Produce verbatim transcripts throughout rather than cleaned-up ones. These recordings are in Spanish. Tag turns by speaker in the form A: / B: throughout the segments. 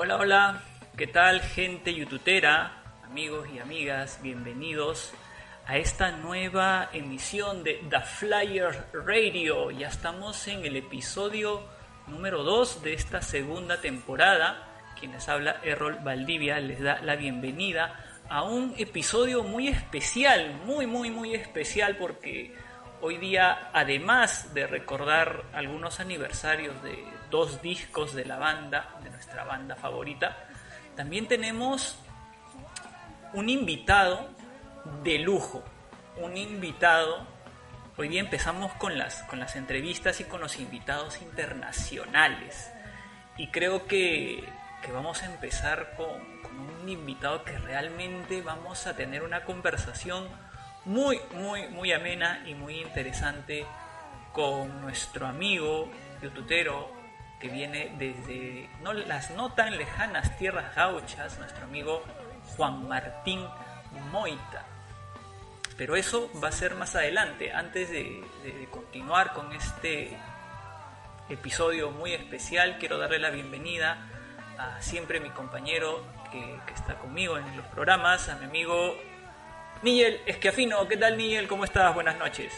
A: Hola, hola, ¿qué tal gente youtubera, amigos y amigas? Bienvenidos a esta nueva emisión de The Flyer Radio. Ya estamos en el episodio número dos de esta segunda temporada. Quienes habla Errol Valdivia les da la bienvenida a un episodio muy especial, muy muy muy especial porque hoy día, además de recordar algunos aniversarios de dos discos de la banda, de nuestra banda favorita, también tenemos un invitado de lujo, un invitado. Hoy día empezamos con las, con las entrevistas y con los invitados internacionales y creo que, que vamos a empezar con, con un invitado que realmente vamos a tener una conversación muy, muy, muy amena y muy interesante con nuestro amigo youtubero que viene desde no, las no tan lejanas tierras gauchas, nuestro amigo Juan Martín Moita. Pero eso va a ser más adelante. Antes de, de continuar con este episodio muy especial, quiero darle la bienvenida a siempre mi compañero que, que está conmigo en los programas, a mi amigo Nigel Esquiafino. ¿Qué tal, Nigel? ¿Cómo estás? Buenas noches.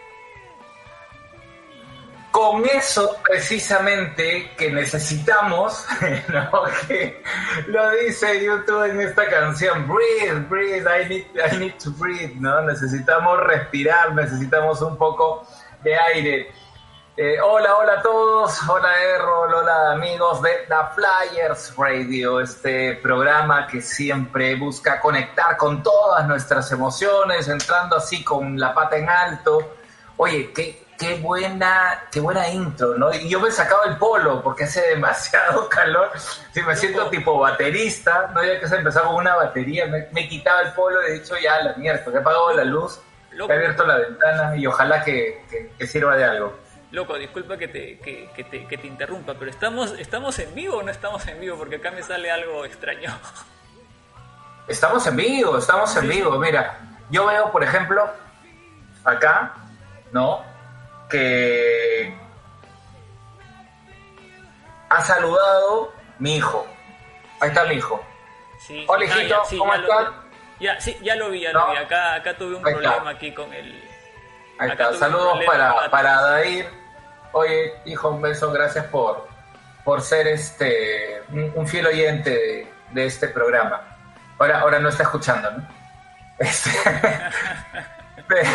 B: Con eso precisamente que necesitamos, ¿no? Que lo dice YouTube en esta canción, breathe, breathe, I need, I need to breathe, ¿no? Necesitamos respirar, necesitamos un poco de aire. Eh, hola, hola a todos, hola Errol, hola amigos de The Flyers Radio, este programa que siempre busca conectar con todas nuestras emociones, entrando así con la pata en alto. Oye, qué, qué buena, qué buena intro, ¿no? Y yo me sacaba el polo porque hace demasiado calor, sí, me siento tipo baterista, ¿no? Ya que se empezó con una batería, me, me quitaba el polo y he dicho ya la mierda, que he apagado la luz, he abierto la ventana y ojalá que, que, que sirva de algo.
A: Loco, disculpa que te, que, que te, que te interrumpa, pero ¿estamos, ¿estamos en vivo o no estamos en vivo? Porque acá me sale algo extraño.
B: Estamos en vivo, estamos en vivo. Mira, yo veo, por ejemplo, acá, ¿no? Que ha saludado mi hijo. Ahí está mi hijo.
A: Sí.
B: Hola, hijito,
A: ah, ya, sí,
B: ¿cómo
A: ya
B: estás?
A: Lo, ya, sí, ya lo vi, ya
B: ¿No?
A: lo vi. Acá, acá tuve un
B: Ahí
A: problema
B: está.
A: aquí con el...
B: Ahí está, saludos para, para Dair. Oye, hijo, un beso, gracias por, por ser este un, un fiel oyente de, de este programa. Ahora, ahora no está escuchando, ¿no? Este, pero,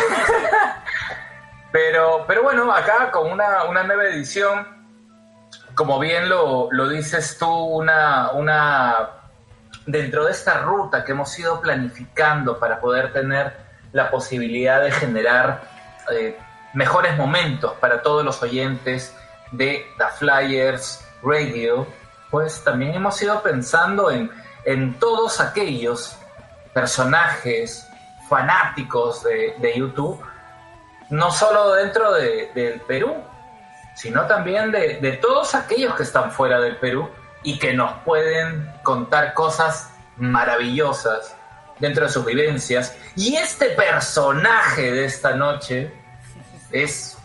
B: pero, pero bueno, acá con una, una nueva edición, como bien lo, lo dices tú, una, una dentro de esta ruta que hemos ido planificando para poder tener la posibilidad de generar Eh, mejores momentos para todos los oyentes de The Flyers Radio, pues también hemos ido pensando en, en todos aquellos personajes fanáticos de, de YouTube, no solo dentro de, del Perú, sino también de, de todos aquellos que están fuera del Perú y que nos pueden contar cosas maravillosas dentro de sus vivencias. Y este personaje de esta noche es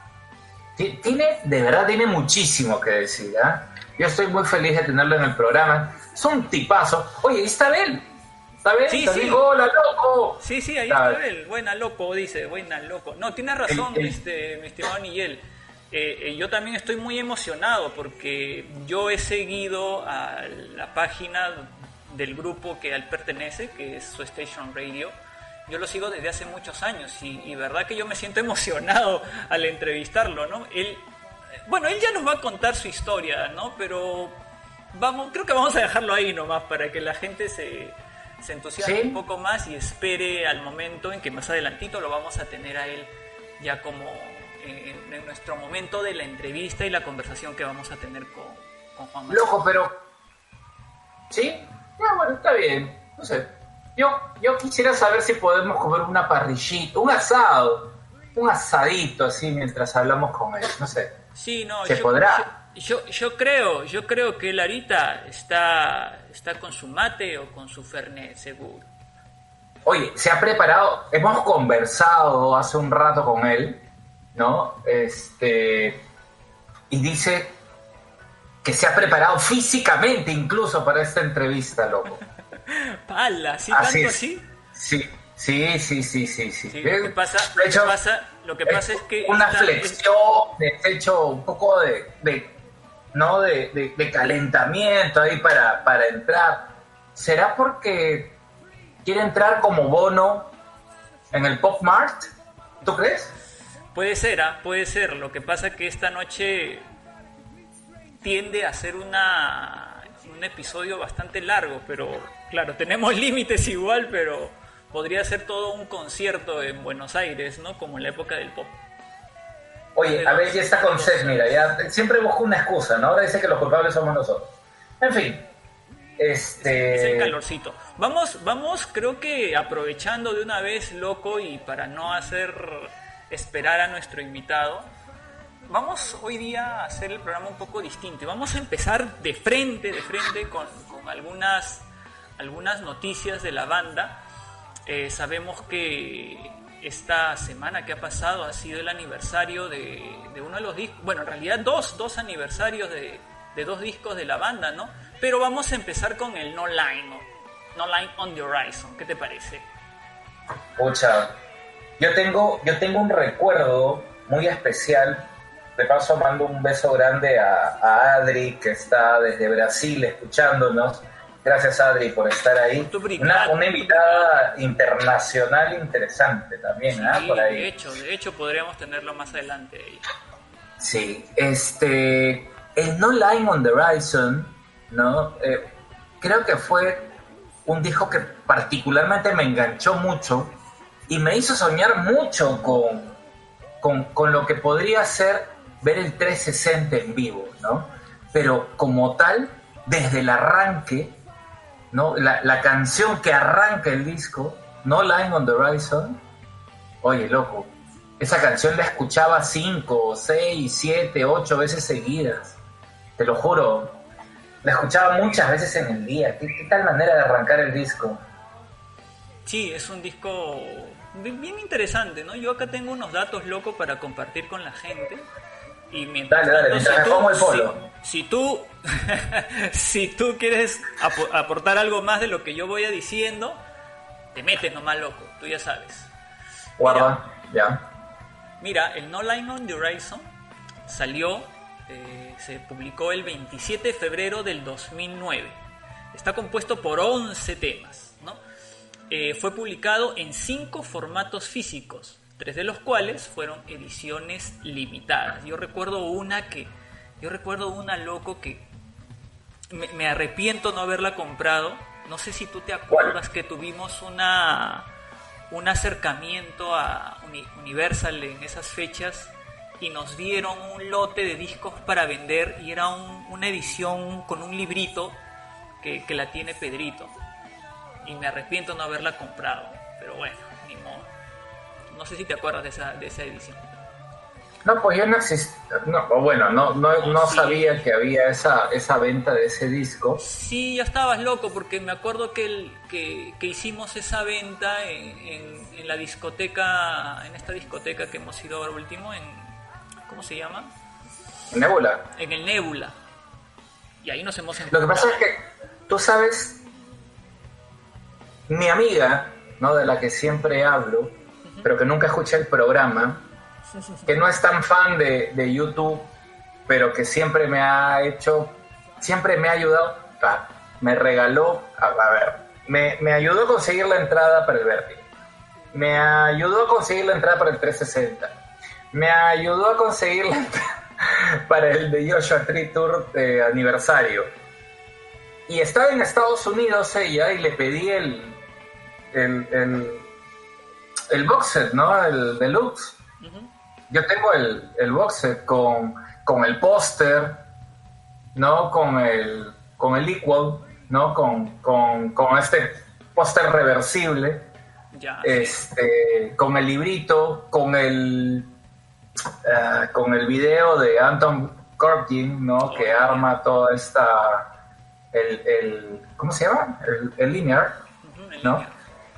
B: tiene, de verdad tiene muchísimo que decir, ¿eh? Yo estoy muy feliz de tenerlo en el programa. Es un tipazo. Oye, ¿y está Abel? ¿Está Abel?
A: Sí,
B: Te
A: sí.
B: digo, hola, loco.
A: Sí, sí, ahí está Abel. Buena, loco, dice. Buena, loco. No, tienes razón, el, el... Este, mi estimado Nigel. Eh, eh, yo también estoy muy emocionado porque yo he seguido a la página del grupo que él pertenece, que es Su Station Radio. Yo lo sigo desde hace muchos años y, y verdad que yo me siento emocionado al entrevistarlo, ¿no? Él, bueno, él ya nos va a contar su historia, ¿no? Pero vamos, creo que vamos a dejarlo ahí nomás para que la gente se, se entusiasme ¿Sí? un poco más y espere al momento en que más adelantito lo vamos a tener a él ya como en, en nuestro momento de la entrevista y la conversación que vamos a tener con, con Juan Martín.
B: Loco, pero... ¿Sí? Ya, bueno, está bien. No sé. Yo, yo quisiera saber si podemos comer una parrillita, un asado, un asadito así mientras hablamos con él, no sé.
A: Sí, no,
B: ¿Se
A: yo,
B: podrá?
A: Yo, yo, yo creo, yo creo que él ahorita está, está con su mate o con su fernet, seguro.
B: Oye, se ha preparado, hemos conversado hace un rato con él, ¿no? Este, y dice que se ha preparado físicamente incluso para esta entrevista, loco.
A: ¡Pala! ¿Sí tanto
B: así?
A: así?
B: Sí, sí, sí, sí, sí. sí.
A: Sí, lo que pasa,
B: de hecho,
A: lo que pasa, lo que pasa es que...
B: Una
A: esta,
B: flexión, he hecho un poco de, de ¿no? De, de, de calentamiento ahí para, para entrar. ¿Será porque quiere entrar como Bono en el Pop Mart? ¿Tú crees?
A: Puede ser, ¿ah? Puede ser. Lo que pasa es que esta noche tiende a ser una, un episodio bastante largo, pero claro, tenemos límites igual, pero podría ser todo un concierto en Buenos Aires, ¿no? Como en la época del pop.
B: Oye, a ver, ya está con Seth, mira, ya siempre busco una excusa, ¿no? Ahora dice que los culpables somos nosotros. En fin, este...
A: Es el calorcito. Vamos, vamos, creo que aprovechando de una vez, loco, y para no hacer esperar a nuestro invitado, vamos hoy día a hacer el programa un poco distinto. Y vamos a empezar de frente, de frente, con, con algunas, algunas noticias de la banda. Eh, sabemos que esta semana que ha pasado ha sido el aniversario de, de uno de los discos, bueno, en realidad dos, dos aniversarios de, de dos discos de la banda, ¿no? Pero vamos a empezar con el No Line, ¿no? No Line on the Horizon. ¿Qué te parece?
B: Pucha, yo tengo, yo tengo un recuerdo muy especial. De paso mando un beso grande a, a Adri, que está desde Brasil escuchándonos. Gracias, Adri, por estar ahí. Una, una invitada internacional interesante también,
A: sí,
B: ¿eh? Por ahí.
A: De hecho, de hecho podríamos tenerlo más adelante ahí.
B: Sí, este, el No Line on the Horizon, ¿no? Eh, creo que fue un disco que particularmente me enganchó mucho y me hizo soñar mucho con, con, con lo que podría ser ver el trescientos sesenta en vivo, ¿no? Pero como tal, desde el arranque, ¿no? La, la canción que arranca el disco, No Line on the Horizon, oye, loco, esa canción la escuchaba cinco, seis, siete, ocho veces seguidas, te lo juro, la escuchaba muchas veces en el día. ¿Qué, qué tal manera de arrancar el disco?
A: Sí, es un disco bien interesante, ¿no? Yo acá tengo unos datos locos para compartir con la gente. Y mientras
B: dale, dale, mientras
A: si
B: me
A: tú,
B: pongo el polo.
A: Si, si tú, si tú quieres ap- aportar algo más de lo que yo voy a diciendo, te metes nomás, loco, tú ya sabes.
B: Guarda, mira, ya.
A: Mira, el No Line on the Horizon salió, eh, se publicó el veintisiete de febrero del dos mil nueve. Está compuesto por once temas, ¿no? Eh, fue publicado en cinco formatos físicos, tres de los cuales fueron ediciones limitadas. Yo recuerdo una que, yo recuerdo una, loco, que me, me arrepiento no haberla comprado. No sé si tú te acuerdas que tuvimos una, un acercamiento a Uni- Universal en esas fechas y nos dieron un lote de discos para vender y era un, una edición con un librito que, que la tiene Pedrito. Y me arrepiento no haberla comprado, pero bueno, ni modo. No sé si te acuerdas de esa, de esa edición.
B: No, pues yo no existía, no, bueno, no, no,
A: No,
B: no
A: sí.
B: sabía que había esa, esa venta de ese disco.
A: Sí, ya estabas loco, porque me acuerdo que, el, que, que hicimos esa venta en, en, en la discoteca, en esta discoteca que hemos ido ahora último, en, ¿cómo se llama?
B: Nebula.
A: En el Nebula. Y ahí nos hemos
B: Lo
A: encontrado.
B: que pasa es que, tú sabes, mi amiga, ¿no? De la que siempre hablo, uh-huh. pero que nunca escuché el programa, que no es tan fan de, de YouTube, pero que siempre me ha hecho, siempre me ha ayudado, ah, me regaló, a, a ver, me, me ayudó a conseguir la entrada para el Vértigo, me ayudó a conseguir la entrada para el trescientos sesenta, me ayudó a conseguir la entrada para el de Joshua Tree Tour de aniversario. Y estaba en Estados Unidos ella y le pedí el el, el, el box set, ¿no? El deluxe. Uh-huh. Yo tengo el, el box set con, con el póster, ¿no? Con el, con el Equal, ¿no? Con, con, con este póster reversible.
A: Ya,
B: este, sí. Con el librito, con el uh, con el video de Anton Corbijn, ¿no? Oh, que yeah. arma toda esta el, el ¿cómo se llama? El, el linear, uh-huh, el ¿no? Linear.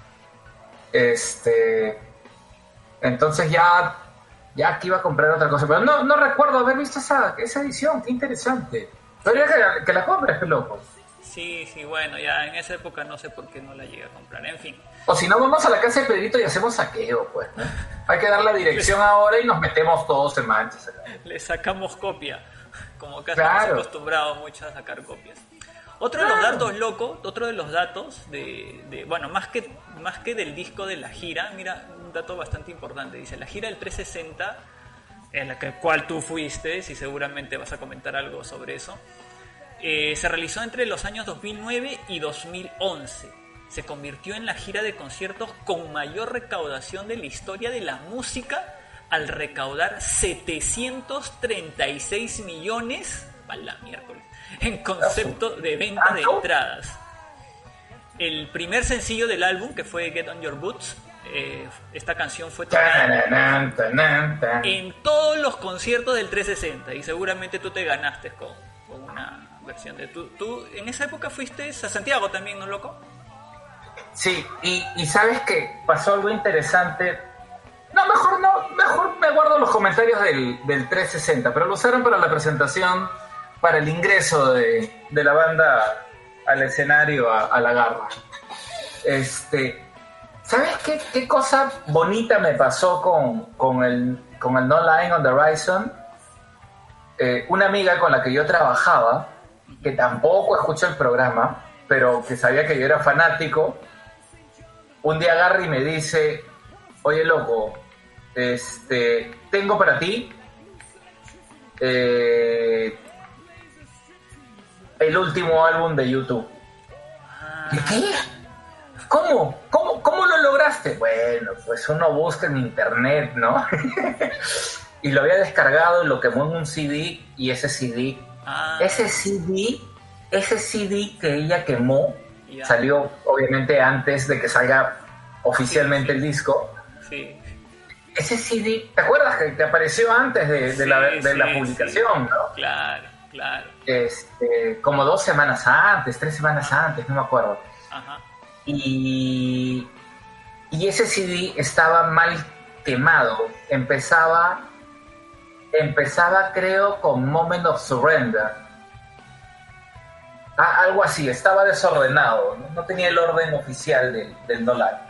B: Este, entonces ya ya aquí iba a comprar otra cosa, pero no, no recuerdo haber visto esa, esa edición. Qué interesante. Pero ya que, que la compres, qué loco.
A: Sí, sí, bueno, ya en esa época no sé por qué no la llegué a comprar, en fin.
B: O si no, vamos a la casa de Pedrito y hacemos saqueo, pues, ¿no? Hay que dar la dirección ahora y nos metemos todos en manchas.
A: Le sacamos copia, como casi
B: Claro.
A: estamos acostumbrados mucho a sacar copias. Otro de los datos locos, otro de los datos de, de bueno, más que, más que del disco de la gira, mira, un dato bastante importante. Dice, la gira del trescientos sesenta, en la que, cual tú fuiste, y seguramente vas a comentar algo sobre eso, eh, se realizó entre los años dos mil nueve y dos mil once. Se convirtió en la gira de conciertos con mayor recaudación de la historia de la música, al recaudar setecientos treinta y seis millones, a la miércoles, en concepto de venta de entradas. El primer sencillo del álbum, que fue Get On Your Boots, eh, esta canción fue tocada en todos los conciertos del trescientos sesenta, y seguramente tú te ganaste con, con una versión de... ¿Tú, tú en esa época fuiste a Santiago también, no, loco?
B: Sí, y, y ¿sabes qué? Pasó algo interesante. No, mejor no, mejor me guardo los comentarios del, del trescientos sesenta, pero lo usaron para la presentación, para el ingreso de, de la banda al escenario, a, a la garra. Este, ¿sabes qué, qué cosa bonita me pasó con, con, el, con el No Lying on the Horizon? Eh, una amiga con la que yo trabajaba, que tampoco escuchó el programa, pero que sabía que yo era fanático, un día agarra y me dice, oye, loco, este, tengo para ti eh, el último álbum de YouTube. ¿Qué? ¿Cómo? ¿Cómo? ¿Cómo lo lograste? Bueno, pues uno busca en internet, ¿no? Y lo había descargado y lo quemó en un C D, y ese C D, ah. ese C D, ese C D que ella quemó, yeah. Salió obviamente antes de que salga oficialmente sí, sí. el disco.
A: Sí.
B: Ese C D, ¿te acuerdas que, que apareció antes de, de, sí, la, de sí, la publicación,
A: sí.
B: ¿no?
A: Claro, claro.
B: Este, como dos semanas antes, tres semanas antes, no me acuerdo.
A: Ajá.
B: Y, y ese C D estaba mal quemado. Empezaba, empezaba creo con Moment of Surrender. Ah, algo así, estaba desordenado, no, no tenía el orden oficial del, del No Lie.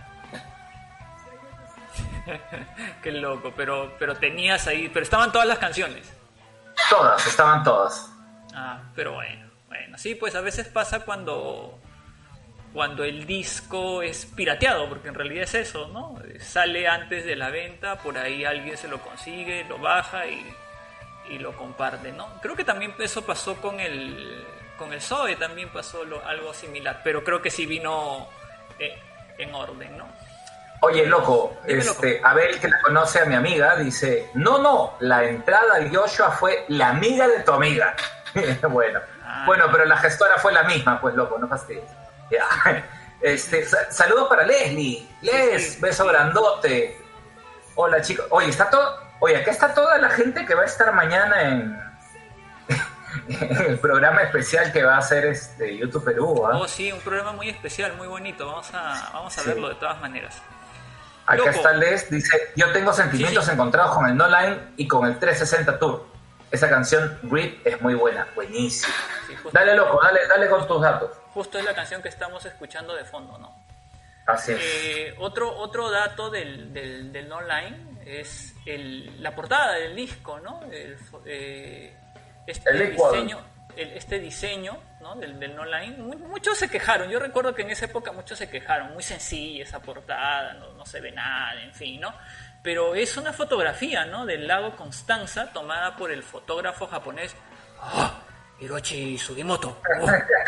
A: Qué loco, pero, pero tenías ahí, pero estaban todas las canciones.
B: Todas, estaban todas.
A: Ah, pero bueno, bueno, sí, pues a veces pasa cuando, cuando el disco es pirateado, porque en realidad es eso, ¿no? Sale antes de la venta, por ahí alguien se lo consigue, lo baja y, y lo comparte, ¿no? Creo que también eso pasó con el... Con el Zoe también pasó lo, algo similar, pero creo que sí vino eh, en orden, ¿no?
B: Oye, loco,
A: Dime,
B: este,
A: loco.
B: Abel, que la conoce a mi amiga, dice, no, no, la entrada al Joshua fue la amiga de tu amiga. bueno, ah, bueno, pero la gestora fue la misma, pues, loco, no fastidies. Ya. Este, sa- saludos para Leslie. Les,
A: sí, sí,
B: beso
A: sí.
B: grandote. Hola, chicos. Oye, está todo, oye, acá está toda la gente que va a estar mañana en el programa especial que va a hacer este YouTube Perú, ¿eh?
A: Oh, sí, un programa muy especial, muy bonito. Vamos a, vamos a
B: Sí.
A: verlo de todas maneras.
B: Acá
A: Loco.
B: está Les, dice, yo tengo sentimientos
A: Sí, sí.
B: encontrados con el No Line y con el trescientos sesenta Tour. Esa canción, Grip, es muy buena, buenísima.
A: Sí, justo,
B: Dale, loco, dale, dale con tus datos.
A: justo es la canción que estamos escuchando de fondo, ¿no?
B: Así es.
A: Eh, otro, otro dato del, del, del No Line es el, la portada del disco, ¿no? El, eh, este
B: El licuado.
A: diseño, el, este diseño, ¿no? del, del No Line. Mu- Muchos se quejaron. Yo recuerdo que en esa época muchos se quejaron. Muy sencilla esa portada, no, no se ve nada, en fin, ¿no? Pero es una fotografía, ¿no? Del lago Constanza tomada por el fotógrafo japonés ¡Ah! Hiroshi Sugimoto. Oh.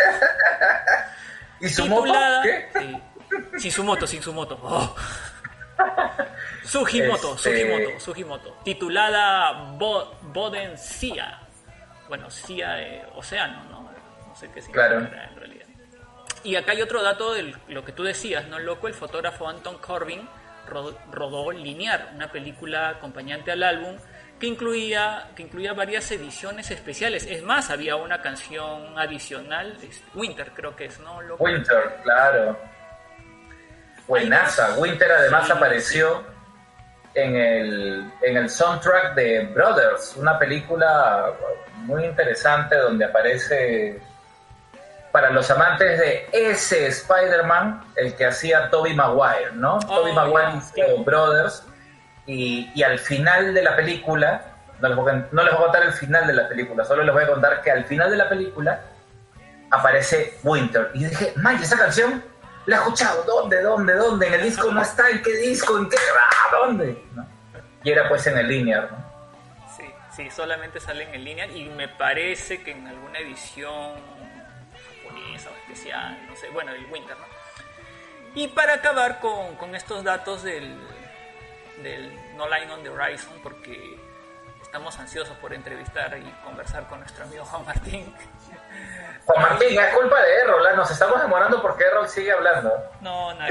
B: ¿Y su moto?
A: Titulada,
B: ¿Qué?
A: sí, sin su moto, sin su moto. Oh. Sugimoto,
B: Este-
A: Sugimoto, Sugimoto. Titulada Bo Boden Sea. Bueno, Sea de océano, ¿no? No sé qué significa
B: Claro.
A: en realidad. Y acá hay otro dato de lo que tú decías, ¿no, loco? El fotógrafo Anton Corbin ro- rodó Linear, una película acompañante al álbum que incluía, que incluía varias ediciones especiales. Es más, había una canción adicional, es Winter creo que es, ¿no, loco?
B: Winter, claro. Buenaza. Winter además
A: Sí,
B: apareció en el, en el soundtrack de Brothers, una película muy interesante donde aparece, para los amantes de ese Spider-Man, el que hacía Tobey Maguire, ¿no? Oh, Tobey Maguire yeah, hizo Brothers, y, y al final de la película, no les, voy a, no les voy a contar el final de la película, solo les voy a contar que al final de la película aparece Winter. Y yo dije, man, esa canción la he escuchado, ¿dónde, dónde, dónde? En el disco no está, ¿en qué disco? ¿En qué? Ah, ¿dónde? ¿No? Y era pues en el linear, ¿no?
A: Sí, sí, solamente sale en el linear y me parece que en alguna edición japonesa o especial, no sé, bueno, el Winter, ¿no? Y para acabar con, con estos datos del, del No Line on the Horizon, porque estamos ansiosos por entrevistar y conversar con nuestro amigo Juan Martín.
B: Juan Martín, es culpa de Errol, ¿eh? Nos estamos demorando porque Errol sigue hablando.
A: No, nada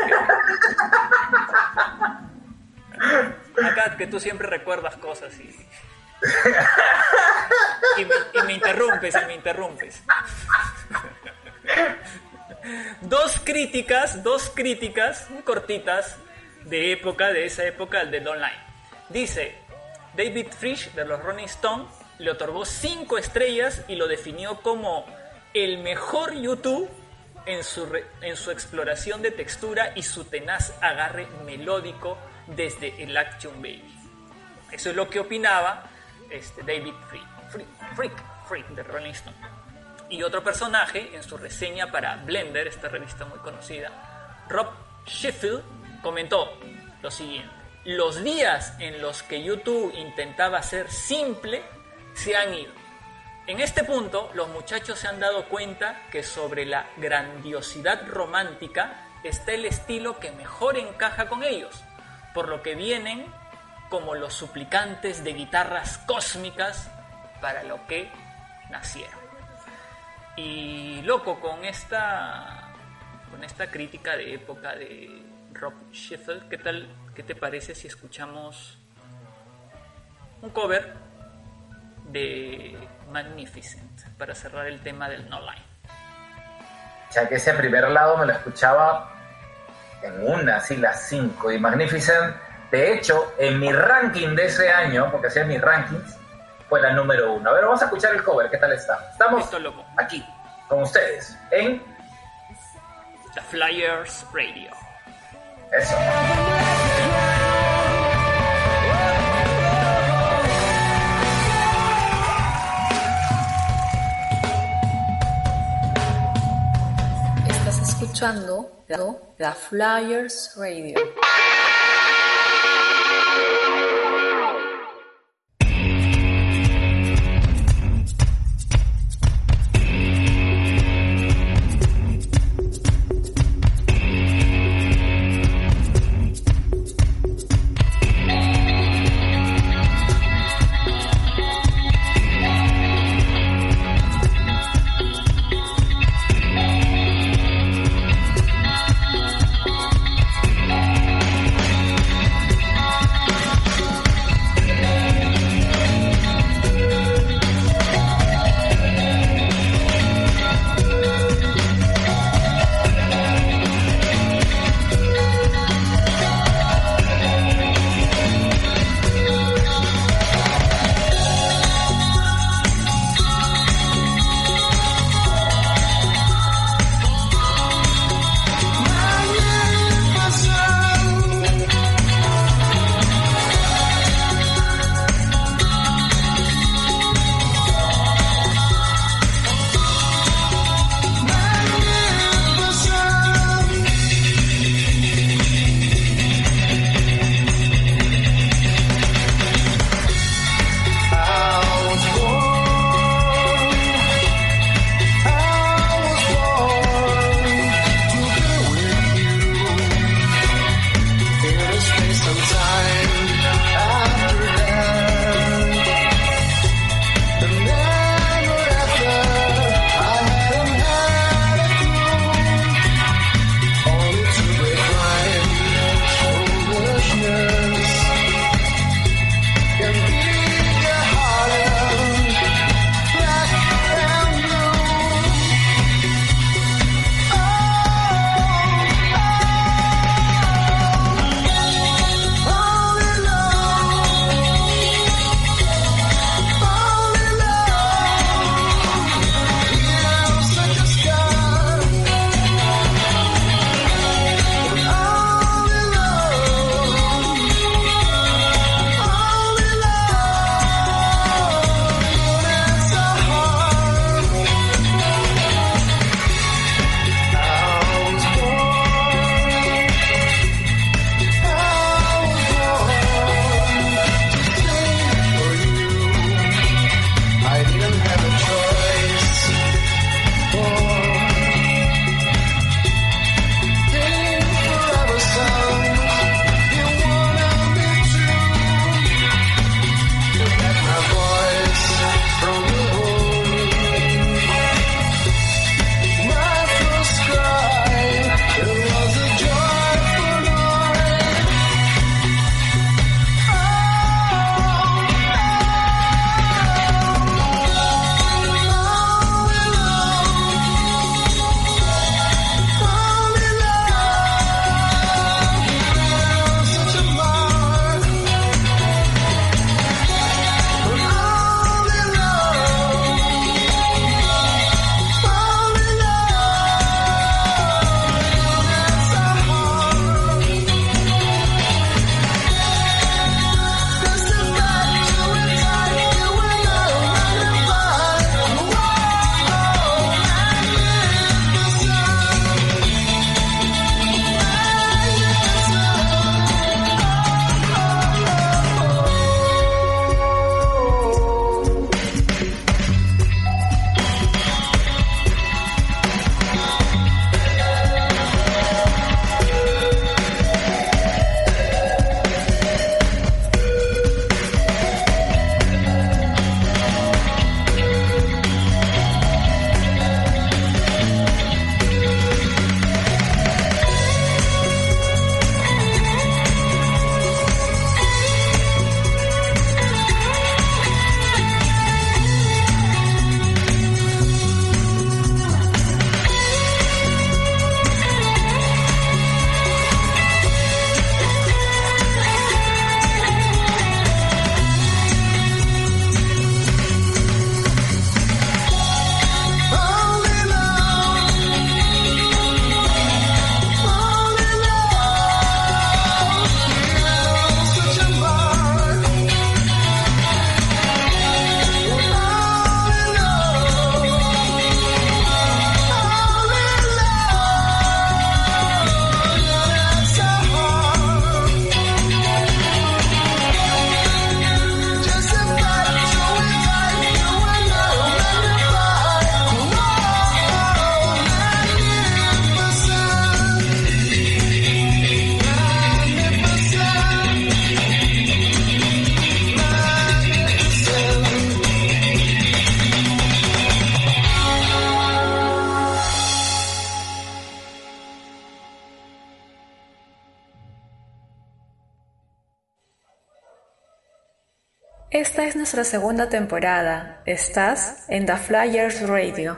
A: que ver. Acá que tú siempre recuerdas cosas y... y, me, y me interrumpes, y me interrumpes. Dos críticas, dos críticas muy cortitas de época, de esa época, el de Online. Dice, David Frisch de los Rolling Stones le otorgó cinco estrellas y lo definió como el mejor YouTube en su, re, en su exploración de textura y su tenaz agarre melódico desde el Action Baby. Eso es lo que opinaba este, David Frick, Frick, Frick, Frick de Rolling Stone. Y otro personaje en su reseña para Blender, esta revista muy conocida, Rob Sheffield, comentó lo siguiente: los días en los que YouTube intentaba ser simple se han ido. En este punto, los muchachos se han dado cuenta que sobre la grandiosidad romántica está el estilo que mejor encaja con ellos, por lo que vienen como los suplicantes de guitarras cósmicas para lo que nacieron. Y loco, con esta, con esta crítica de época de Rob Sheffield, ¿qué tal, qué te parece si escuchamos un cover de Magnificent para cerrar el tema del No Line?
B: O sea que ese primer lado me lo escuchaba en una, así las cinco, y Magnificent, de hecho, en mi ranking de ese año, porque hacía mis rankings, fue la número uno. A ver, vamos a escuchar el cover, ¿qué tal está? Estamos
A: Listo, loco.
B: Aquí, con ustedes, en
A: The Flyers Radio.
B: Eso.
C: Escuchando The Flyers Radio. Esta es nuestra segunda temporada. Estás en The Flyers Radio.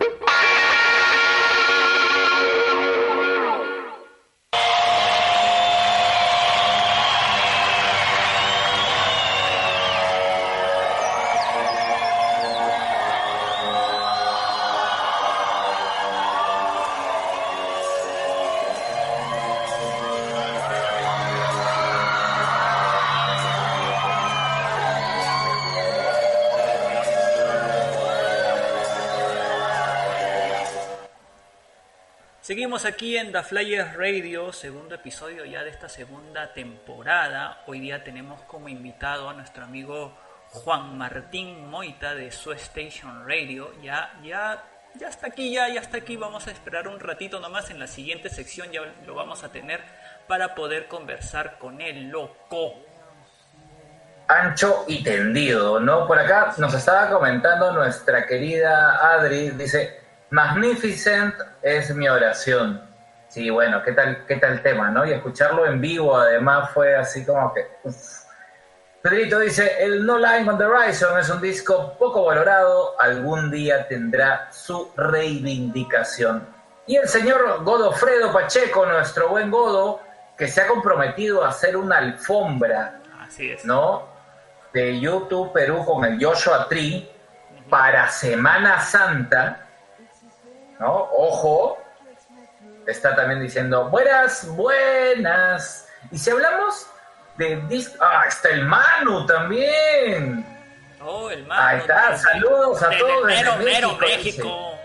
A: Seguimos aquí en The Flyers Radio, segundo episodio ya de esta segunda temporada. Hoy día tenemos como invitado a nuestro amigo Juan Martín Moita de Su Station Radio. Ya, ya, ya está aquí, ya, ya está aquí. Vamos a esperar un ratito nomás. En la siguiente sección ya lo vamos a tener para poder conversar con él, loco.
B: Ancho y tendido, ¿no? Por acá nos estaba comentando nuestra querida Adri, dice... Magnificent es mi oración. Sí, bueno, ¿qué tal, qué tal tema, no? Y escucharlo en vivo además fue así como que... Uf. Pedrito dice, el No Line on the Horizon es un disco poco valorado, algún día tendrá su reivindicación. Y el señor Godofredo Pacheco, nuestro buen Godo, que se ha comprometido a hacer una alfombra,
A: así es,
B: ¿no? De YouTube Perú con el Joshua Tree para Semana Santa, ¿no? Ojo, está también diciendo buenas, buenas. Y si hablamos de disco, ah, está el Manu también.
A: Oh, el Manu.
B: Ahí está, saludos a
A: de,
B: todos.
A: De mero,
B: desde
A: mero,
B: México.
A: México.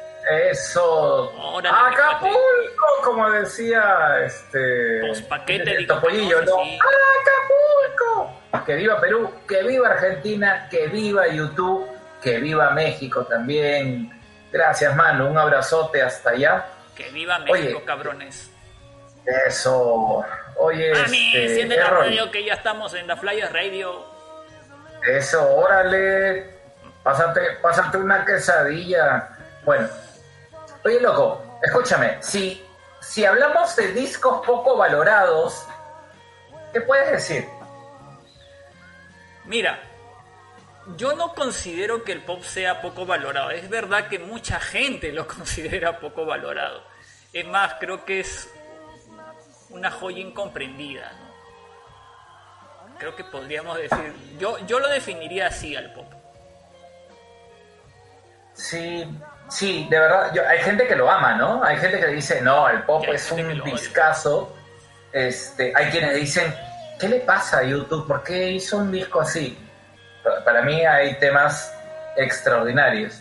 B: Eso.
A: Órale,
B: Acapulco, como decía este.
A: Pues paquete
B: el
A: de
B: Topollillo, ¿no?
A: sí.
B: Acapulco. Que viva Perú, que viva Argentina, que viva YouTube, que viva México también. Gracias, Manu. Un abrazote hasta allá.
A: Que viva México,
B: Oye,
A: cabrones.
B: Eso. Oye,
A: Mami,
B: este,
A: enciende la
B: Errol.
A: radio que ya estamos en The Flyers Radio.
B: Eso, órale. Pásate, pásate una quesadilla. Bueno. Oye, loco, escúchame. Si, si hablamos de discos poco valorados, ¿qué puedes decir?
A: Mira, yo no considero que el pop sea poco valorado. Es verdad que mucha gente lo considera poco valorado. Es más, creo que es una joya incomprendida, ¿no? Creo que podríamos decir... Yo, yo lo definiría así al pop.
B: Sí, sí, de verdad. Yo, hay gente que lo ama, ¿no? Hay gente que dice, no, el pop es un discazo. Este, hay quienes dicen, ¿qué le pasa a YouTube? ¿Por qué hizo un disco así? Para mí hay temas extraordinarios.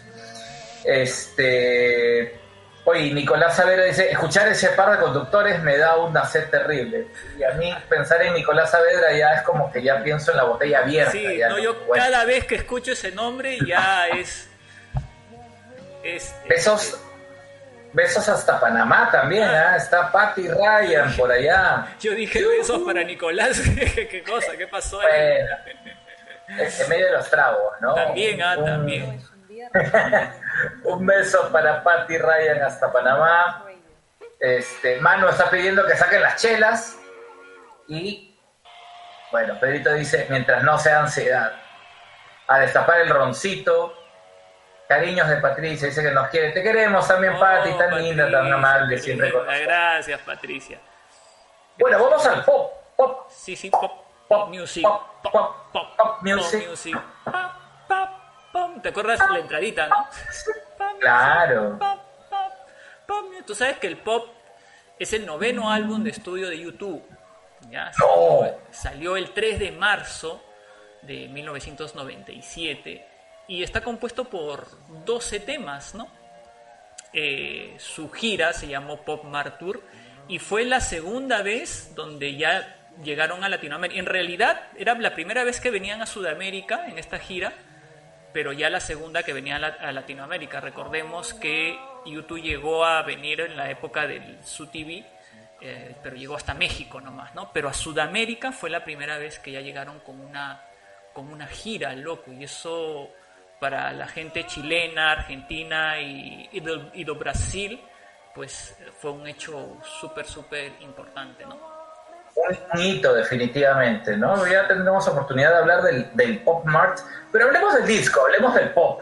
B: Este, oye, Nicolás Saavedra dice, escuchar ese par de conductores me da una sed terrible. Y a mí pensar en Nicolás Saavedra ya es como que ya pienso en la botella abierta.
A: Sí,
B: ya
A: no,
B: no,
A: yo
B: bueno.
A: cada vez que escucho ese nombre ya es... es
B: besos, besos hasta Panamá también, ¿eh? Está Patty Ryan por allá.
A: Yo dije besos para Nicolás. ¿Qué cosa? ¿Qué pasó ahí?
B: Bueno, en medio de los tragos, ¿no?
A: También, ah,
B: un,
A: también.
B: Un beso para Patty Ryan hasta Panamá. Este, Manu está pidiendo que saquen las chelas. Y, bueno, Pedrito dice, mientras no sea ansiedad. A destapar el roncito. Cariños de Patricia, dice que nos quiere. Te queremos también,
A: Oh,
B: Pati, tan
A: Patricia,
B: linda, tan amable, siempre con
A: linda.
B: nosotros.
A: Gracias, Patricia.
B: Bueno, vamos al pop. Pop.
A: Sí, sí, pop, pop music.
B: Pop,
A: Pop,
B: pop,
A: pop,
B: pop music.
A: music. Pop, pop, pop. ¿Te acuerdas la entradita, no? Pop,
B: Claro.
A: pop, pop, pop. Tú sabes que el pop es el noveno álbum de estudio de YouTube. ¿Ya?
B: No.
A: Salió, salió el tres de marzo de mil novecientos noventa y siete y está compuesto por doce temas, ¿no? Eh, su gira se llamó Pop Mart Tour y fue la segunda vez donde ya llegaron a Latinoamérica. En realidad era la primera vez que venían a Sudamérica en esta gira, pero ya la segunda que venían a, a Latinoamérica. Recordemos que YouTube llegó a venir en la época del Su T V, eh, pero llegó hasta México nomás, ¿no? Pero a Sudamérica fue la primera vez que ya llegaron con una, con una gira, loco, y eso para la gente chilena, argentina y, y, de, y de Brasil, pues fue un hecho súper, súper importante, ¿no?
B: un hito definitivamente, ¿no? Ya tendremos oportunidad de hablar del, del Pop Mart, pero hablemos del disco, hablemos del pop.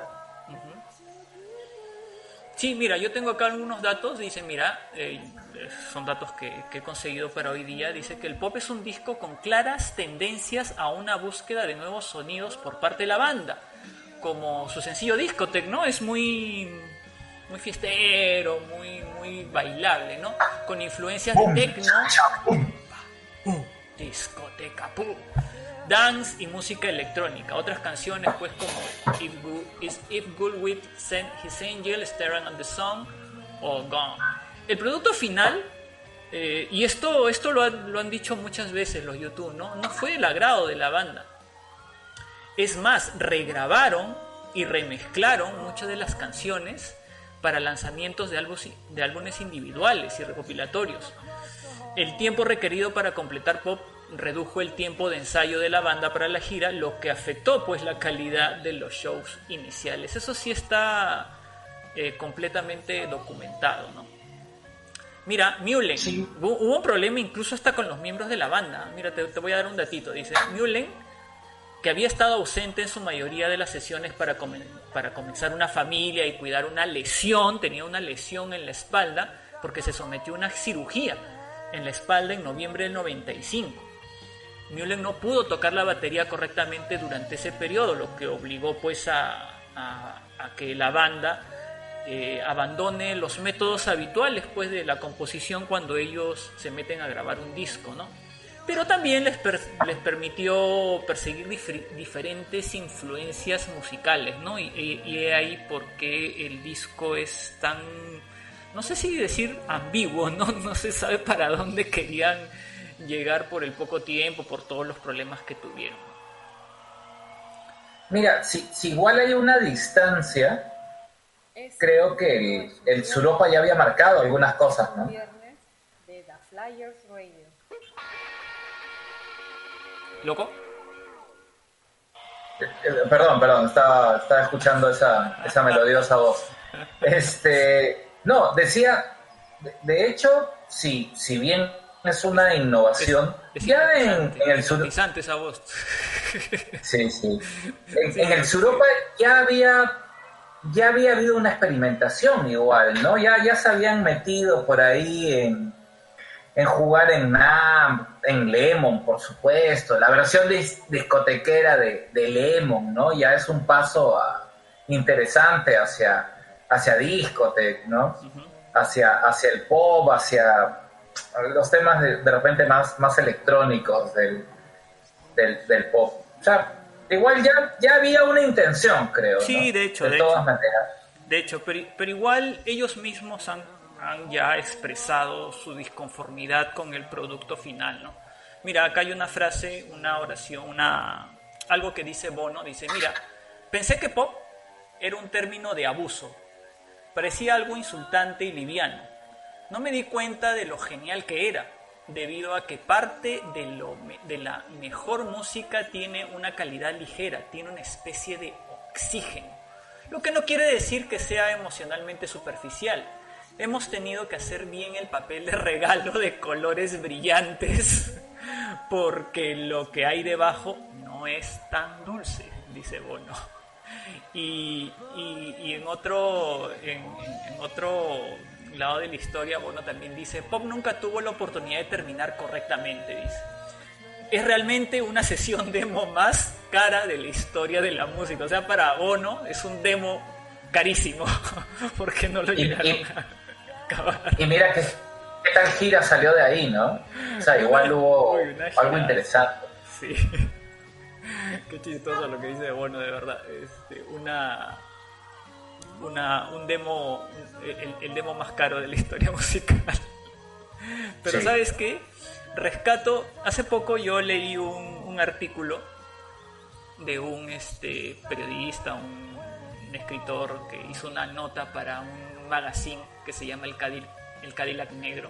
A: Sí, mira, yo tengo acá algunos datos, dice, mira, eh, son datos que, que he conseguido para hoy día, dice que el pop es un disco con claras tendencias a una búsqueda de nuevos sonidos por parte de la banda, como su sencillo Discotech, ¿no? Es muy, muy fiestero, muy, muy bailable, ¿no? Con influencias de techno, uh, discoteca, pum, dance y música electrónica. Otras canciones pues como If Good, Is If Good With Send His Angel, Staring on the Sun o Gone. El producto final, eh, y esto, esto lo, han, lo han dicho muchas veces los YouTube, ¿no? No fue del agrado de la banda. Es más, regrabaron y remezclaron muchas de las canciones para lanzamientos de álbumes, de álbumes individuales y recopilatorios. El tiempo requerido para completar Pop redujo el tiempo de ensayo de la banda para la gira, lo que afectó pues la calidad de los shows iniciales. Eso sí está eh, completamente documentado, ¿no? Mira, Mullen, sí. hubo, hubo un problema incluso hasta con los miembros de la banda. Mira, te, te voy a dar un datito. Dice, Mullen, que había estado ausente en su mayoría de las sesiones para, comen, para comenzar una familia y cuidar una lesión, tenía una lesión en la espalda porque se sometió a una cirugía en la espalda en noviembre del noventa y cinco. Mullen no pudo tocar la batería correctamente durante ese periodo, lo que obligó pues a, a, a que la banda eh, abandone los métodos habituales pues de la composición cuando ellos se meten a grabar un disco, ¿no? Pero también les, per, les permitió perseguir dif- diferentes influencias musicales, ¿no? Y, y, y ahí porque el disco es tan, no sé si decir ambiguo, ¿no? No se sabe para dónde querían llegar por el poco tiempo, por todos los problemas que tuvieron.
B: Mira, si, si igual hay una distancia, creo que el, el Suropa ya había marcado algunas cosas, ¿no?
C: Viernes de The Flyers Radio.
A: ¿Loco?
B: Eh, eh, perdón, perdón, estaba, estaba escuchando esa, esa melodiosa voz. Este, no, decía, de, de hecho, si, si bien es una innovación,
A: es, es
B: ya en, en el sur...
A: esa voz.
B: Sí, sí. En, sí, en el Suropa ya había, ya había habido una experimentación igual, ¿no? Ya, ya se habían metido por ahí en... en jugar en N A M, en Lemon, por supuesto. La versión dis- discotequera de, de Lemon, ¿no? Ya es un paso a, interesante hacia, hacia discotec, ¿no? Uh-huh. Hacia, hacia el pop, hacia los temas de, de repente más, más electrónicos del, del, del pop. O sea, igual ya, ya había una intención, creo,
A: sí,
B: ¿no?
A: de hecho,
B: de,
A: de
B: todas
A: hecho.
B: maneras.
A: De hecho, pero, pero igual ellos mismos han han ya expresado su disconformidad con el producto final, ¿no? Mira, acá hay una frase, una oración, una algo que dice Bono, dice, mira, pensé que pop era un término de abuso, parecía algo insultante y liviano. No me di cuenta de lo genial que era, debido a que parte de, lo, de la mejor música tiene una calidad ligera, tiene una especie de oxígeno, lo que no quiere decir que sea emocionalmente superficial. Hemos tenido que hacer bien el papel de regalo de colores brillantes porque lo que hay debajo no es tan dulce, dice Bono. Y, y, y en, otro, en, en otro lado de la historia, Bono también dice, Pop nunca tuvo la oportunidad de terminar correctamente, dice. Es realmente una sesión demo más cara de la historia de la música. O sea, para Bono es un demo carísimo porque no lo llegaron y, y... a...
B: Y mira qué, qué tal gira salió de ahí, ¿no? O sea, igual hubo Uy, algo interesante.
A: Sí. Qué chistoso lo que dice Bono, de verdad. Este, una, una, un demo, el, el demo más caro de la historia musical. Pero sí. ¿Sabes qué? Rescato, hace poco yo leí un, un artículo de un este, periodista, un, un escritor que hizo una nota para un magazine que se llama El Cadillac, el Cadillac Negro.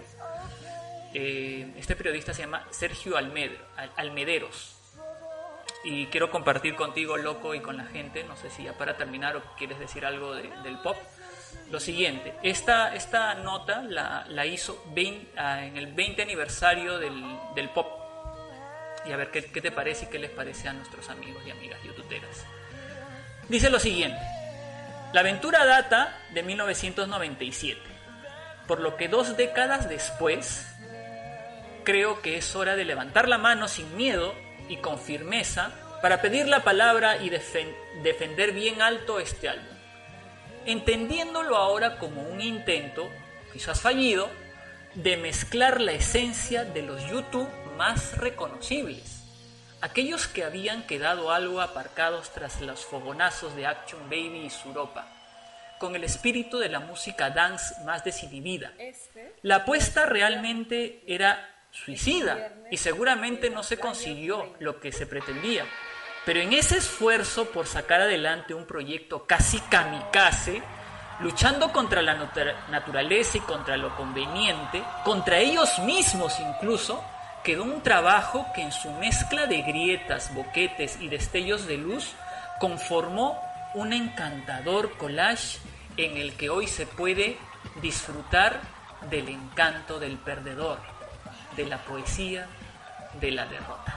A: Eh, este periodista se llama Sergio Almed, Almederos. Y quiero compartir contigo, Loco, y con la gente, no sé si ya para terminar o quieres decir algo de, del pop. lo siguiente, esta, esta nota la, la hizo veinte, uh, en el veinte aniversario del, del pop. Y a ver ¿qué, qué te parece y qué les parece a nuestros amigos y amigas youtuberas. Dice lo siguiente: la aventura data de mil novecientos noventa y siete, por lo que dos décadas después, creo que es hora de levantar la mano sin miedo y con firmeza para pedir la palabra y defen- defender bien alto este álbum, entendiéndolo ahora como un intento, quizás fallido, de mezclar la esencia de los YouTube más reconocibles, aquellos que habían quedado algo aparcados tras los fogonazos de Action Baby y Suropa, con el espíritu de la música dance más desinhibida. La apuesta realmente era suicida y seguramente no se consiguió lo que se pretendía, pero en ese esfuerzo por sacar adelante un proyecto casi kamikaze, luchando contra la naturaleza y contra lo conveniente, contra ellos mismos incluso, quedó un trabajo que en su mezcla de grietas, boquetes y destellos de luz conformó un encantador collage en el que hoy se puede disfrutar del encanto del perdedor, de la poesía de la derrota.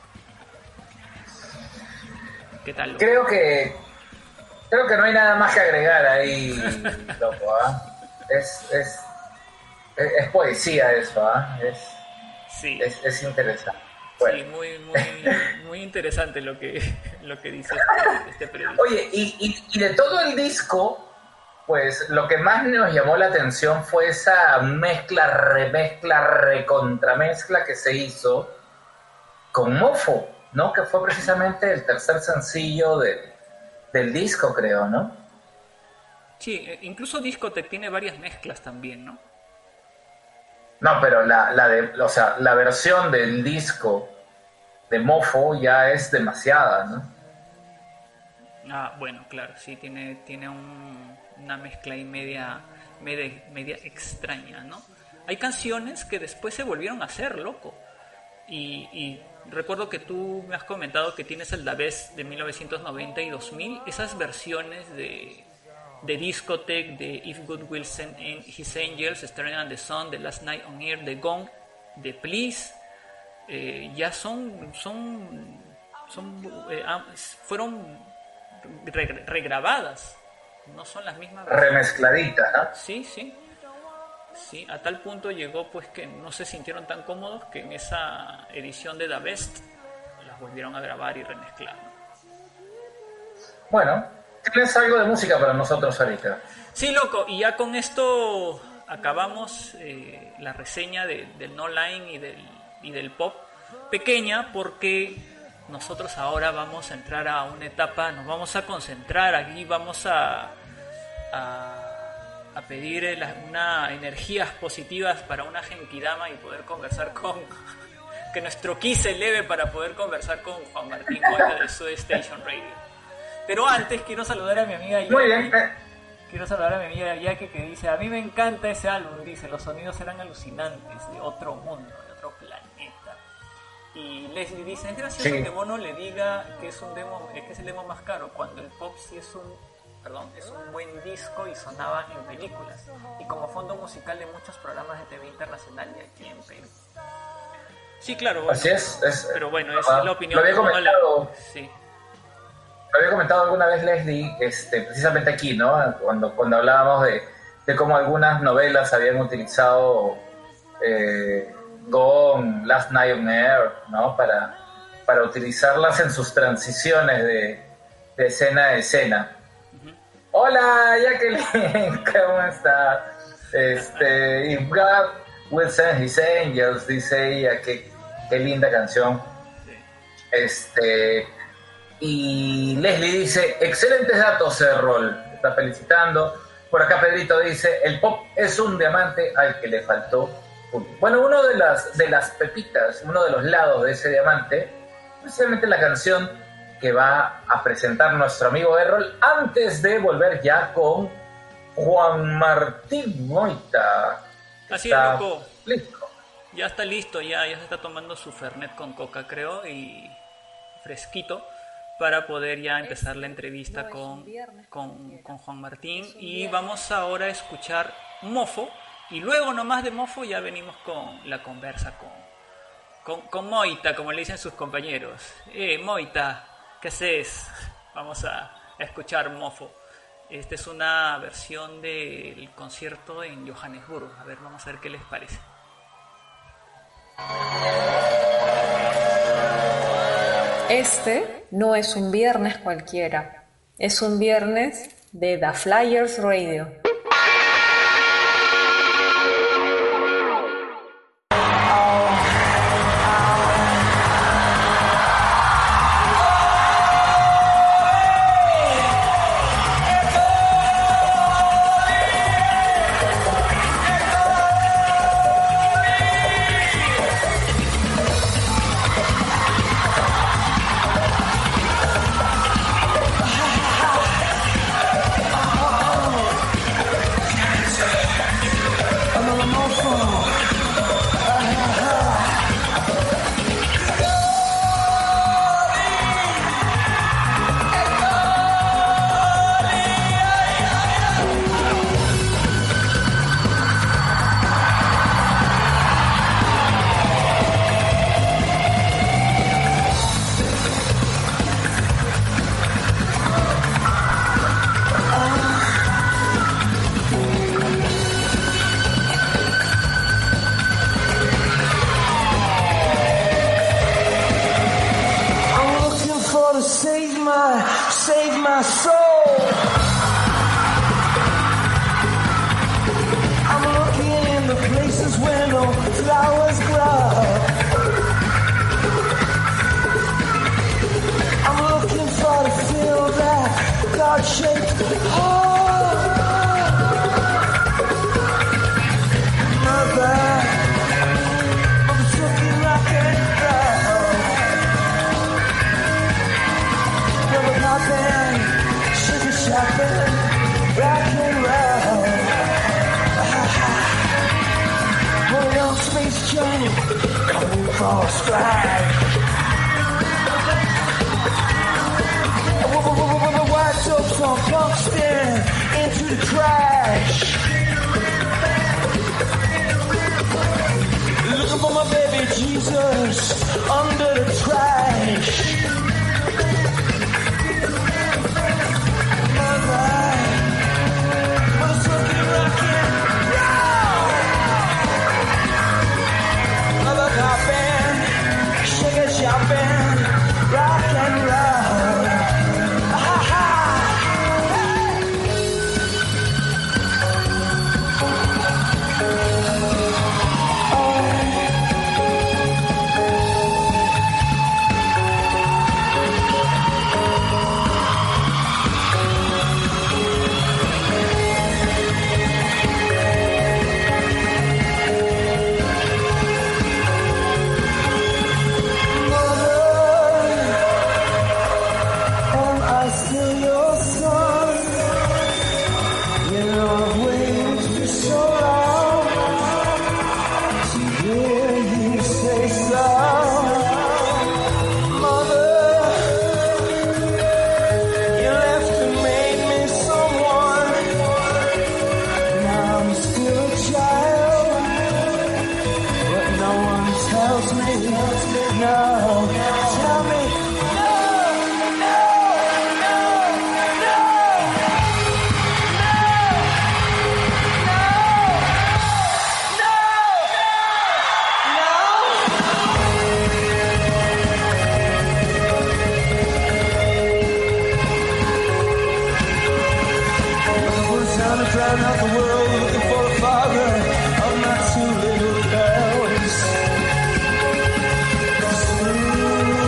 A: ¿Qué tal, loco?
B: Creo que creo que no hay nada más que agregar ahí, loco, ¿ah? Es, es, es, es poesía eso, ¿ah? Es,
A: sí.
B: es, es interesante. Bueno.
A: Sí, muy, muy, muy interesante lo que, lo que dice este, este periodista.
B: Oye, y, y, y de todo el disco, pues lo que más nos llamó la atención fue esa mezcla, remezcla, recontramezcla que se hizo con Mofo, ¿no? Que fue precisamente el tercer sencillo de, del disco, creo, ¿no?
A: Sí, incluso Discotech tiene varias mezclas también, ¿no?
B: No, pero la, la de, o sea, la versión del disco de Mofo ya es demasiada, ¿no?
A: Ah, bueno, claro, sí, tiene, tiene un, una mezcla ahí media, media, media extraña, ¿no? Hay canciones que después se volvieron a hacer, loco. Y, y recuerdo que tú me has comentado que tienes el Da Best de mil novecientos noventa y dos mil, esas versiones de, de Discotech, de If Good Will Send His Angels, Staring at the Sun, The Last Night on Air, The Gong, The Please, eh, ya son, son, son eh, fueron re, regrabadas, no son las mismas versiones.
B: Remezcladitas, ¿no?
A: Sí, sí. Sí, a tal punto llegó pues que no se sintieron tan cómodos que en esa edición de The Best las volvieron a grabar y remezclar.
B: Bueno, ¿tienes algo de música para nosotros ahorita?
A: Sí, loco, y ya con esto acabamos eh, la reseña de, del No Line y del, y del pop pequeña, porque nosotros ahora vamos a entrar a una etapa, nos vamos a concentrar aquí, vamos a... a a pedir una energías positivas para una genkidama y poder conversar con que nuestro ki se eleve para poder conversar con Juan Martín Goya de Soda Station Radio. Pero antes quiero saludar a mi amiga Jackie.
B: Muy bien.
A: Quiero saludar a mi amiga Jackie, que dice: a mí me encanta ese álbum, dice, los sonidos eran alucinantes, de otro mundo, de otro planeta. Y Leslie dice: es gracioso sí. que Bono le diga que es un demo, que es el demo más caro, cuando el pop sí es un Perdón, es un buen disco y sonaba en películas y como fondo musical de muchos programas de T V internacional y aquí en Perú. Sí, claro, bueno,
B: así es, es
A: pero bueno, es
B: uh,
A: la opinión.
B: Lo había comentado,
A: la... sí.
B: Lo había comentado alguna vez Leslie, este, precisamente aquí, ¿no? Cuando, cuando hablábamos de, de cómo algunas novelas habían utilizado eh, Gone, Last Night on Air, ¿no? Para, para utilizarlas en sus transiciones de, de escena a escena. Hola, Jacqueline, ¿cómo estás? Este, If God Will Send His Angels, dice ella, qué, qué linda canción. Este, y Leslie dice, excelentes datos, Errol, está felicitando. Por acá Pedrito dice, el pop es un diamante al que le faltó pulir. Bueno, uno de las, de las pepitas, uno de los lados de ese diamante, precisamente la canción que va a presentar nuestro amigo Errol, antes de volver ya con Juan Martín Moita.
A: Así es, loco.
B: Listo.
A: Ya está listo, ya, ya se está tomando su Fernet con coca, creo, y fresquito. para poder ya empezar la entrevista con, con, con Juan Martín. Y vamos ahora a escuchar Mofo, y luego nomás de Mofo ya venimos con la conversa con, con, con Moita, como le dicen sus compañeros. Eh, Moita, ¿qué haces? Vamos a, a escuchar Mofo. Esta es una versión del concierto en Johannesburgo. A ver, vamos a ver qué les parece.
C: Este no es un viernes cualquiera, es un viernes de The Flyers Radio.
D: Ooh.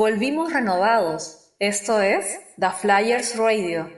C: volvimos renovados. Esto es The Flyers Radio.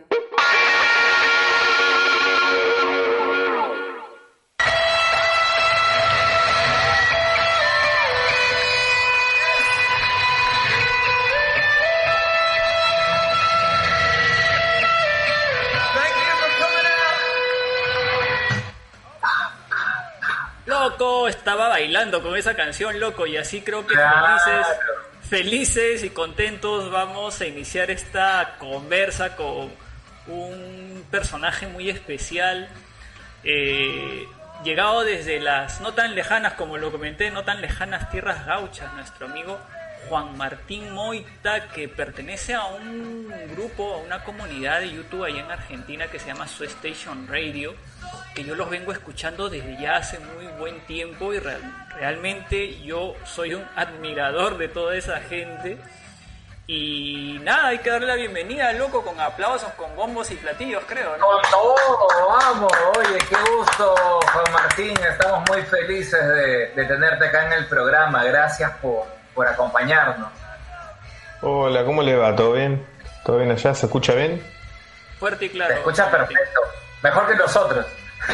A: Loco, estaba bailando con esa canción, loco, y así creo que
B: Claro.
A: felices, felices y contentos vamos a iniciar esta conversa con un personaje muy especial, eh, llegado desde las no tan lejanas, como lo comenté, no tan lejanas tierras gauchas, nuestro amigo Juan Martín Moita, que pertenece a un grupo, a una comunidad de YouTube allá en Argentina que se llama Su Station Radio, que yo los vengo escuchando desde ya hace muy buen tiempo y real, realmente yo soy un admirador de toda esa gente. Y nada, hay que darle la bienvenida, loco, con aplausos, con bombos y platillos, creo, ¿no?
B: Con todo, vamos. Oye, qué gusto, Juan Martín. Estamos muy felices de, de tenerte acá en el programa. Gracias por, por acompañarnos.
D: Hola, ¿cómo le va? ¿Todo bien? ¿Todo bien allá? ¿Se escucha bien?
A: Fuerte y claro.
B: Te escuchas perfecto. Mejor que nosotros.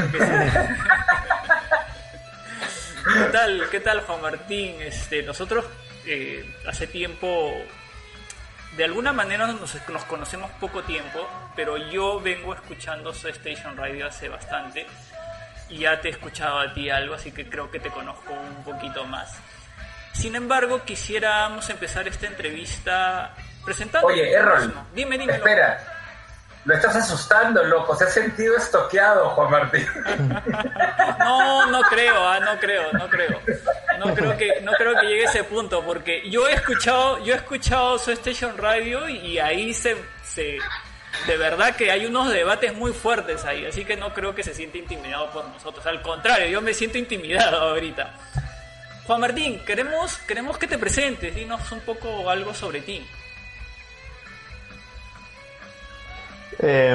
A: ¿Qué tal, qué tal, Juan Martín? Este, nosotros eh, hace tiempo, de alguna manera nos, nos conocemos poco tiempo, pero yo vengo escuchando Su Station Radio hace bastante y ya te he escuchado a ti algo, así que creo que te conozco un poquito más. Sin embargo, quisiéramos empezar esta entrevista presentando.
B: Oye, Errol,
A: dime, dime.
B: espera. Lo estás asustando, loco. Se ha sentido estoqueado, Juan Martín.
A: No, no creo, ah, no creo, no creo. No creo que, no creo que llegue a ese punto, porque yo he escuchado, yo he escuchado Su Station Radio y ahí se, se, de verdad que hay unos debates muy fuertes ahí, así que no creo que se siente intimidado por nosotros. Al contrario, yo me siento intimidado ahorita. Juan Martín, queremos, queremos que te presentes, dinos un poco algo sobre ti.
D: Eh,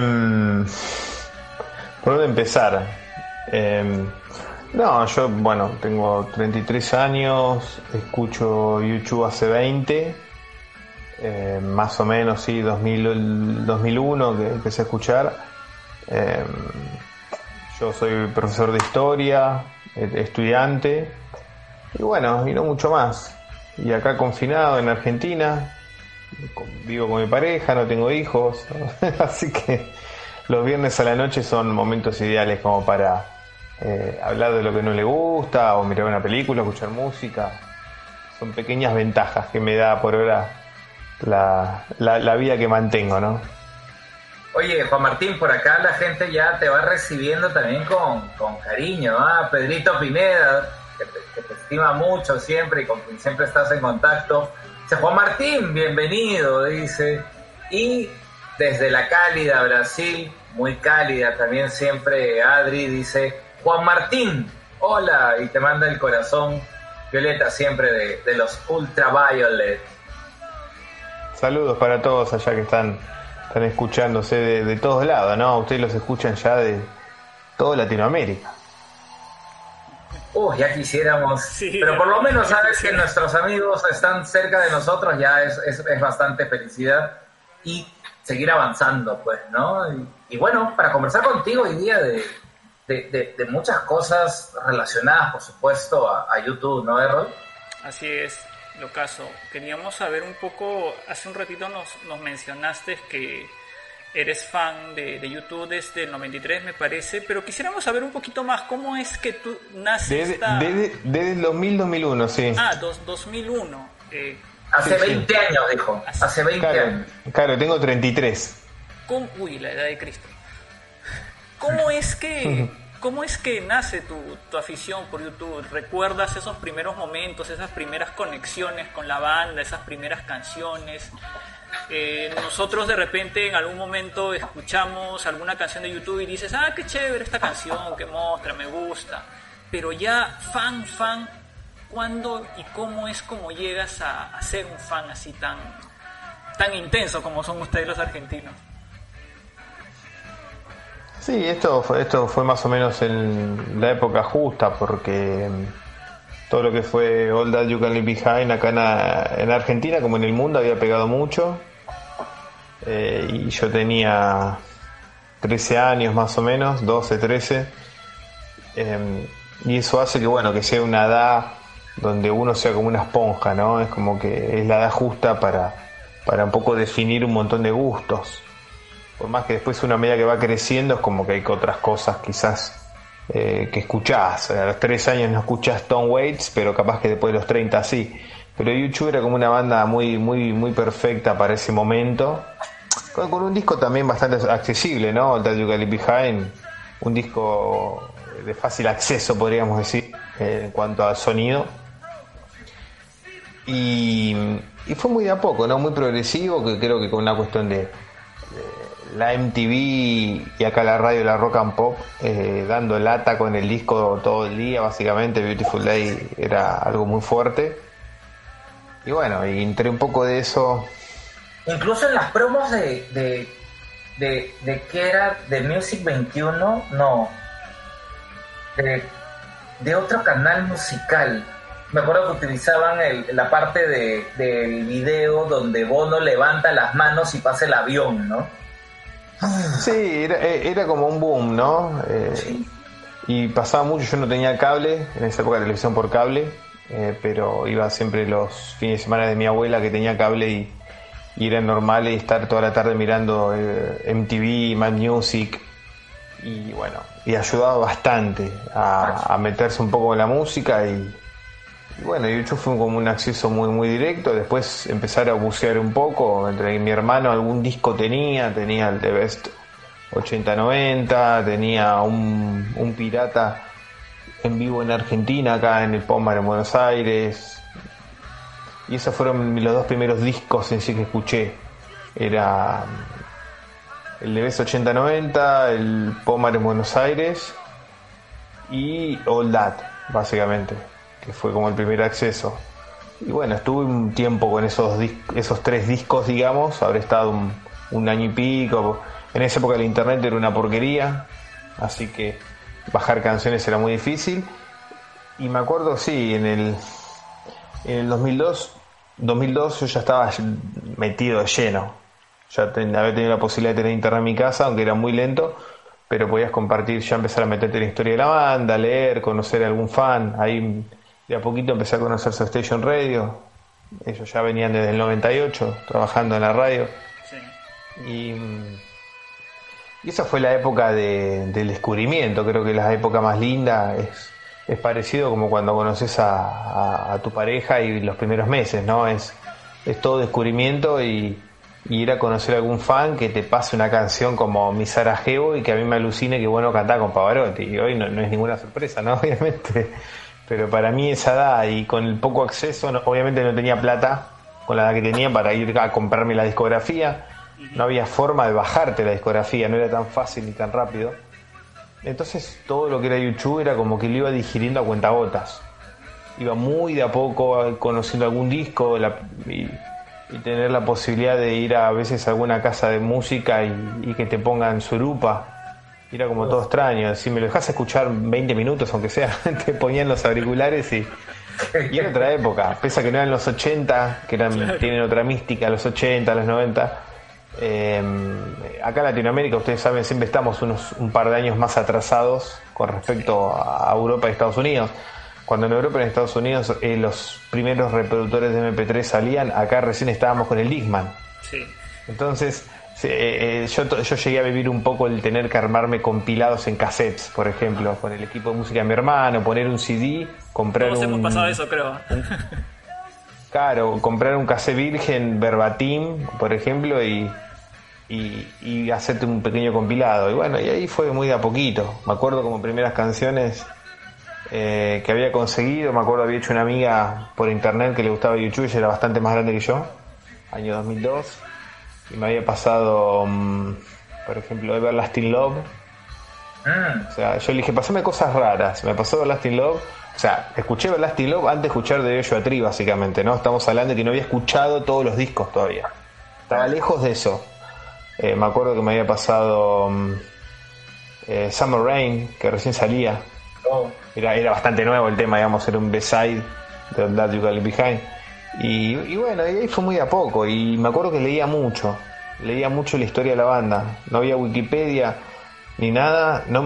D: ¿Por dónde empezar? Eh, no, yo, bueno, tengo treinta y tres años, escucho YouTube hace veinte, eh, más o menos, sí, dos mil, dos mil uno que empecé a escuchar. Eh, yo soy profesor de historia, estudiante, y bueno, y no mucho más. Y acá confinado en Argentina, vivo con mi pareja, no tengo hijos, así que los viernes a la noche son momentos ideales como para eh, hablar de lo que no le gusta, o mirar una película, escuchar música. Son pequeñas ventajas que me da por ahora la, la, la vida que mantengo, ¿no?
B: Oye, Juan Martín, por acá la gente ya te va recibiendo también con, con cariño, ¿ah? Pedrito Pineda, que te, que te estima mucho siempre y con quien siempre estás en contacto. Dice, Juan Martín, bienvenido, dice. Y desde la cálida Brasil, muy cálida también siempre Adri, dice, Juan Martín, hola, y te manda el corazón violeta siempre de, de los Ultraviolet.
D: Saludos para todos allá que están, están escuchándose de, de todos lados, ¿no? Ustedes los escuchan ya de toda Latinoamérica.
B: Uh, ya quisiéramos,
A: Sí,
B: pero por lo menos
A: ya
B: sabes que
A: quisiera.
B: nuestros amigos están cerca de nosotros, ya es, es, es bastante felicidad y seguir avanzando, pues, ¿no? Y, y bueno, para conversar contigo hoy día de, de, de, de muchas cosas relacionadas, por supuesto, a, a YouTube, ¿no, Errol?
A: Así es, Locaso. Queríamos saber un poco, hace un ratito nos, nos mencionaste que eres fan de, de YouTube desde el noventa y tres, me parece, pero quisiéramos saber un poquito más cómo es que tú naces
D: Desde,
A: esta...
D: desde, desde el dos mil, dos mil uno, sí.
A: Ah, dos, dos mil uno. Eh,
B: Hace
D: Sí, sí.
B: veinte años, dijo, hace veinte
D: Claro,
B: años.
D: claro, tengo treinta y tres.
A: ¿cómo? Uy, la edad de Cristo. ¿Cómo es que, cómo es que nace tu, tu afición por YouTube? ¿Recuerdas esos primeros momentos, esas primeras conexiones con la banda, esas primeras canciones? Eh, nosotros de repente en algún momento escuchamos alguna canción de YouTube y dices, ah, qué chévere esta canción, qué mostra, me gusta. Pero ya fan, fan, ¿cuándo y cómo es como llegas a, a ser un fan así tan, tan intenso como son ustedes los argentinos?
D: Sí, esto fue, esto fue más o menos en la época justa, porque todo lo que fue All That You Can Leave Behind acá en, en Argentina como en el mundo había pegado mucho. Eh, y yo tenía trece años más o menos, doce, trece. Eh, y eso hace que, bueno, que sea una edad donde uno sea como una esponja, ¿no? Es como que es la edad justa para, para un poco definir un montón de gustos. Por más que después una medida que va creciendo es como que hay otras cosas quizás eh, que escuchás. A los tres años no escuchás Tom Waits, pero capaz que después de los treinta sí. Pero U dos era como una banda muy, muy, muy perfecta para ese momento. Con, con un disco también bastante accesible, ¿no? All That You Can Leave Behind, un disco de fácil acceso, podríamos decir, eh, en cuanto al sonido. Y, y fue muy de a poco, ¿no? Muy progresivo, que creo que con una cuestión de, de la M T V y acá la radio, la Rock and Pop, eh, dando lata con el disco todo el día, básicamente. Beautiful Day era algo muy fuerte. Y bueno, y entre un poco de eso...
B: Incluso en las promos de, de, de, de que era de Music veintiuno, no, de, de otro canal musical. Me acuerdo que utilizaban el, la parte de, del video donde Bono levanta las manos y pasa el avión, ¿no?
D: Sí, era, era como un boom, ¿no? Eh, sí. Y pasaba mucho, yo no tenía cable, en esa época televisión por cable, eh, pero iba siempre los fines de semana de mi abuela que tenía cable y, y era normal estar toda la tarde mirando eh, M T V, Mad Music, y bueno, y ayudaba bastante a, a meterse un poco en la música y... Y bueno, YouTube fue como un acceso muy muy directo. Después empezar a bucear un poco. Entre mi hermano algún disco tenía, tenía el The Best ochenta noventa, tenía un, un pirata en vivo en Argentina, acá en el Pomar en Buenos Aires. Y esos fueron los dos primeros discos en sí que escuché. Era el The Best ochenta noventa, el Pomar en Buenos Aires y All That, básicamente, que fue como el primer acceso. Y bueno, estuve un tiempo con esos dis- esos tres discos, digamos. Habré estado un, un año y pico. En esa época el internet era una porquería, así que bajar canciones era muy difícil. Y me acuerdo, sí, en el en el dos mil dos yo ya estaba metido de lleno. Ya ten, había tenido la posibilidad de tener internet en mi casa, aunque era muy lento, pero podías compartir, ya empezar a meterte en la historia de la banda, leer, conocer a algún fan. Ahí de a poquito empecé a conocer Soul Station Radio. Ellos ya venían desde el noventa y ocho trabajando en la radio.
A: Sí.
D: Y, y esa fue la época de, del descubrimiento. Creo que la época más linda es, es parecido como cuando conoces a, a, a tu pareja y los primeros meses, ¿no? Es, es todo descubrimiento y, y ir a conocer a algún fan que te pase una canción como Mi Sarajevo y que a mí me alucine que bueno cantar con Pavarotti. Y hoy no, no es ninguna sorpresa, ¿no? Obviamente. Pero para mí esa edad y con el poco acceso, no, obviamente no tenía plata con la edad que tenía para ir a comprarme la discografía. No había forma de bajarte la discografía, no era tan fácil ni tan rápido. Entonces todo lo que era YouTube era como que lo iba digiriendo a cuentagotas. Iba muy de a poco conociendo algún disco la, y, y tener la posibilidad de ir a, a veces a alguna casa de música y, y que te pongan surupa. Era como todo extraño. Si me lo dejas escuchar veinte minutos, aunque sea, te ponían los auriculares y, y era otra época. Pese a que no eran los ochenta, que eran, claro, tienen otra mística, los ochenta, los noventa. Eh, acá en Latinoamérica, ustedes saben, siempre estamos unos un par de años más atrasados con respecto a Europa y Estados Unidos. Cuando en Europa y en Estados Unidos eh, los primeros reproductores de eme pe tres salían, acá recién estábamos con el Discman.
A: Sí.
D: Entonces... Sí, eh, yo, yo llegué a vivir un poco el tener que armarme compilados en cassettes, por ejemplo, con el equipo de música de mi hermano, poner un ce de, comprar
A: Todos
D: un...
A: hemos pasado eso, creo.
D: Un, claro, comprar un cassette virgen verbatim, por ejemplo, y, y, y hacerte un pequeño compilado. Y bueno, y ahí fue muy de a poquito. Me acuerdo como primeras canciones eh, que había conseguido. Me acuerdo había hecho una amiga por internet que le gustaba YouTube, ella era bastante más grande que yo, año dos mil dos. Y me había pasado, um, por ejemplo, Everlasting Love. Mm. O sea, yo le dije, pasame cosas raras. Me pasó Everlasting Love. O sea, escuché Everlasting Love antes de escuchar de Joshua Tree, básicamente, ¿no? Estamos hablando de que no había escuchado todos los discos todavía. Estaba lejos de eso. Eh, me acuerdo que me había pasado um, eh, Summer Rain, que recién salía.
B: Oh.
D: era, era bastante nuevo el tema, digamos, era un B-side de All That You Can Leave Behind. Y, y bueno, y ahí fue muy a poco. Y me acuerdo que leía mucho, leía mucho la historia de la banda. No había Wikipedia ni nada, no,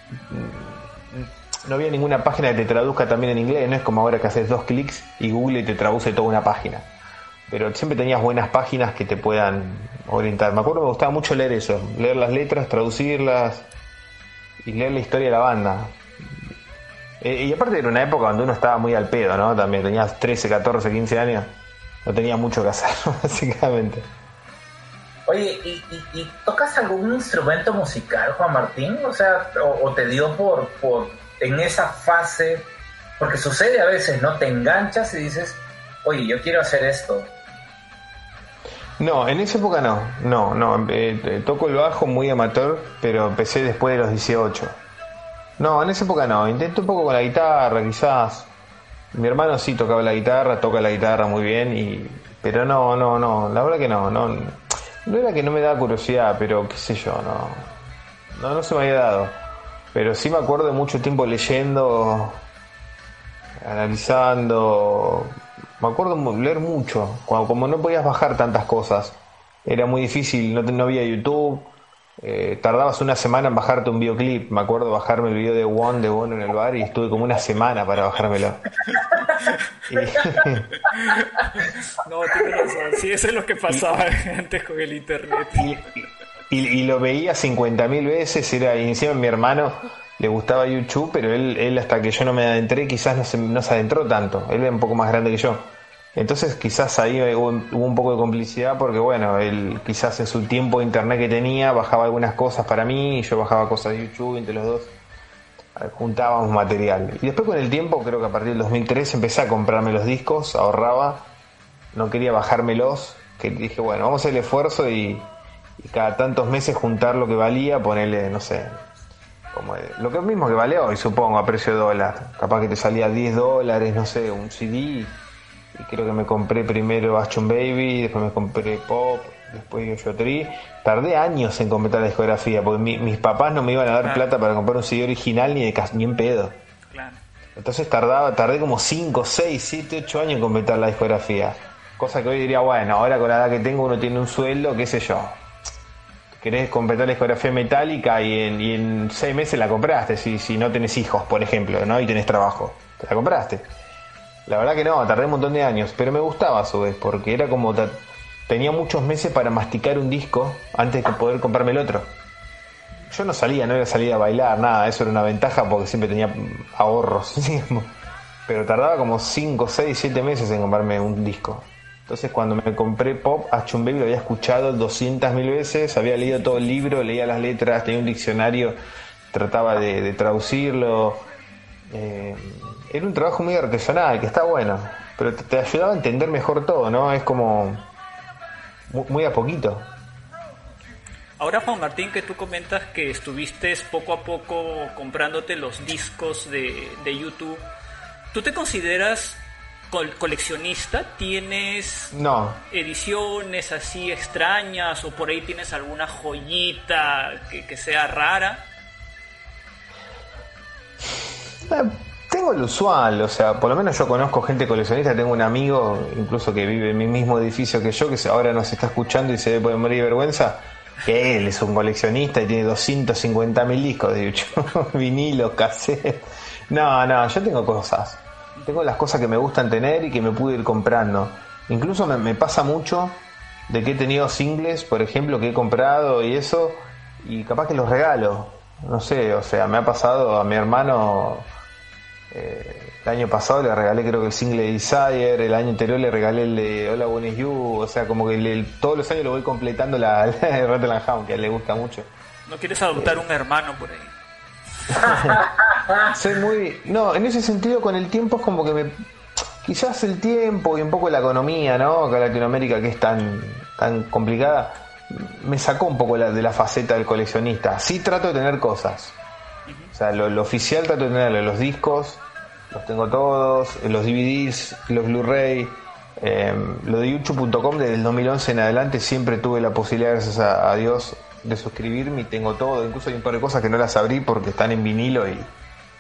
D: no había ninguna página que te traduzca también en inglés. No es como ahora que haces dos clics y Google te traduce toda una página. Pero siempre tenías buenas páginas que te puedan orientar. Me acuerdo que me gustaba mucho leer eso, leer las letras, traducirlas y leer la historia de la banda. Eh, y aparte era una época donde uno estaba muy al pedo, ¿no? También tenías trece, catorce, quince años, no tenía mucho que hacer, básicamente.
B: Oye, ¿y, y, y tocas algún instrumento musical, Juan Martín? O sea, o, o te dio por, por en esa fase, porque sucede a veces, ¿no? Te enganchas y dices, oye, yo quiero hacer esto.
D: No, en esa época no, no, no, eh, toco el bajo muy amateur, pero empecé después de los dieciocho. No, en esa época no, intenté un poco con la guitarra, quizás. Mi hermano sí tocaba la guitarra, toca la guitarra muy bien, y pero no, no, no, la verdad que no, no, no era que no me daba curiosidad, pero qué sé yo, no, no, no se me había dado. Pero sí me acuerdo de mucho tiempo leyendo, analizando, me acuerdo de leer mucho, cuando, como no podías bajar tantas cosas, era muy difícil, no, no había YouTube. Eh, tardabas una semana en bajarte un videoclip. Me acuerdo bajarme el video de One de Bono en el bar y estuve como una semana para bajármelo. y...
A: No, tienes razón. Sí, eso es lo que pasaba y, antes con el internet.
D: Y, y, y lo veía cincuenta mil veces. Era, y encima mi hermano le gustaba YouTube, pero él, él hasta que yo no me adentré quizás no se, no se adentró tanto. Él era un poco más grande que yo. Entonces quizás ahí hubo, hubo un poco de complicidad porque bueno, él quizás en su tiempo de internet que tenía bajaba algunas cosas para mí y yo bajaba cosas de YouTube, entre los dos juntábamos material. Y después con el tiempo, creo que a partir del dos mil tres empecé a comprarme los discos, ahorraba, no quería bajármelos, que dije bueno, vamos a hacer el esfuerzo y, y cada tantos meses juntar lo que valía, ponerle, no sé, como lo que mismo que vale hoy, supongo, a precio de dólar. Capaz que te salía diez dólares, no sé, un C D. Y creo que me compré primero Action Baby, después me compré Pop, después Yo Tree. Tardé años en completar la discografía, porque mi, mis papás no me iban a dar claro. plata para comprar un C D original ni, de, ni en pedo. Claro. Entonces tardaba, tardé como cinco, seis, siete, ocho años en completar la discografía. Cosa que hoy diría, bueno, ahora con la edad que tengo uno tiene un sueldo, qué sé yo. Querés completar la discografía metálica y en, y en seis meses la compraste, si, si no tenés hijos, por ejemplo, ¿no? Y tenés trabajo. Te la compraste. La verdad que no, tardé un montón de años, pero me gustaba a su vez, porque era como... Ta- tenía muchos meses para masticar un disco antes de poder comprarme el otro. Yo no salía, no era salir a bailar, nada, eso era una ventaja porque siempre tenía ahorros, pero tardaba como cinco, seis, siete meses en comprarme un disco. Entonces cuando me compré Pop, Action Baby lo había escuchado doscientas mil veces, había leído todo el libro, leía las letras, tenía un diccionario, trataba de, de traducirlo... Eh, era un trabajo muy artesanal, que está bueno, pero te, te ayudaba a entender mejor todo, ¿no? Es como muy, muy a poquito.
A: Ahora, Juan Martín, que tú comentas que estuviste poco a poco comprándote los discos de, de YouTube, ¿tú te consideras col- coleccionista? ¿Tienes
D: no.
A: ediciones así extrañas o por ahí tienes alguna joyita que, que sea rara?
D: Eh, tengo lo usual, o sea, por lo menos yo conozco gente coleccionista, tengo un amigo incluso que vive en mi mismo edificio que yo, que ahora nos está escuchando y se debe poder morir de vergüenza, que él es un coleccionista y tiene doscientos cincuenta mil discos de YouTube, vinilos, cassette. No, no, yo tengo cosas, tengo las cosas que me gustan tener y que me pude ir comprando. Incluso me, me pasa mucho de que he tenido singles, por ejemplo, que he comprado y eso, y capaz que los regalo, no sé, o sea, me ha pasado a mi hermano... Eh, el año pasado le regalé creo que el single de Desire, el año anterior le regalé el de All I Want Is You, o sea, como que le, todos los años lo voy completando la, la de Rattle and Hound, que a él le gusta mucho.
A: ¿No quieres adoptar eh. un hermano por ahí?
D: Soy muy... No, en ese sentido con el tiempo es como que me... Quizás el tiempo y un poco la economía, ¿no? Acá en Latinoamérica que es tan, tan complicada, me sacó un poco la, de la faceta del coleccionista. Sí trato de tener cosas. O sea, lo, lo oficial trato de tenerlo, los discos, los tengo todos, los D V Ds, los Blu-ray, eh, lo de YouTube punto com desde el dos mil once en adelante siempre tuve la posibilidad, gracias a, a Dios, de suscribirme y tengo todo. Incluso hay un par de cosas que no las abrí porque están en vinilo y,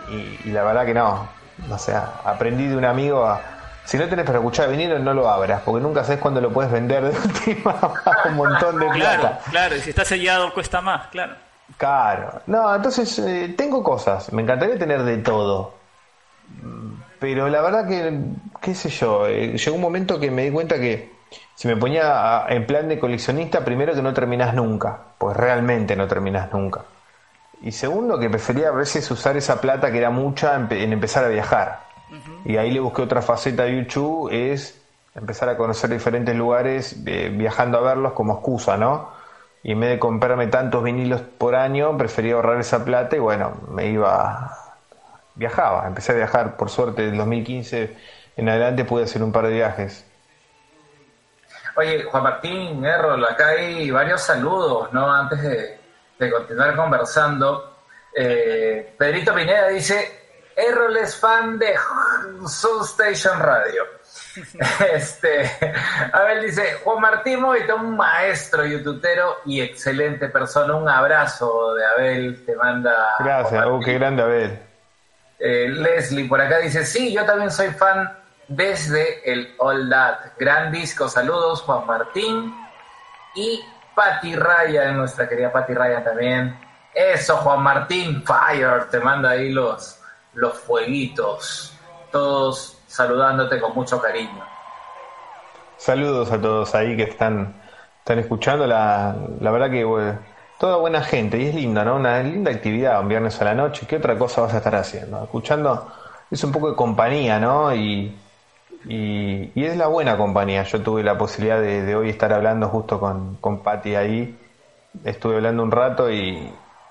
D: y, y la verdad que no. O sea, aprendí de un amigo a, si no tenés para escuchar vinilo, no lo abras, porque nunca sabes cuándo lo puedes vender de última a un montón de plata.
A: Claro, claro, y si está sellado cuesta más, claro.
D: Claro. No, entonces eh, tengo cosas, me encantaría tener de todo. Pero la verdad que, qué sé yo, eh, llegó un momento que me di cuenta que si me ponía a, en plan de coleccionista, primero que no terminás nunca, pues realmente no terminás nunca. Y segundo que prefería a veces usar esa plata que era mucha en, en empezar a viajar. Uh-huh. Y ahí le busqué otra faceta a YouTube, es empezar a conocer diferentes lugares, eh, viajando a verlos como excusa, ¿no? Y en vez de comprarme tantos vinilos por año, prefería ahorrar esa plata y bueno, me iba... Viajaba, empecé a viajar, por suerte, del dos mil quince en adelante pude hacer un par de viajes.
B: Oye, Juan Martín, Errol, acá hay varios saludos, ¿no? Antes de, de continuar conversando. Eh, Pedrito Pineda dice, Errol es fan de Soul Station Radio. este, Abel dice, Juan Martín Moita, un maestro youtubero y excelente persona. Un abrazo de Abel, te manda...
D: Gracias, oh, qué grande Abel.
B: Eh, Leslie por acá dice, sí, yo también soy fan desde el All That. Gran disco, saludos Juan Martín. Y Patti Ryan, nuestra querida Patti Ryan también. Eso, Juan Martín, fire, te manda ahí los, los fueguitos. Todos saludándote con mucho cariño.
D: Saludos a todos ahí que están, están escuchando. La, la verdad que... Bueno, toda buena gente, y es linda, ¿no? Una linda actividad, un viernes a la noche. ¿Qué otra cosa vas a estar haciendo? Escuchando, es un poco de compañía, ¿no? Y, y, y es la buena compañía. Yo tuve la posibilidad de, de hoy estar hablando justo con, con Patti ahí. Estuve hablando un rato y,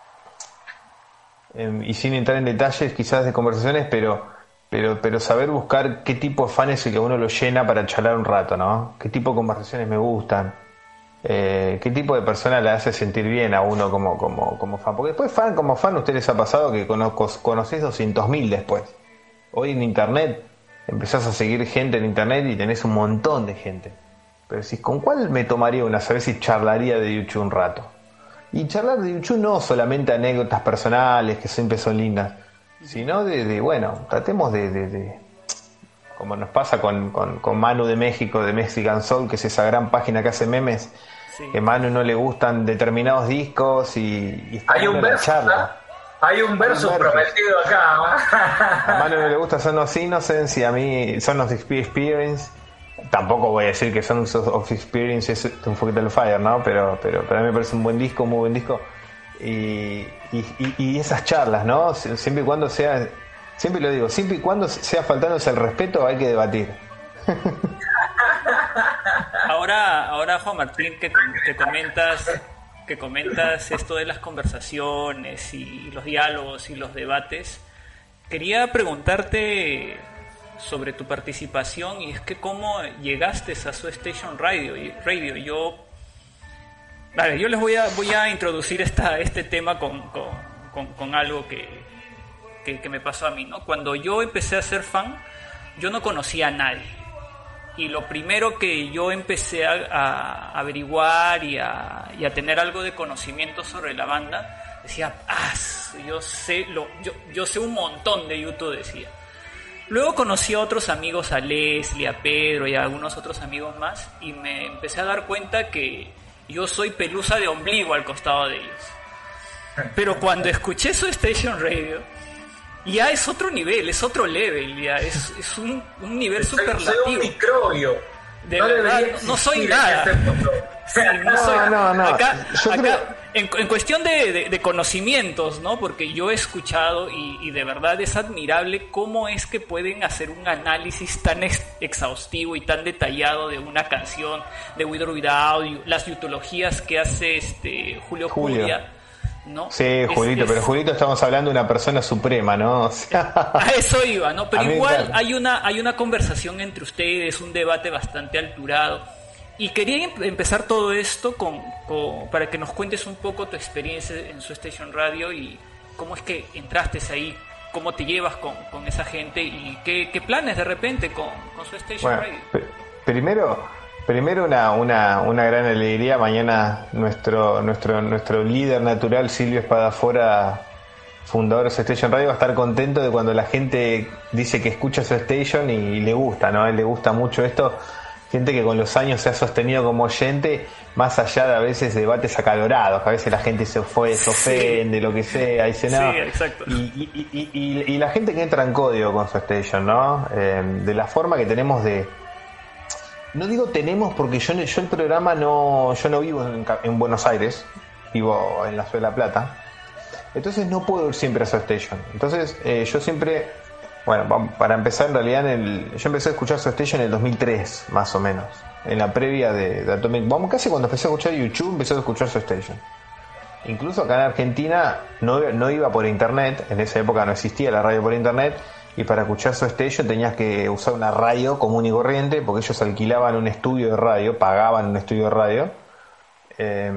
D: y sin entrar en detalles quizás de conversaciones, pero, pero, pero saber buscar qué tipo de fan es el que uno lo llena para charlar un rato, ¿no? ¿Qué tipo de conversaciones me gustan? Eh, ¿Qué tipo de persona le hace sentir bien a uno como, como, como fan? Porque después fan como fan, ¿a ustedes les ha pasado que conozco, conocés doscientos mil después? Hoy en internet empezás a seguir gente en internet y tenés un montón de gente. Pero decís, ¿con cuál me tomaría una? A ver si charlaría de YouTube un rato. Y charlar de YouTube no solamente anécdotas personales, que siempre son lindas, sino de, de bueno, tratemos de... de, de como nos pasa con, con, con Manu de México, de Mexican Soul, que es esa gran página que hace memes. Sí. Que a Manu no le gustan determinados discos y, y está
B: hay un verso, charla. Hay un verso prometido acá.
D: A Manu no le gusta Son of Innocence y a mí Son of Experience. Tampoco voy a decir que Son of Experience es un Fucking Fire, ¿no? Pero, pero, pero a mí me parece un buen disco, un muy buen disco. Y, y, y esas charlas, ¿no? Siempre y cuando sea, siempre lo digo, siempre y cuando sea faltándose el respeto hay que debatir.
A: Ahora, ahora Juan Martín, que, que comentas, que comentas esto de las conversaciones y los diálogos y los debates, quería preguntarte sobre tu participación y es que cómo llegaste a Soul Station Radio. Radio. Yo, vale, yo les voy a voy a introducir esta este tema con con, con, con algo que, que que me pasó a mí, ¿no? Cuando yo empecé a ser fan, yo no conocía a nadie. Y lo primero que yo empecé a, a averiguar y a, y a tener algo de conocimiento sobre la banda, decía, ah, yo sé, lo, yo, yo sé un montón de YouTube, decía. Luego conocí a otros amigos, a Leslie, a Pedro y a algunos otros amigos más, y me empecé a dar cuenta que yo soy pelusa de ombligo al costado de ellos. Pero cuando escuché Soul Station Radio, ya es otro nivel, es otro level, ya es, es un, un nivel superlativo.
B: Soy un microbio.
A: De no verdad, no, no soy nada. Sí, no,
D: no,
A: soy,
D: no, no.
A: Acá,
D: Yo
A: acá
D: creo...
A: en, en cuestión de, de, de conocimientos, ¿no? Porque yo he escuchado y, y de verdad es admirable cómo es que pueden hacer un análisis tan ex, exhaustivo y tan detallado de una canción de With or Without You, las yutologías que hace este Julio,
D: Julio.
A: Julia. ¿No?
D: Sí, Julito, es, es... pero Julito estamos hablando de una persona suprema, ¿no? O sea...
A: A eso iba, ¿no? Pero igual hay una, hay una conversación entre ustedes, un debate bastante alturado. Y quería empezar todo esto con, con, para que nos cuentes un poco tu experiencia en Soul Station Radio y cómo es que entraste ahí, cómo te llevas con, con esa gente y qué, qué planes de repente con, con Soul Station
D: bueno,
A: Radio.
D: P- primero... Primero una, una, una gran alegría, mañana nuestro, nuestro, nuestro líder natural Silvio Espadafora fundador de su Station Radio, va a estar contento de cuando la gente dice que escucha su Station y, y le gusta, ¿no? A él le gusta mucho esto. Gente que con los años se ha sostenido como oyente, más allá de a veces debates acalorados, que a veces la gente se, fue, se ofende, sí. lo que sea, dice nada.
A: Sí, exacto.
D: Y, y, y, y, y la gente que entra en código con su Station, ¿no? Eh, de la forma que tenemos de... No digo tenemos porque yo, yo el programa no... Yo no vivo en, en Buenos Aires, vivo en la Ciudad de La Plata. Entonces no puedo ir siempre a su Station. Entonces eh, yo siempre... Bueno, para empezar, en realidad, en el, yo empecé a escuchar su Station en el dos mil tres, más o menos. En la previa de, de Atomic Bomb, casi cuando empecé a escuchar YouTube, empecé a escuchar su Station. Incluso acá en Argentina no, no iba por internet, en esa época no existía la radio por internet, y para escuchar su Station tenías que usar una radio común y corriente, porque ellos alquilaban un estudio de radio, pagaban un estudio de radio. Eh,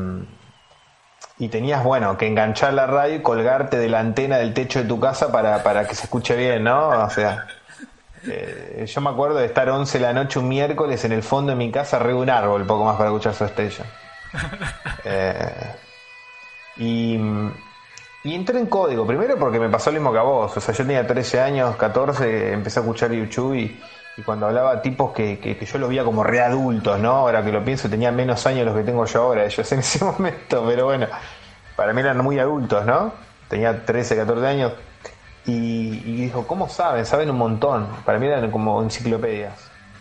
D: Y tenías, bueno, que enganchar la radio y colgarte de la antena del techo de tu casa para, para que se escuche bien, ¿no? O sea, eh, yo me acuerdo de estar once de la noche un miércoles en el fondo de mi casa, arriba de un árbol, poco más para escuchar su Station. Eh, y, y entré en código, primero porque me pasó lo mismo que a vos. O sea, yo tenía trece años, catorce, empecé a escuchar YouTube y, y cuando hablaba tipos que, que, que yo los veía como re adultos, ¿no? Ahora que lo pienso, tenían menos años los que tengo yo ahora, ellos en ese momento, pero bueno, para mí eran muy adultos, ¿no? Tenía trece, catorce años y, y dijo, ¿cómo saben? Saben un montón. Para mí eran como enciclopedias.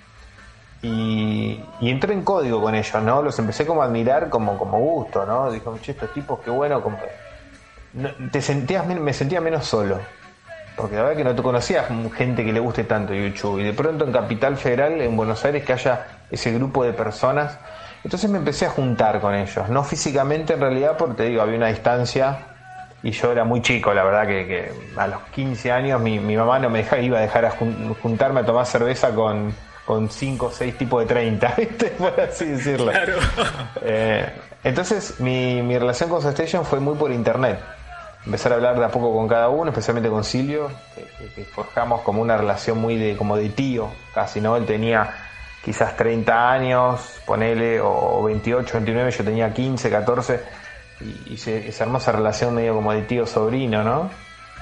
D: Y, y entré en código con ellos, ¿no? Los empecé como a admirar como, como gusto, ¿no? Dijo, che, estos tipos, qué bueno, como... No, te sentías, me sentía menos solo. Porque la verdad que no te conocías gente que le guste tanto YouTube. Y de pronto en Capital Federal, en Buenos Aires, que haya ese grupo de personas. Entonces me empecé a juntar con ellos. No físicamente en realidad, porque te digo, había una distancia. Y yo era muy chico, la verdad que, que a los quince años mi, mi mamá no me dejaba, iba a dejar a juntarme a tomar cerveza con, con cinco o seis tipos de treinta, ¿viste? Por así decirlo. Claro. Eh, entonces mi, mi relación con Station fue muy por internet. Empezar a hablar de a poco con cada uno, especialmente con Silvio, que, que, que forjamos como una relación muy de como de tío, casi, ¿no? Él tenía quizás treinta años, ponele, o veintiocho, veintinueve, yo tenía quince, catorce, y, y se, esa hermosa relación medio como de tío-sobrino, ¿no?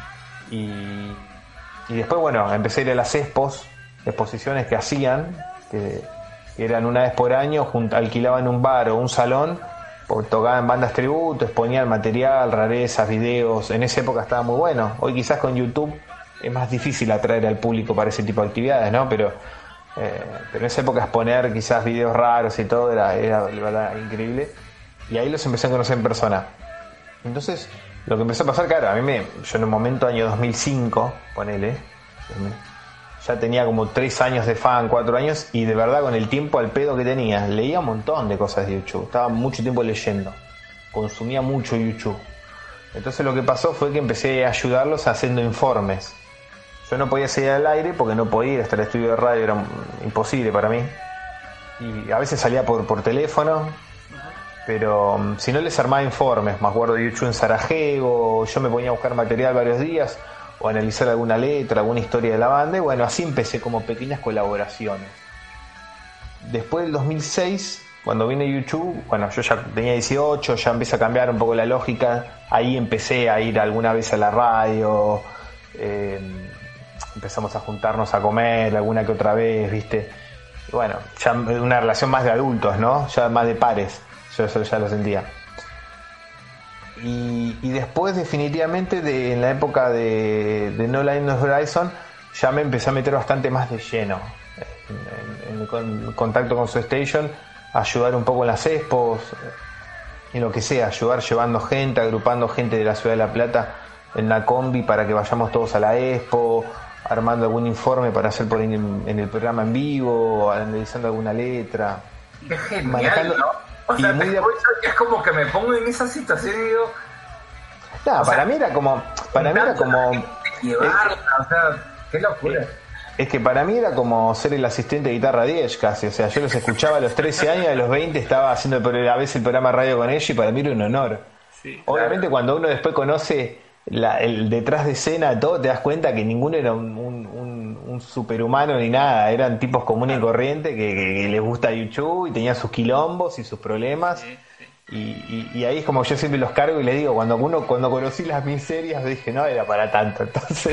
D: Y, y después, bueno, empecé a ir a las expos, exposiciones que hacían, que, que eran una vez por año, junt, alquilaban un bar o un salón, tocaban bandas tributo, exponían material, rarezas, videos. En esa época estaba muy bueno. Hoy quizás con YouTube es más difícil atraer al público para ese tipo de actividades, ¿no? Pero, eh, pero en esa época exponer quizás videos raros y todo era, era de verdad increíble. Y ahí los empecé a conocer en persona. Entonces, lo que empezó a pasar, claro, a mí me, yo en un momento, año dos mil cinco, ponele, ya tenía como tres años de fan, cuatro años, y de verdad con el tiempo al pedo que tenía, leía un montón de cosas de YouTube, estaba mucho tiempo leyendo, consumía mucho YouTube. Entonces lo que pasó fue que empecé a ayudarlos haciendo informes. Yo no podía seguir al aire porque no podía ir hasta el estudio de radio, era imposible para mí. Y a veces salía por, por teléfono, pero um, si no les armaba informes, me acuerdo de YouTube en Sarajevo, yo me ponía a buscar material varios días, o analizar alguna letra, alguna historia de la banda, y bueno, así empecé como pequeñas colaboraciones. Después del dos mil seis, cuando vine YouTube, bueno, yo ya tenía dieciocho, ya empecé a cambiar un poco la lógica, ahí empecé a ir alguna vez a la radio, eh, empezamos a juntarnos a comer alguna que otra vez, ¿viste? Y bueno, ya una relación más de adultos, ¿no? Ya más de pares, yo eso ya lo sentía. Y, y después definitivamente de, en la época de, de No Line No Horizon ya me empecé a meter bastante más de lleno en, en, en contacto con su Station, ayudar un poco en las expos, en lo que sea, ayudar llevando gente, agrupando gente de la Ciudad de La Plata en la combi para que vayamos todos a la expo, armando algún informe para hacer por en, en el programa en vivo, analizando alguna letra.
B: Qué genial, manejando, ¿no? O sea, te escucho, es como que me pongo en esa situación y digo...
D: No, para sea, mí era como... Para mí era como...
B: Llevarla, es, o sea, qué locura.
D: Es, es que para mí era como ser el asistente de guitarra diez casi. O sea, yo los escuchaba a los trece años, a los veinte estaba haciendo a veces el programa radio con ellos y para mí era un honor. Sí, obviamente claro. Cuando uno después conoce la, el detrás de escena, todo, te das cuenta que ninguno era un, un, un, un superhumano ni nada. Eran tipos comunes y corrientes que, que, que les gusta YouTube y tenían sus quilombos y sus problemas. Sí, sí. Y, y, y ahí es como yo siempre los cargo y les digo, cuando uno cuando conocí las miserias dije, no era para tanto, entonces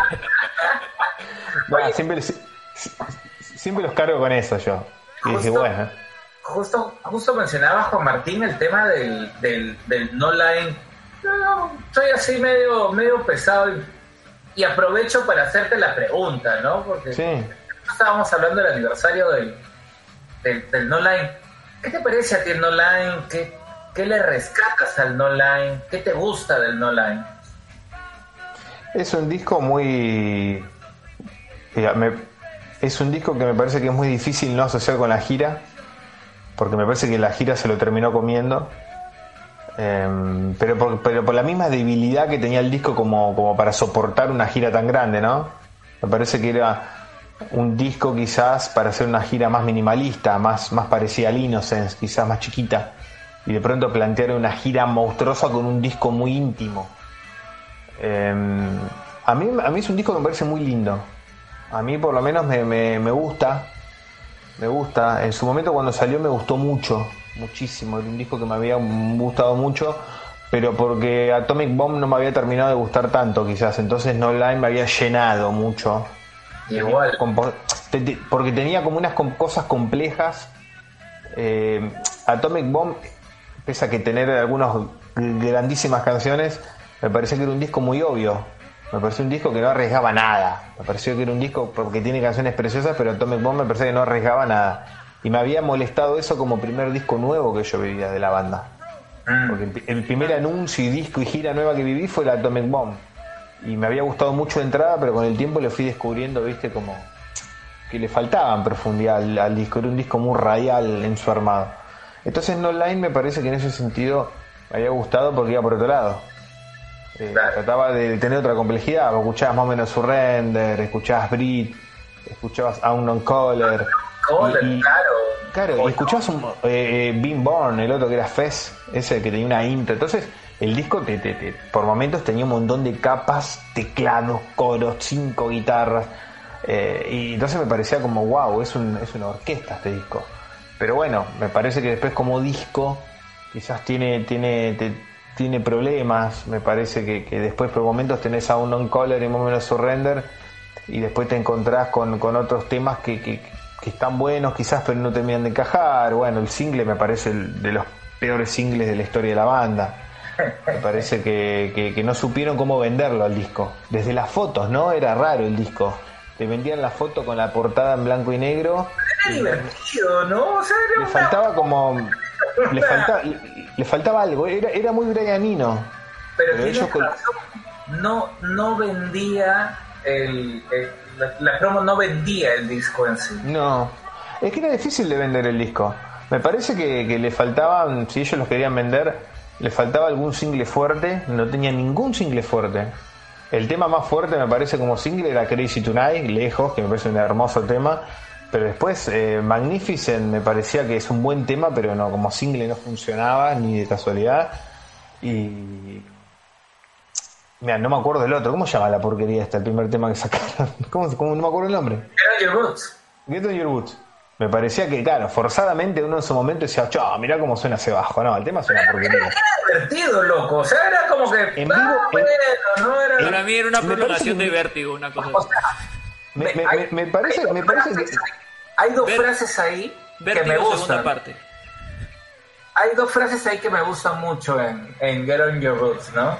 D: no, siempre, siempre los cargo con eso yo. Y
B: justo,
D: dije, bueno.
B: Justo, justo mencionaba Juan Martín el tema del, del, del no line. No, soy así medio, medio pesado y, y aprovecho para hacerte la pregunta, ¿no? Porque
D: sí.
B: Estábamos hablando del aniversario del, del, del no line. ¿Qué te parece a ti el no line? ¿Qué, ¿Qué le rescatas al no line? ¿Qué te gusta del no line?
D: Es un disco muy... Me, es un disco que me parece que es muy difícil no asociar con la gira, porque me parece que la gira se lo terminó comiendo. Eh, pero, por, pero por la misma debilidad que tenía el disco como, como para soportar una gira tan grande, ¿no? Me parece que era un disco quizás para hacer una gira más minimalista, más, más parecida al Innocence, quizás más chiquita. Y de pronto plantear una gira monstruosa con un disco muy íntimo. Eh, a mí, a mí es un disco que me parece muy lindo. A mí por lo menos me, me, me gusta. Me gusta. En su momento cuando salió me gustó mucho. Muchísimo. Era un disco que me había gustado mucho. Pero porque Atomic Bomb no me había terminado de gustar tanto quizás. Entonces No Line me había llenado mucho.
B: Igual.
D: Porque tenía como unas cosas complejas. Eh, Atomic Bomb, pese a que tener algunas grandísimas canciones, me parecía que era un disco muy obvio. Me pareció un disco que no arriesgaba nada. Me pareció que era un disco porque tiene canciones preciosas, pero Atomic Bomb me parecía que no arriesgaba nada. Y me había molestado eso como primer disco nuevo que yo vivía de la banda. Porque el primer anuncio y disco y gira nueva que viví fue la Atomic Bomb. Y me había gustado mucho de entrada, pero con el tiempo le fui descubriendo, viste, como que le faltaba en profundidad al, al disco. Era un disco muy radial en su armado. Entonces No Line me parece que en ese sentido me había gustado porque iba por otro lado. Eh, claro. Trataba de tener otra complejidad. Escuchabas más o menos Surrender, escuchabas Breed, escuchabas Unknown Caller.
B: Caller,
D: y,
B: claro.
D: Claro, y escuchabas un, eh, Being Born, el otro que era Fez, ese que tenía una intro. Entonces el disco te, te, te, por momentos tenía un montón de capas, teclados, coros, cinco guitarras. Eh, y entonces me parecía como wow, es, un, es una orquesta este disco. Pero bueno, me parece que después como disco quizás tiene tiene te, tiene problemas. Me parece que, que después por momentos tenés a un On-Caller y más o menos Surrender, y después te encontrás con, con otros temas que, que, que están buenos quizás pero no terminan de encajar. Bueno, el single me parece el, de los peores singles de la historia de la banda. Me parece que, que, que no supieron cómo venderlo al disco. Desde las fotos, ¿no? Era raro el disco. Te vendían la foto con la portada en blanco y negro.
B: Era divertido, ¿no? O sea, era
D: le
B: una...
D: faltaba como... Le faltaba, le, le faltaba algo. Era, era muy brianino.
B: Pero,
D: pero
B: tienes
D: ellos con...
B: razón. No, no vendía el, el la, la promo no vendía el disco en sí.
D: No. Es que era difícil de vender el disco. Me parece que, que le faltaban, si ellos los querían vender, le faltaba algún single fuerte. No tenía ningún single fuerte. El tema más fuerte me parece como single era Crazy Tonight, lejos, que me parece un hermoso tema. Pero después eh, Magnificent me parecía que es un buen tema, pero no, como single no funcionaba ni de casualidad. Y mira, no me acuerdo del otro. ¿Cómo se llama la porquería esta, el primer tema que sacaron? ¿Cómo, cómo no me acuerdo el nombre?
B: Get on Your Roots.
D: Get on Your Roots. Me parecía que, claro, forzadamente uno en su momento decía, chao, mirá cómo suena ese bajo. No, el tema suena porquería.
B: Era divertido, loco. O sea, era como que.
D: En vivo.
B: Ah, bueno, no era.
A: Para mí era una prolongación de Vértigo, una cosa
B: O
A: así.
B: sea,
D: Me, me, me, me parece, me parece que.
B: Hay dos
A: Ver-
B: frases ahí que me
A: Vértigo segunda
B: gustan.
A: parte.
B: Hay dos frases ahí que me gustan mucho en, en Get on Your Roots, ¿no?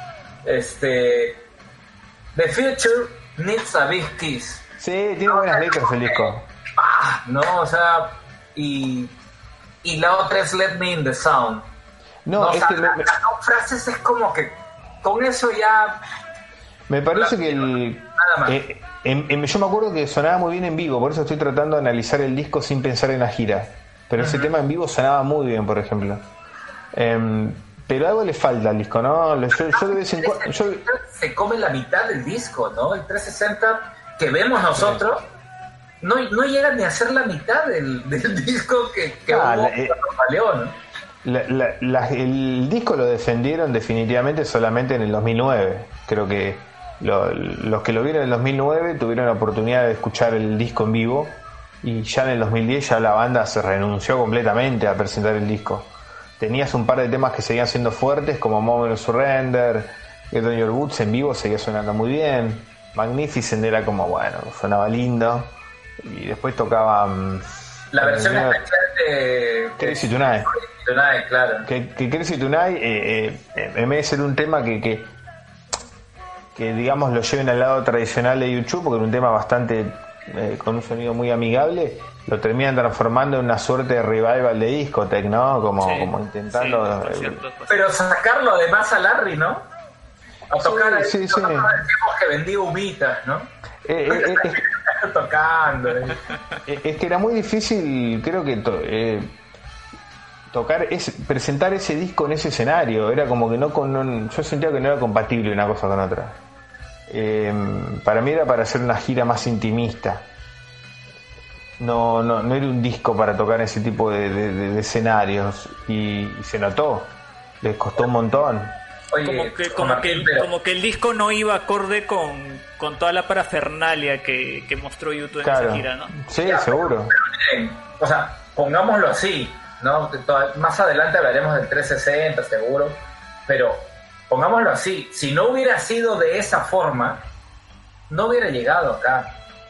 B: Este. The future needs a big kiss.
D: Sí, tiene buenas letras el disco.
B: Ah, no, o sea. Y. Y la otra es Let Me in the Sound.
D: No,
B: No, o
D: es
B: sea,
D: que me,
B: las
D: me-
B: dos frases es como que. Con eso ya.
D: me parece que el.
B: Nada más.
D: eh, en- en- yo me acuerdo que sonaba muy bien en vivo, por eso estoy tratando de analizar el disco sin pensar en la gira. Pero ese tema en vivo sonaba muy bien, por ejemplo. Em, pero algo le falta al disco, ¿no? Yo, yo de vez en cuando. Yo,
B: Se come la mitad del disco, ¿no? El trescientos sesenta que vemos nosotros no, no llega ni a ser la mitad del, del disco que, que
D: Ah,
B: hubo
D: la- eh,
B: cuando salió, ¿no?
D: La- la- la- el disco lo defendieron definitivamente solamente en el dos mil nueve. Creo que lo- los que lo vieron en el dos mil nueve tuvieron la oportunidad de escuchar el disco en vivo, y ya en el dos mil diez ya la banda se renunció completamente a presentar el disco. tenías un par de temas que seguían siendo fuertes, como Moment of Surrender, Get On Your Boots en vivo seguía sonando muy bien. Magnificent era como, bueno, sonaba lindo. Y después tocaba...
B: La versión especial de...
D: Crazy Tonight.
B: Crazy Tonight, claro.
D: Que, que Crazy Tonight, eh, eh, en vez de ser un tema que, que, que, digamos, lo lleven al lado tradicional de YouTube, porque era un tema bastante... Eh, con un sonido muy amigable, lo terminan transformando en una suerte de revival de discotech, ¿no? Como, sí, como intentando...
A: Sí, cierto,
B: pero sacarlo además a Larry, ¿no? A tocar,
D: sí, sí, sí.
B: Decimos que vendía humitas, ¿no?
D: Eh, eh, eh,
B: tocando. Eh.
D: Es que era muy difícil, creo que to, eh, tocar, es, presentar ese disco en ese escenario. Era como que no, con, no yo sentía que no era compatible una cosa con otra. Eh, para mí era para hacer una gira más intimista. No, no, no era un disco para tocar ese tipo de, de, de escenarios. Y, y se notó. Les costó un montón.
A: Oye, como, que, como, que el, pero... como que el disco no iba acorde con, con toda la parafernalia que, que mostró YouTube en
D: claro.
A: esa gira, ¿no?
D: Sí, ya, seguro.
B: Pero, miren, o sea, pongámoslo así, ¿no? Más adelante hablaremos del trescientos sesenta, seguro. Pero pongámoslo así, si no hubiera sido de esa forma, no hubiera llegado acá.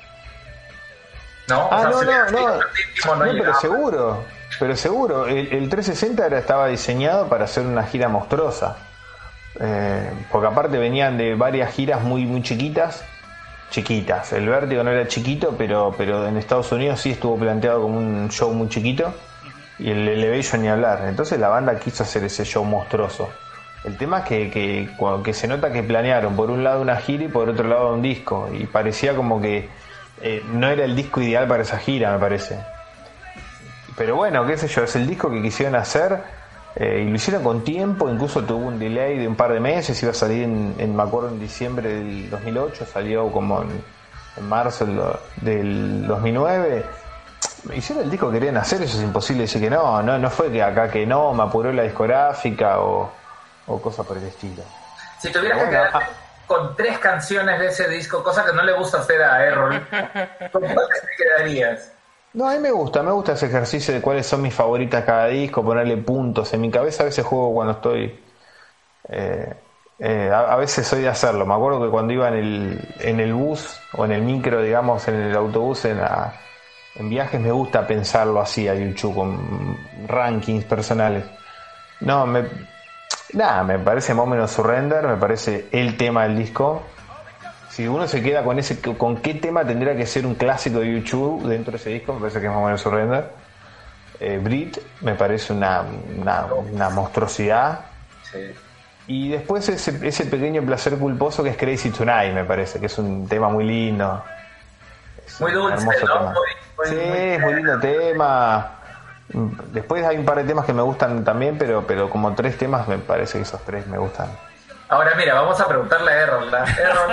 B: ¿No?
D: Ah,
B: o sea,
D: no,
B: si
D: no, no,
B: íntimo, no,
D: no pero seguro, pero seguro, el, el trescientos sesenta era, estaba diseñado para hacer una gira monstruosa. Eh, porque aparte venían de varias giras muy muy chiquitas chiquitas, el Vértigo no era chiquito, pero pero en Estados Unidos sí estuvo planteado como un show muy chiquito, y el Elevation ni hablar. Entonces la banda quiso hacer ese show monstruoso. El tema es que, que, que se nota que planearon por un lado una gira y por otro lado un disco, y parecía como que eh, no era el disco ideal para esa gira, me parece. Pero bueno, qué sé yo, es el disco que quisieron hacer. Eh, y lo hicieron con tiempo, incluso tuvo un delay de un par de meses, iba a salir en, en me acuerdo en diciembre del dos mil ocho, salió como en, en marzo del, del dos mil nueve. Hicieron el disco que querían hacer, eso es imposible decir que no, no, no fue que acá que no, me apuró la discográfica o, o cosas por el estilo.
B: Si tuvieras
D: bueno,
B: que quedarte
D: ah,
B: con tres canciones de ese disco, cosa que no le gusta hacer a Errol, ¿con cuáles te quedarías?
D: No, a mí me gusta, me gusta ese ejercicio de cuáles son mis favoritas cada disco, ponerle puntos. En mi cabeza a veces juego cuando estoy... Eh, eh, a, a veces soy de hacerlo. Me acuerdo que cuando iba en el, en el bus o en el micro, digamos, en el autobús, en, la, en viajes, me gusta pensarlo así a YouTube, con rankings personales. No, me... Nada, me parece Moment of Surrender, me parece el tema del disco. Si uno se queda con ese, con qué tema tendría que ser un clásico de YouTube dentro de ese disco, me parece que es Moment of Surrender. Eh, Brit me parece una, una, una monstruosidad.
B: Sí.
D: Y después ese, ese pequeño placer culposo que es Crazy Tonight, me parece, que es un tema muy lindo. Es
B: muy dulce,
D: hermoso
B: ¿no?
D: tema.
B: Muy, muy,
D: sí,
B: muy
D: es muy lindo tema. Después hay un par de temas que me gustan también, pero, pero como tres temas me parece que esos tres me gustan.
B: Ahora mira, vamos a preguntarle a Errol. ¿La? Errol.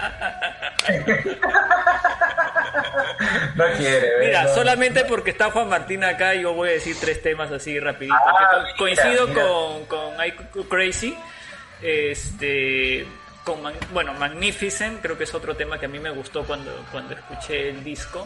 B: No quiere.
A: Mira,
B: no.
A: Solamente porque está Juan Martín acá, yo voy a decir tres temas así rapidito.
B: Ah,
A: que co-
B: mira,
A: coincido
B: mira.
A: con con I Go Crazy, este, con Man- bueno Magnificent, creo que es otro tema que a mí me gustó cuando cuando escuché el disco.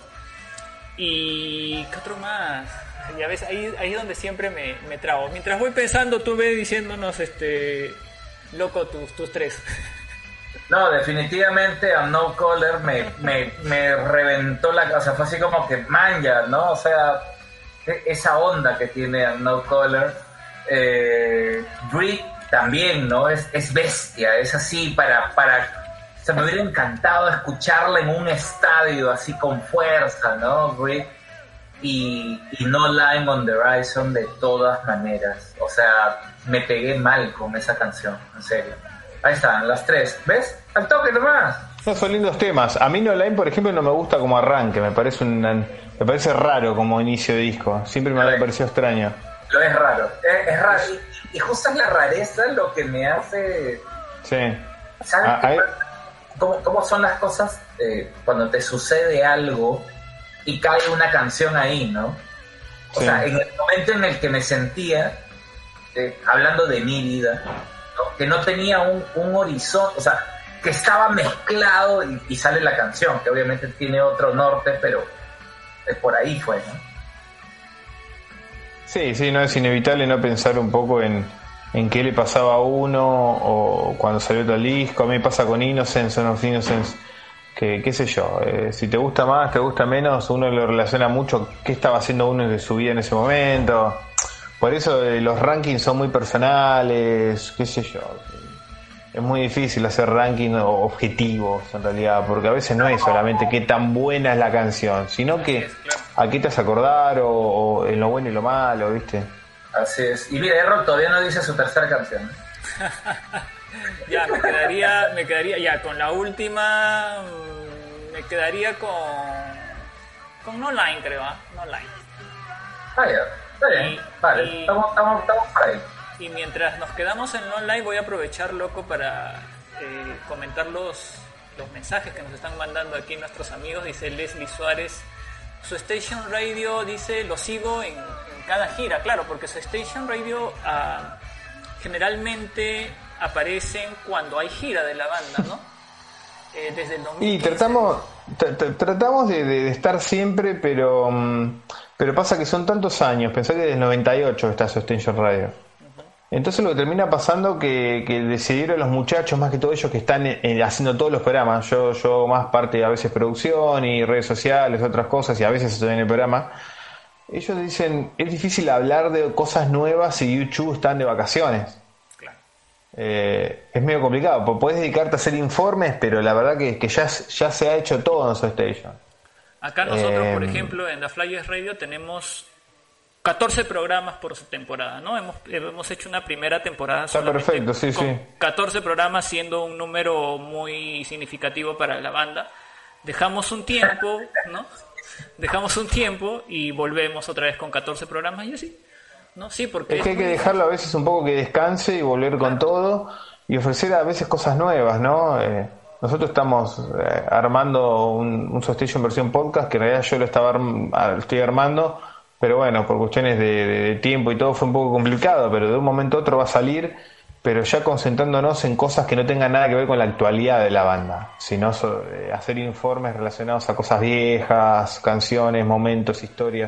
A: Y ¿qué otro más? Ya ves, ahí ahí es donde siempre me, me trabo. Mientras voy pensando, tú ve diciéndonos, este, loco, tus tus tres.
B: No, definitivamente a No Color me, me, me reventó la casa. Fue así como que manja, ¿no? O sea, esa onda que tiene a No Color. Eh, Brit también, ¿no? Es, es bestia, es así para, para... O sea, me hubiera encantado escucharla en un estadio así con fuerza, ¿no? Brit. Y, y No Line on the Horizon de todas maneras. O sea, me pegué mal con esa canción, en serio. Ahí están, las tres. ¿Ves? Al toque nomás.
D: No, son lindos temas. A mí No Line, por ejemplo, no me gusta como arranque. Me parece un, me parece raro como inicio de disco. Siempre me había parecido extraño.
B: Lo es raro. Es, es raro. Y, y justo es la rareza lo que me hace...
D: Sí.
B: ¿Sabes
D: Ah,
B: qué
D: ahí-
B: pasa? ¿Cómo, cómo son las cosas eh, cuando te sucede algo y cae una canción ahí, ¿no? O
D: Sí.
B: sea, en el momento en el que me sentía, eh, hablando de mi vida, ¿no? Que no tenía un, un horizonte, o sea, que estaba mezclado y, y sale la canción, que obviamente tiene otro norte, pero eh, por ahí fue, ¿no?
D: Sí, sí, no es inevitable no pensar un poco en, en qué le pasaba a uno o cuando salió tal disco. A mí me pasa con Innocence, Son of Innocence, que qué sé yo, eh, si te gusta más, te gusta menos, uno lo relaciona mucho qué estaba haciendo uno de su vida en ese momento. Por eso eh, los rankings son muy personales, qué sé yo. Es muy difícil hacer rankings objetivos en realidad, porque a veces no es solamente qué tan buena es la canción, sino que a qué te vas a acordar o, o en lo bueno y lo malo, ¿viste?
B: Así es. Y mira, Errol todavía no dice su tercera canción.
A: Ya, me quedaría, me quedaría, ya, con la última, me quedaría con, con No Line, creo, ¿eh? No Line.
B: Ah, ya, está bien,
A: Y-
B: vale,
A: y-
B: estamos, estamos, estamos por ahí.
A: Y mientras nos quedamos en online, voy a aprovechar, loco, para eh, comentar los, los mensajes que nos están mandando aquí nuestros amigos. Dice Leslie Suárez, su Station Radio, dice, lo sigo en, en cada gira. Claro, porque su Station Radio ah, generalmente aparecen cuando hay gira de la banda, ¿no? Eh, desde el dos mil
D: Y
A: quince.
D: tratamos tra- tra- tratamos de, de- de estar siempre, pero mm, pero pasa que son tantos años. Pensé que desde el noventa y ocho está Suspension Radio. Entonces lo que termina pasando que, que decidieron los muchachos, más que todo ellos que están eh, haciendo todos los programas, yo yo hago más parte a veces producción y redes sociales, otras cosas, y a veces estoy en el programa. Ellos dicen, es difícil hablar de cosas nuevas si YouTube están de vacaciones.
A: Claro.
D: Eh, es medio complicado, po- podés dedicarte a hacer informes, pero la verdad que, que ya, ya se ha hecho todo en su station.
A: Acá nosotros, por
D: Eh,
A: ejemplo, en The Flyers Radio tenemos catorce programas por temporada, ¿no? Hemos, hemos hecho una primera temporada
D: Está
A: solamente
D: perfecto, sí,
A: con
D: sí.
A: catorce programas, siendo un número muy significativo para la banda. Dejamos un tiempo, ¿no? Dejamos un tiempo y volvemos otra vez con catorce programas y así, ¿no? Sí, porque
D: Es que hay
A: es
D: que
A: muy-
D: dejarlo a veces un poco que descanse y volver con todo y ofrecer a veces cosas nuevas, ¿no? Eh, nosotros estamos eh, armando un, un Substation versión podcast, que en realidad yo lo estaba arm- ah, lo estoy armando, pero bueno, por cuestiones de, de- de tiempo y todo fue un poco complicado, pero de un momento a otro va a salir, pero ya concentrándonos en cosas que no tengan nada que ver con la actualidad de la banda, sino so- eh, hacer informes relacionados a cosas viejas, canciones, momentos, historias.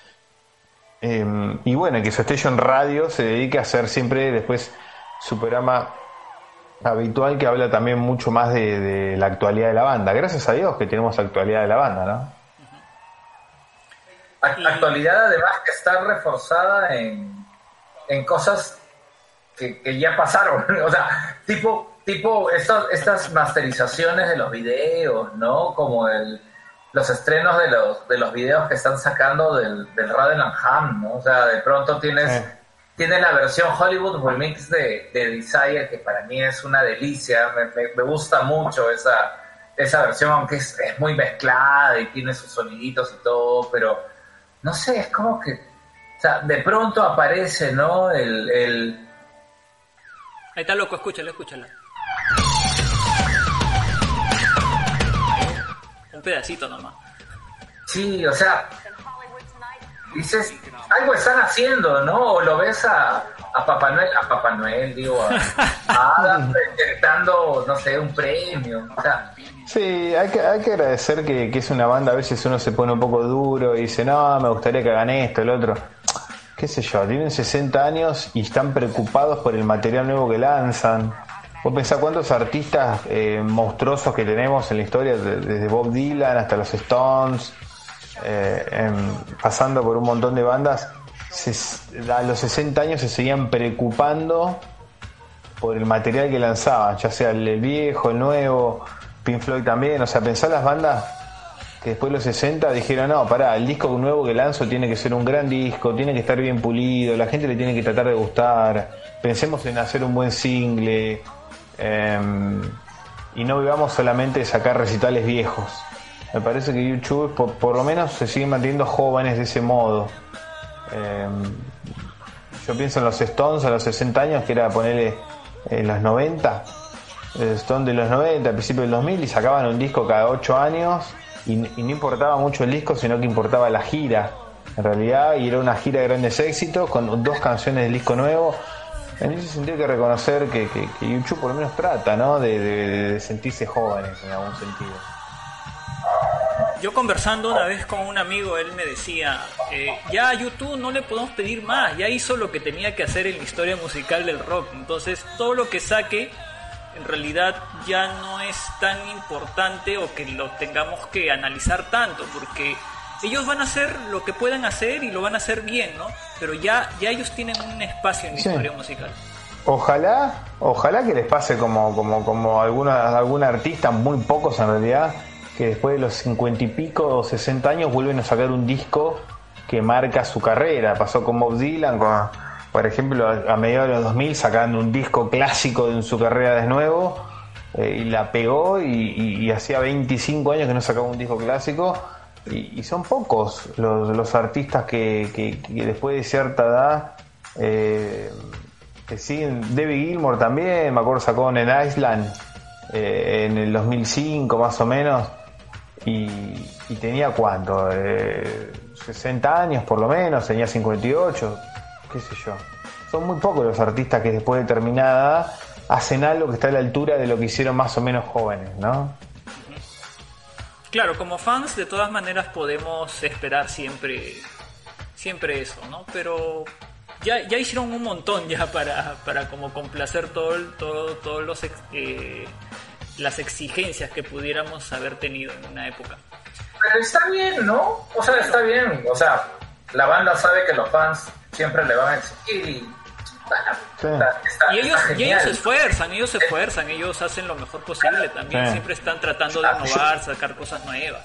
D: Eh, y bueno, que Substation Radio se dedique a hacer siempre después su programa habitual que habla también mucho más de, de la actualidad de la banda. Gracias a Dios que tenemos actualidad de la banda, ¿no?
B: Ac- Actualidad además que está reforzada en, en cosas que, que ya pasaron, o sea, tipo, tipo estas, estas masterizaciones de los videos, ¿no? Como el, los estrenos de los, de los videos que están sacando del, del Radel and Ham, ¿no? O sea, de pronto tienes,
D: Sí.
B: tienes la versión Hollywood Remix de, de Desire, que para mí es una delicia, me, me, me gusta mucho esa, esa versión, aunque es, es muy mezclada y tiene sus soniditos y todo, pero no sé, es como que, o sea, de pronto aparece, ¿no? El, el
A: Ahí está, loco, escúchala, escúchala. Un pedacito nomás.
B: sí, o sea, dices, algo están haciendo, ¿no? O lo ves a, a Papá Noel, a Papá Noel, digo, a, a Adam intentando, no sé, un premio, o sea,
D: Sí, hay que, hay que agradecer que, que es una banda, a veces uno se pone un poco duro y dice, no, me gustaría que hagan esto, el otro. Qué sé yo, tienen sesenta años y están preocupados por el material nuevo que lanzan. Vos pensás cuántos artistas eh, monstruosos que tenemos en la historia, de- desde Bob Dylan hasta los Stones, eh, em, pasando por un montón de bandas, se- a los sesenta años se seguían preocupando por el material que lanzaban, ya sea el, el viejo, el nuevo, Pink Floyd también. O sea, pensá las bandas que después de los sesenta dijeron, no, pará, el disco nuevo que lanzo tiene que ser un gran disco, tiene que estar bien pulido, la gente le tiene que tratar de gustar, pensemos en hacer un buen single, eh, y no vivamos solamente de sacar recitales viejos. Me parece que YouTube por, por lo menos se sigue manteniendo jóvenes de ese modo. Eh, yo pienso en los Stones a los sesenta años, que era ponerle en los noventa, el Stone de los noventa, al principio del dos mil, y sacaban un disco cada ocho años, y, y no importaba mucho el disco, sino que importaba la gira, en realidad, y era una gira de grandes éxitos, con dos canciones del disco nuevo. En ese sentido hay que reconocer que, que, que YouTube por lo menos trata, ¿no? De, de, de sentirse jóvenes en algún sentido.
A: yo conversando una vez con un amigo, él me decía, eh, ya a YouTube no le podemos pedir más, ya hizo lo que tenía que hacer en la historia musical del rock, entonces todo lo que saque en realidad ya no es tan importante o que lo tengamos que analizar tanto, porque ellos van a hacer lo que puedan hacer y lo van a hacer bien, ¿no? Pero ya, ya ellos tienen un espacio en la sí. historia musical.
D: Ojalá, ojalá que les pase como, como, como alguna, algún artista, muy pocos en realidad, que después de los cincuenta y pico o sesenta años vuelven a sacar un disco que marca su carrera. Pasó con Bob Dylan, con, por ejemplo, a mediados de los dos mil sacando un disco clásico en su carrera de nuevo, eh, y la pegó y, y, y hacía veinticinco años que no sacaba un disco clásico, y, y son pocos los, los artistas que, que, que después de cierta edad eh, que siguen. David Gilmour también, me acuerdo, sacó en el Island eh, en el dos mil cinco más o menos, y, y tenía cuánto, eh, sesenta años por lo menos, tenía cincuenta y ocho, qué sé yo. Son muy pocos los artistas que después de terminada edad hacen algo que está a la altura de lo que hicieron más o menos jóvenes, ¿no?
A: Claro, como fans de todas maneras podemos esperar siempre siempre eso, ¿no? Pero ya, ya hicieron un montón ya para, para como complacer todo, todo, todos los eh, las exigencias que pudiéramos haber tenido en una época.
B: Pero está bien, ¿no? O sea, está bien. O sea, la banda sabe que los fans siempre le van a exigir y...
A: Sí. Está, está, y ellos, y ellos se esfuerzan, ellos se esfuerzan, ellos hacen lo mejor posible también, sí. Siempre están tratando de innovar, sacar cosas nuevas.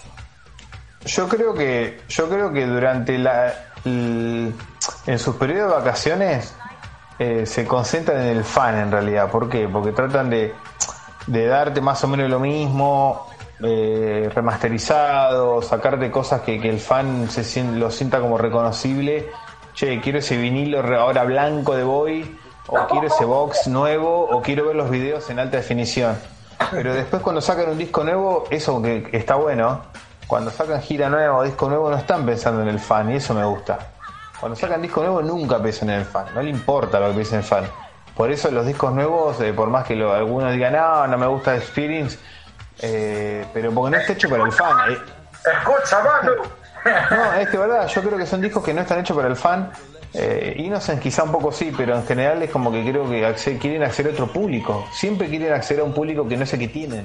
D: Yo creo que, yo creo que durante la, el, en sus periodos de vacaciones eh, se concentran en el fan en realidad. ¿Por qué? Porque tratan de, de darte más o menos lo mismo, eh, remasterizado, sacarte cosas que, que el fan se siente, lo sienta como reconocible. Che, quiero ese vinilo ahora blanco de Boy, o quiero ese box nuevo, o quiero ver los videos en alta definición. Pero después cuando sacan un disco nuevo, eso que está bueno, cuando sacan gira nueva o disco nuevo no están pensando en el fan, y eso me gusta. Cuando sacan disco nuevo nunca piensan en el fan, no le importa lo que piensa el fan. Por eso los discos nuevos, eh, por más que lo, algunos digan, no, no me gusta Experience, eh, pero porque no está hecho para el fan. Eh.
B: Escucha, Manu.
D: No, es que verdad, yo creo que son discos que no están hechos para el fan. eh, Innocent quizá un poco sí, pero en general es como que creo que acceder, quieren acceder a otro público. Siempre quieren acceder a un público que no sé qué tienen.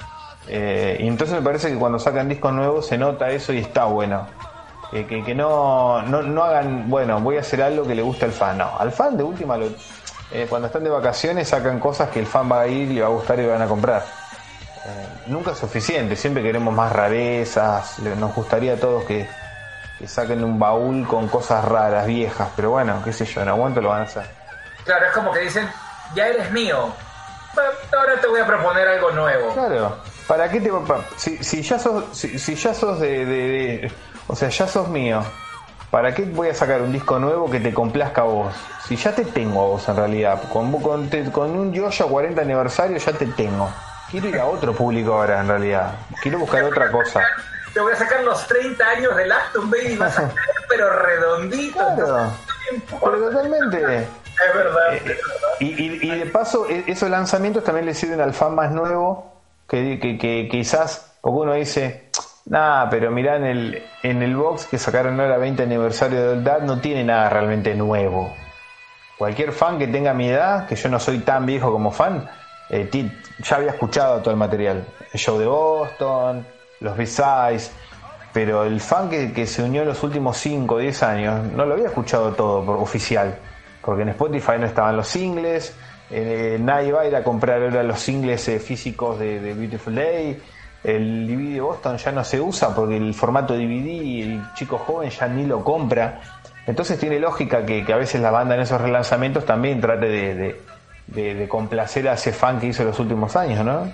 D: eh, Y entonces me parece que cuando sacan discos nuevos se nota eso y está bueno. eh, Que, que no, no, no hagan, bueno, voy a hacer algo que le guste al fan. No, al fan de última, lo, eh, cuando están de vacaciones sacan cosas que el fan va a ir, le va a gustar y le van a comprar. Eh, nunca es suficiente, siempre queremos más rarezas, nos gustaría a todos que, que saquen un baúl con cosas raras, viejas, pero bueno, qué sé yo, en aguanto lo van a hacer.
B: Claro, es como que dicen, ya eres mío, ahora te voy a proponer algo nuevo.
D: Claro, ¿para qué te pa, si, si ya sos, si, si ya sos de, de, de, o sea, ya sos mío, ¿para qué voy a sacar un disco nuevo que te complazca a vos? Si ya te tengo a vos en realidad, con, con, te, con un Yoya cuarenta aniversario ya te tengo. Quiero ir a otro público ahora, en realidad. Quiero buscar otra cosa.
B: Te voy a sacar los treinta años del Acton Baby, vas a caer, pero redondito.
D: Claro, pero totalmente.
B: Es verdad.
D: Eh, y, y, y de paso, esos lanzamientos también le sirven al fan más nuevo, que, que, que quizás, porque uno dice, nah, pero mirá en el, en el box que sacaron ahora veinte aniversario de Old Dad, no tiene nada realmente nuevo. Cualquier fan que tenga mi edad, que yo no soy tan viejo como fan, Eh, ya había escuchado todo el material, el show de Boston, los B-Sides, pero el fan que, que se unió en los últimos cinco o diez años no lo había escuchado todo por, oficial, porque en Spotify no estaban los singles, eh, nadie va a ir a comprar ahora los singles eh, físicos de, de Beautiful Day, el D V D de Boston ya no se usa porque el formato D V D el chico joven ya ni lo compra, entonces tiene lógica que, que a veces la banda en esos relanzamientos también trate de, de De, de complacer a ese fan que hizo los últimos años, ¿no?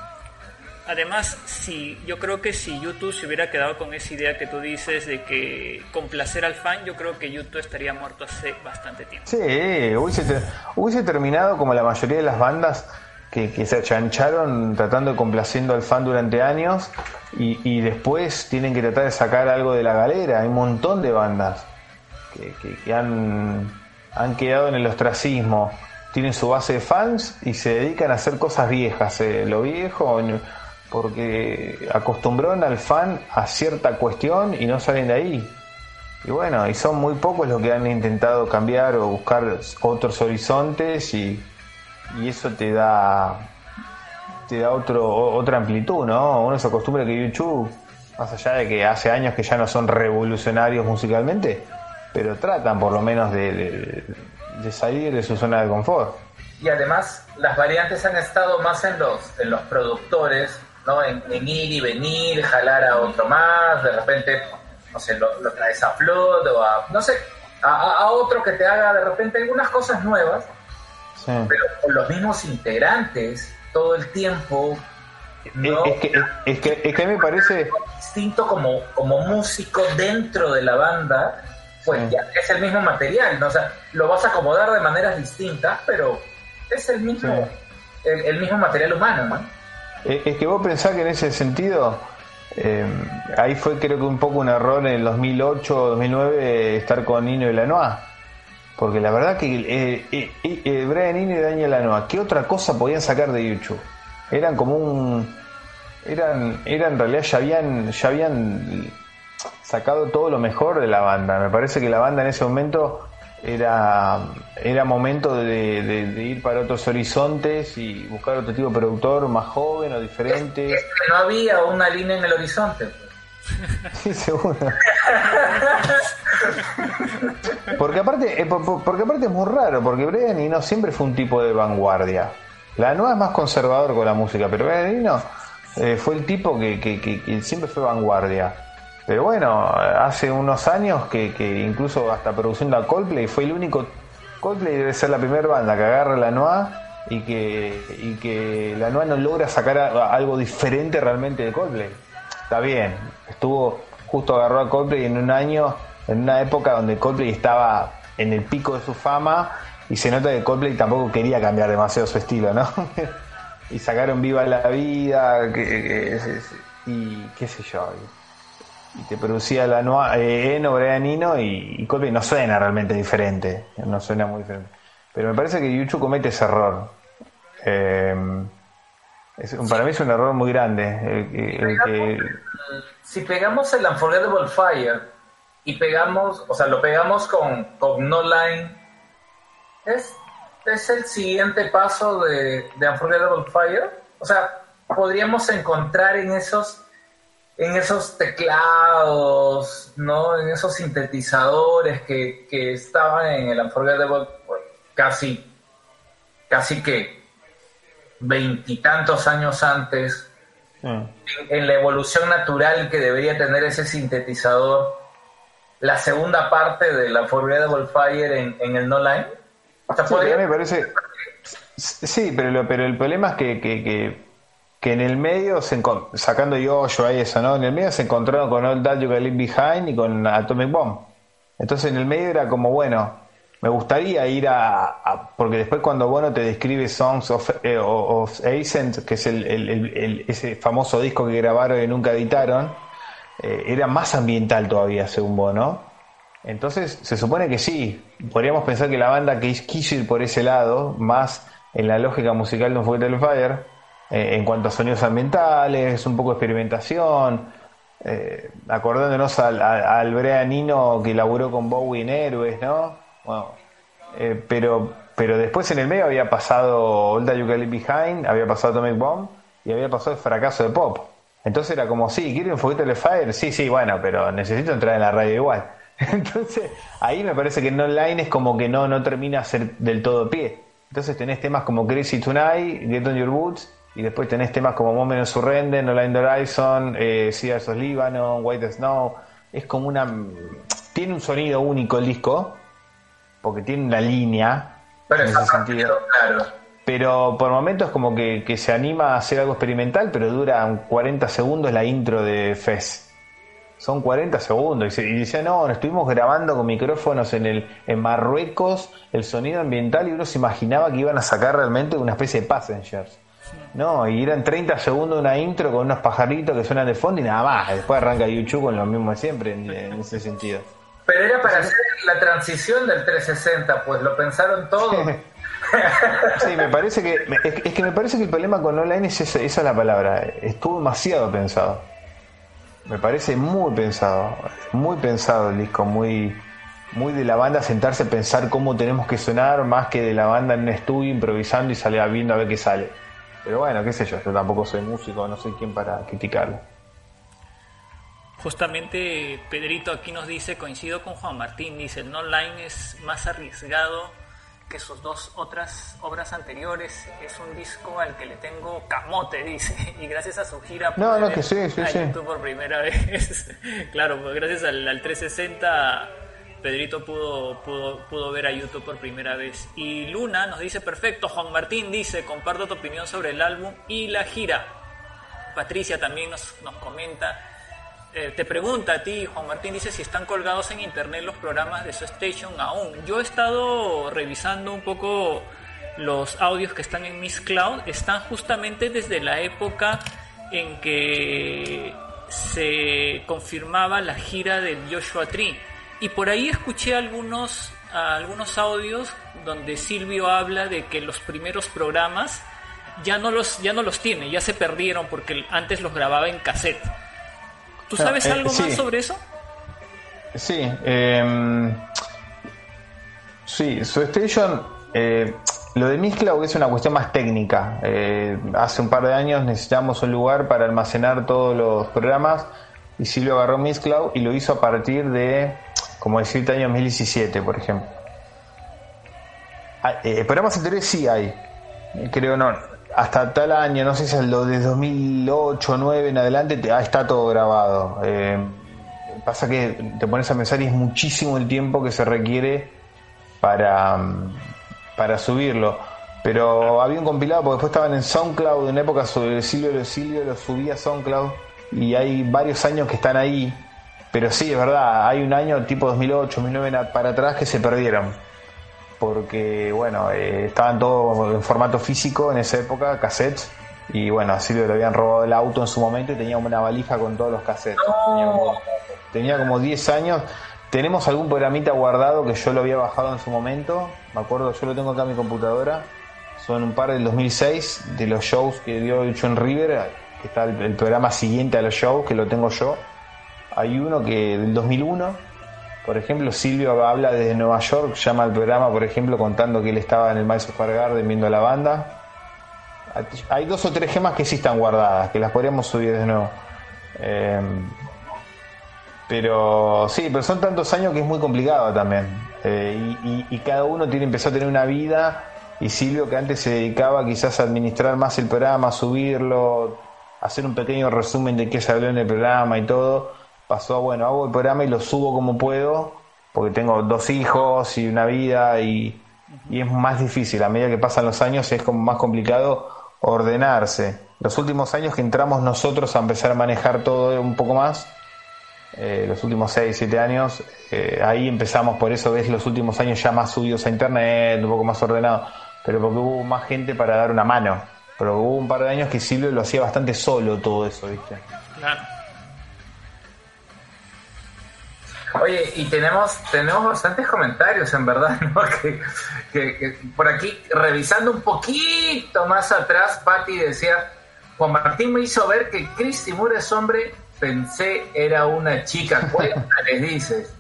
A: Además, si yo creo que si YouTube se hubiera quedado con esa idea que tú dices de que complacer al fan, yo creo que YouTube estaría muerto hace bastante tiempo.
D: Sí, hubiese, ter- hubiese terminado como la mayoría de las bandas que, que se achancharon tratando de complaciendo al fan durante años y, y después tienen que tratar de sacar algo de la galera. Hay un montón de bandas que, que, que han, han quedado en el ostracismo. Tienen su base de fans y se dedican a hacer cosas viejas, eh, lo viejo, porque acostumbraron al fan a cierta cuestión y no salen de ahí. Y bueno, y son muy pocos los que han intentado cambiar o buscar otros horizontes y, y eso te da te da otro otra amplitud, ¿no? Uno se acostumbra que YouTube, más allá de que hace años que ya no son revolucionarios musicalmente, pero tratan por lo menos de, de, de salir de su zona de confort.
B: Y además las variantes han estado más en los en los productores, ¿no? En, en ir y venir, jalar a otro más, de repente, no sé, lo, lo traes a Flood o a, no sé, a, a otro que te haga de repente algunas cosas nuevas, sí. Pero con los mismos integrantes todo el tiempo, ¿no?
D: Es, es, que, es, que, es que a mí me parece
B: distinto como, como músico dentro de la banda, pues sí. Ya es el mismo material, ¿no? O sea, lo vas a acomodar de maneras distintas, pero es el mismo, sí. el, el mismo material humano, ¿no?
D: Es que vos pensás que en ese sentido, eh, ahí fue creo que un poco un error en el dos mil ocho o dos mil nueve estar con Eno y Lanois, porque la verdad que eh, eh, eh, Brian Eno y Daniel Lanois, ¿qué otra cosa podían sacar de YouTube? Eran como un... Eran, eran en realidad ya habían, ya habían sacado todo lo mejor de la banda. Me parece que la banda en ese momento era, era momento de, de, de ir para otros horizontes y buscar otro tipo de productor más joven o diferente.
B: Es, es que no había una línea en el horizonte.
D: Sí, seguro. Porque aparte, porque aparte es muy raro, porque Brian Eno siempre fue un tipo de vanguardia. Lanois es más conservador con la música, pero Brian Eno eh, fue el tipo que, que, que, que siempre fue vanguardia. Pero bueno, hace unos años que, que incluso hasta produciendo a Coldplay fue el único. Coldplay debe ser la primera banda que agarra Lanois y que, y que Lanois no logra sacar a, algo diferente realmente de Coldplay. Está bien, estuvo justo agarró a Coldplay en un año, en una época donde Coldplay estaba en el pico de su fama y se nota que Coldplay tampoco quería cambiar demasiado su estilo, ¿no? Y sacaron Viva la Vida, que, que, y qué sé yo. Y te producía la Noa, eh, Eno, Brian Eno y, y Coldplay no suena realmente diferente, no suena muy diferente. Pero me parece que YouTube comete ese error. Eh, es, para mí es un error muy grande. El, el que...
B: Si pegamos el Unforgettable Fire y pegamos, o sea, lo pegamos con, con No Line, es, es el siguiente paso de, de Unforgettable Fire. O sea, podríamos encontrar en esos en esos teclados, ¿no? En esos sintetizadores que, que estaban en el Unforgettable, pues, casi, casi que veintitantos años antes, mm. en, en la evolución natural que debería tener ese sintetizador, la segunda parte del Unforgettable Fire en, en el No Line. O sea,
D: sí,
B: podría...
D: me parece... Sí, pero, lo, pero el problema es que... que, que... que en el medio, se encont- sacando yo-yo a eso, ¿no? En el medio se encontraron con All That You Can Leave Behind y con Atomic Bomb. Entonces en el medio era como, bueno, me gustaría ir a... a porque después cuando Bono te describe Songs of, eh, of Ascent, que es el, el, el, el, ese famoso disco que grabaron y nunca editaron, eh, era más ambiental todavía, según Bono. Entonces se supone que sí, podríamos pensar que la banda que quiso ir por ese lado, más en la lógica musical de Unforgettable Fire, en cuanto a sonidos ambientales, un poco de experimentación, eh, acordándonos al, al, al Brian Eno que laburó con Bowie en Héroes, ¿no? Bueno, eh, pero, pero después en el medio había pasado All That You Can Leave Behind, había pasado Atomic Bomb y había pasado el fracaso de Pop. Entonces era como, sí, ¿quieren Unforgettable Fire? Sí, sí, bueno, pero necesito entrar en la radio igual. Entonces ahí me parece que No Line es como que no, no termina a ser del todo pie. Entonces tenés temas como Crazy Tonight, Get On Your Boots, y después tenés temas como Moment of Surrender, No Line Horizon, eh, Sears of Lebanon, White Snow. Es como una... Tiene un sonido único el disco, porque tiene una línea,
B: pero
D: en ese sentido.
B: Claro.
D: Pero por momentos como que, que se anima a hacer algo experimental, pero dura cuarenta segundos la intro de Fez. Son cuarenta segundos. Y, se, y decía, no, nos estuvimos grabando con micrófonos en el en Marruecos, el sonido ambiental, y uno se imaginaba que iban a sacar realmente una especie de Passengers. No, y eran treinta segundos una intro con unos pajaritos que suenan de fondo y nada más. Después arranca YouTube con lo mismo de siempre en, en ese sentido.
B: Pero era para hacer la transición del trescientos sesenta, pues lo pensaron todo.
D: Sí, me parece que es, es que me parece que el problema con online es esa, esa es la palabra. Estuvo demasiado pensado. Me parece muy pensado, muy pensado el disco, muy muy de la banda sentarse a pensar cómo tenemos que sonar, más que de la banda en un estudio improvisando y salir viendo a ver qué sale. Pero bueno, qué sé yo, yo tampoco soy músico, no soy quien para criticarlo.
A: Justamente Pedrito aquí nos dice, coincido con Juan Martín, dice, el online es más arriesgado que sus dos otras obras anteriores, es un disco al que le tengo camote, dice, y gracias a su gira
D: no, no, que sí, sí,
A: a
D: sí.
A: YouTube por primera vez. Claro, pues gracias al, al trescientos sesenta Pedrito pudo, pudo, pudo ver a YouTube por primera vez. Y Luna nos dice, perfecto, Juan Martín dice, comparto tu opinión sobre el álbum y la gira. Patricia también nos, nos comenta, eh, te pregunta a ti, Juan Martín, dice si están colgados en internet los programas de su station aún. Yo he estado revisando un poco los audios que están en Miss Cloud, están justamente desde la época en que se confirmaba la gira del Joshua Tree. Y por ahí escuché algunos, uh, algunos audios donde Silvio habla de que los primeros programas ya no los, ya no los tiene, ya se perdieron porque antes los grababa en cassette. ¿Tú sabes
D: eh,
A: algo
D: sí.
A: más sobre eso?
D: Sí, eh, sí, su station, eh, lo de Mixcloud es una cuestión más técnica. Eh, hace un par de años necesitamos un lugar para almacenar todos los programas y Silvio agarró Mixcloud y lo hizo a partir de, como decirte, año dos mil diecisiete, por ejemplo. Ah, eh, programas anteriores sí hay, creo no, hasta tal año, no sé si es lo de dos mil ocho o dos mil nueve en adelante, te, ah, está todo grabado. Eh, pasa que te pones a pensar y es muchísimo el tiempo que se requiere para, para subirlo. Pero había un compilado, porque después estaban en SoundCloud, en época sobre Silvio, Silvio lo subía a SoundCloud y hay varios años que están ahí. Pero sí, es verdad, hay un año tipo dos mil ocho, dos mil nueve para atrás que se perdieron. Porque, bueno, eh, estaban todos en formato físico en esa época, cassettes. Y bueno, a Silvio le habían robado el auto en su momento y tenía una valija con todos los cassettes. Tenía como, tenía como diez años. Tenemos algún programita guardado que yo lo había bajado en su momento. Me acuerdo, yo lo tengo acá en mi computadora. Son un par del dos mil seis, de los shows que dio John River, que está el, el programa siguiente a los shows, que lo tengo yo. Hay uno que del dos mil uno, por ejemplo, Silvio habla desde Nueva York, llama al programa, por ejemplo, contando que él estaba en el Madison Square Garden viendo a la banda. Hay dos o tres gemas que sí están guardadas, que las podríamos subir de nuevo. Eh, pero sí, pero son tantos años que es muy complicado también. Eh, y, y, y cada uno tiene, empezó a tener una vida, y Silvio, que antes se dedicaba quizás a administrar más el programa, a subirlo, a hacer un pequeño resumen de qué se habló en el programa y todo, pasó a, bueno, hago el programa y lo subo como puedo, porque tengo dos hijos y una vida, y, y es más difícil. A medida que pasan los años es como más complicado ordenarse. Los últimos años que entramos nosotros a empezar a manejar todo un poco más, eh, los últimos seis, siete años, eh, ahí empezamos, por eso ves los últimos años ya más subidos a internet, un poco más ordenado, pero porque hubo más gente para dar una mano. Pero hubo un par de años que Silvio lo hacía bastante solo todo eso, ¿viste?
A: Claro.
B: Oye, y tenemos tenemos bastantes comentarios, en verdad, ¿no? Que, que, que por aquí, revisando un poquito más atrás, Patti decía, Juan Martín me hizo ver que Christy Moore es hombre, pensé era una chica. Cuéntales, dices.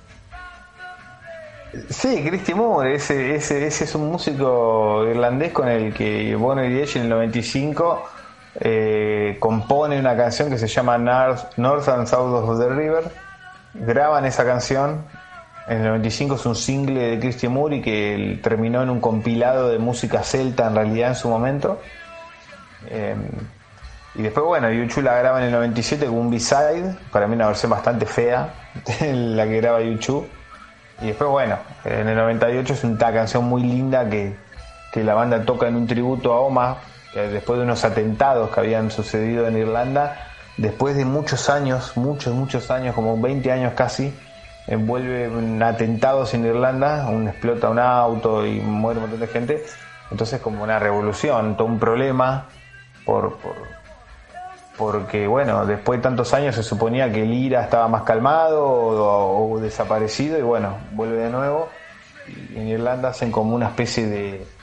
D: Sí, Christy Moore, ese, ese, ese es un músico irlandés con el que Bono y Diez en el noventa y cinco eh, compone una canción que se llama North, North and South of the River. Graban esa canción en el noventa y cinco, es un single de Christy Moore y que terminó en un compilado de música celta en realidad en su momento. Eh, y después, bueno, U dos la graba en el noventa y siete con un B-side, para mí una versión bastante fea, la que graba U dos. Y después, bueno, en el noventa y ocho es una canción muy linda que, que la banda toca en un tributo a Omagh, que después de unos atentados que habían sucedido en Irlanda. Después de muchos años, muchos, muchos años, como veinte años casi, envuelve atentados en Irlanda, un, explota un auto y muere un montón de gente. Entonces como una revolución, todo un problema, por, por porque bueno, después de tantos años se suponía que el IRA estaba más calmado o, o desaparecido, y bueno, vuelve de nuevo. Y en Irlanda hacen como una especie de,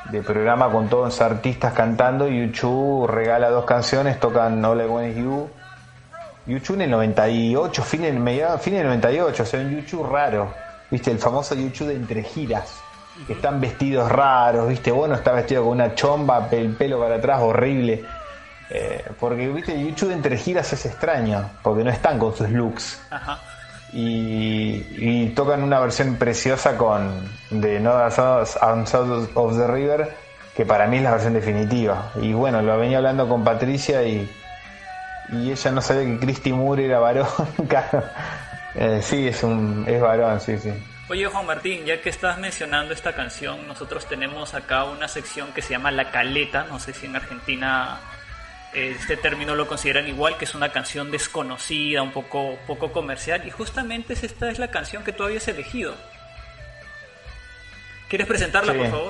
D: de programa con todos los artistas cantando. y U dos regala dos canciones, tocan All I Want Is You. U dos en el noventa y ocho, fin en media, fin del noventa y ocho, o sea, un U dos raro, viste, el famoso U dos de entre giras, que están vestidos raros, viste, bueno, está vestido con una chomba, el pelo para atrás, horrible, eh, porque viste, U dos de entre giras es extraño, porque no están con sus looks.
A: Ajá.
D: Y, y tocan una versión preciosa con de No South of the River, que para mí es la versión definitiva. Y bueno, lo venía hablando con Patricia y, y ella no sabía que Christy Moore era varón. Claro. eh, sí, es un es varón, sí, sí.
A: Oye, Juan Martín, ya que estás mencionando esta canción, nosotros tenemos acá una sección que se llama La Caleta, no sé si en Argentina este término lo consideran igual, que es una canción desconocida, un poco, poco comercial, y justamente esta es la canción que tú habías elegido. ¿Quieres presentarla,
D: Sí.
A: por favor?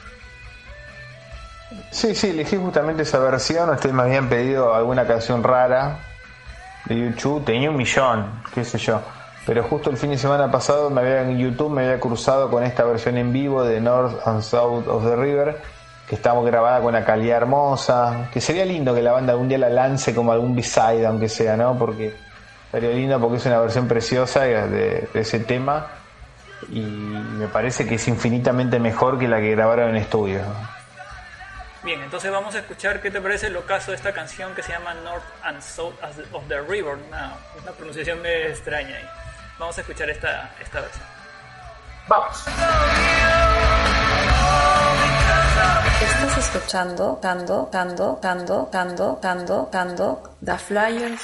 D: Sí, sí, elegí justamente esa versión. Ustedes me habían pedido alguna canción rara de U dos, tenía un millón, qué sé yo. Pero justo el fin de semana pasado me había, en YouTube me había cruzado con esta versión en vivo de North and South of the River, que estamos grabada con una calidad hermosa, que sería lindo que la banda algún día la lance como algún B-side, aunque sea, ¿no? Porque sería lindo, porque es una versión preciosa de, de ese tema, y me parece que es infinitamente mejor que la que grabaron en estudio.
A: Bien, entonces vamos a escuchar qué te parece el ocaso de esta canción que se llama North and South of the River. Una, una pronunciación medio extraña ahí. Vamos a escuchar esta, esta versión.
B: Vamos.
C: Estás escuchando, cando, cando, cando, cando, cando, cando, The Flyers.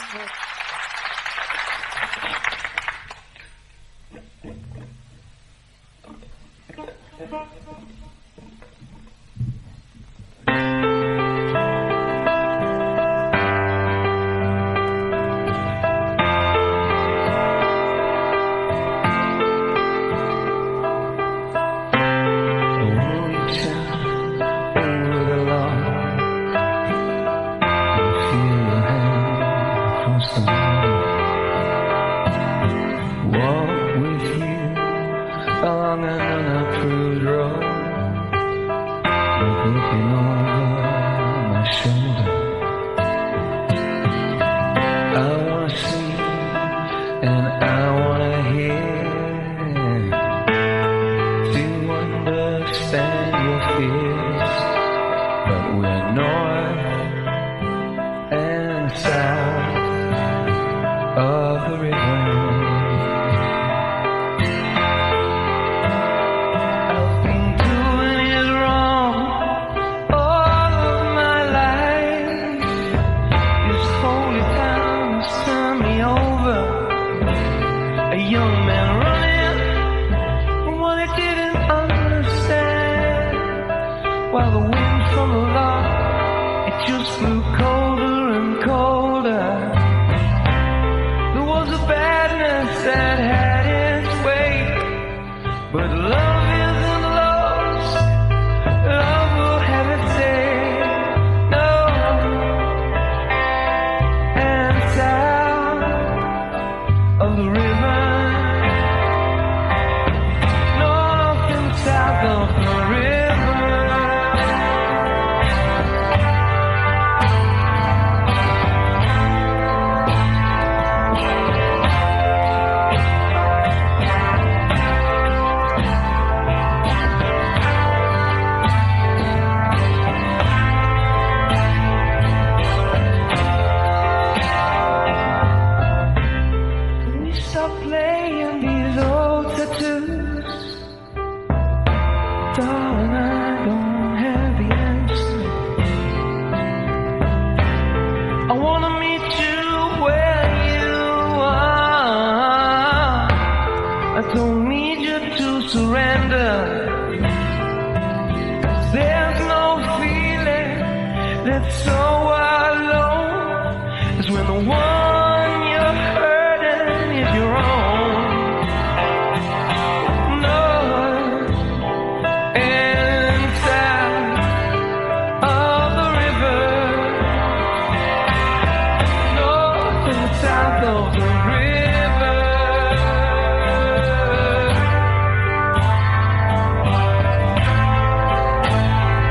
E: River.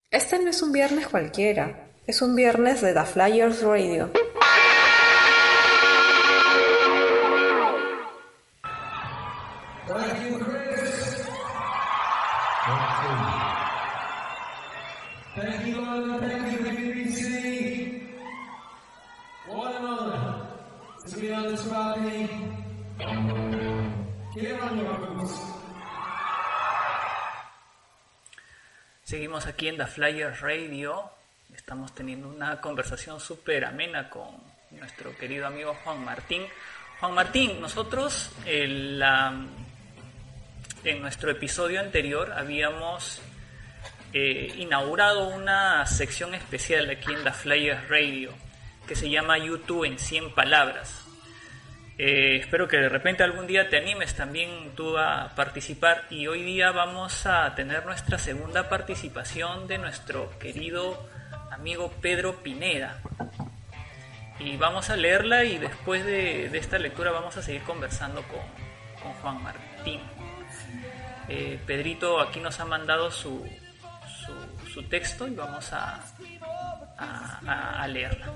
C: Este no es un viernes cualquiera, es un viernes de The Flyers Radio.
E: Thank you, Chris. Thank you, London. Thank you, B B C. What an honor to be on this balcony. Get on your boots.
A: Seguimos aquí en The Flyers Radio. Estamos teniendo una conversación súper amena con nuestro querido amigo Juan Martín. Juan Martín, nosotros en, la, en nuestro episodio anterior habíamos eh, inaugurado una sección especial aquí en The Flyers Radio que se llama YouTube en cien palabras. Eh, espero que de repente algún día te animes también tú a participar, y hoy día vamos a tener nuestra segunda participación de nuestro querido amigo Pedro Pineda, y vamos a leerla, y después de, de esta lectura vamos a seguir conversando con, con Juan Martín. eh, Pedrito aquí nos ha mandado su, su, su texto y vamos a, a, a, a leerla.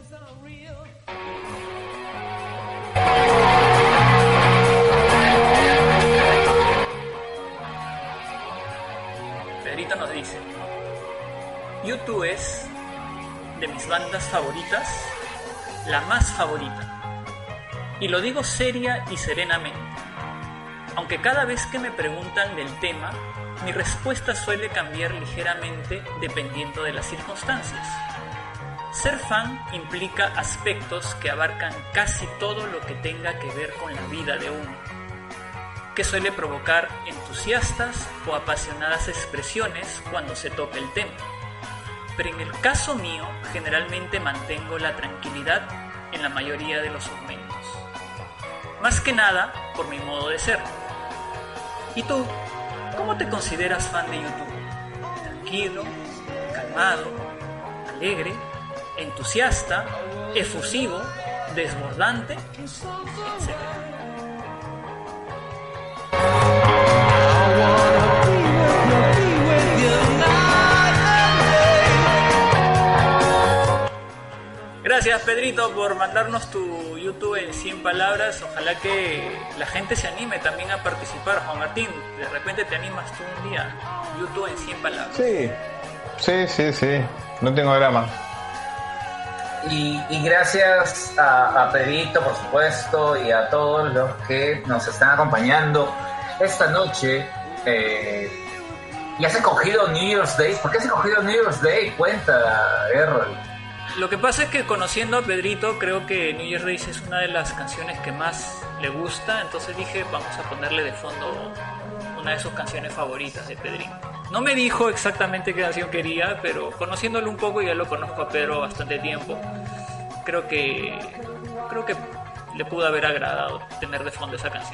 A: Pedrito nos dice: YouTube es, de mis bandas favoritas, la más favorita. Y lo digo seria y serenamente. Aunque cada vez que me preguntan del tema, mi respuesta suele cambiar ligeramente dependiendo de las circunstancias. Ser fan implica aspectos que abarcan casi todo lo que tenga que ver con la vida de uno, que suele provocar entusiastas o apasionadas expresiones cuando se toca el tema. Pero en el caso mío, generalmente mantengo la tranquilidad en la mayoría de los segmentos. Más que nada por mi modo de ser. ¿Y tú? ¿Cómo te consideras fan de YouTube? ¿Tranquilo? ¿Calmado? ¿Alegre? ¿Entusiasta? ¿Efusivo? ¿Desbordante? Etcétera. Gracias, Pedrito, por mandarnos tu YouTube en cien palabras. Ojalá que la gente se anime también a participar. Juan Martín, de repente te animas tú un día. YouTube en cien palabras.
D: Sí, sí, sí, sí. No tengo drama.
B: Y, y gracias a, a Pedrito, por supuesto, y a todos los que nos están acompañando esta noche. Eh, ¿Y has escogido New Year's Day? ¿Por qué has escogido New Year's Day? Cuenta, Errol.
A: Lo que pasa es que, conociendo a Pedrito, creo que New Year's Day es una de las canciones que más le gusta. Entonces dije, vamos a ponerle de fondo una de sus canciones favoritas de Pedrito. No me dijo exactamente qué canción quería, pero conociéndolo un poco, ya lo conozco a Pedro bastante tiempo, creo que creo que le pudo haber agradado tener de fondo esa canción.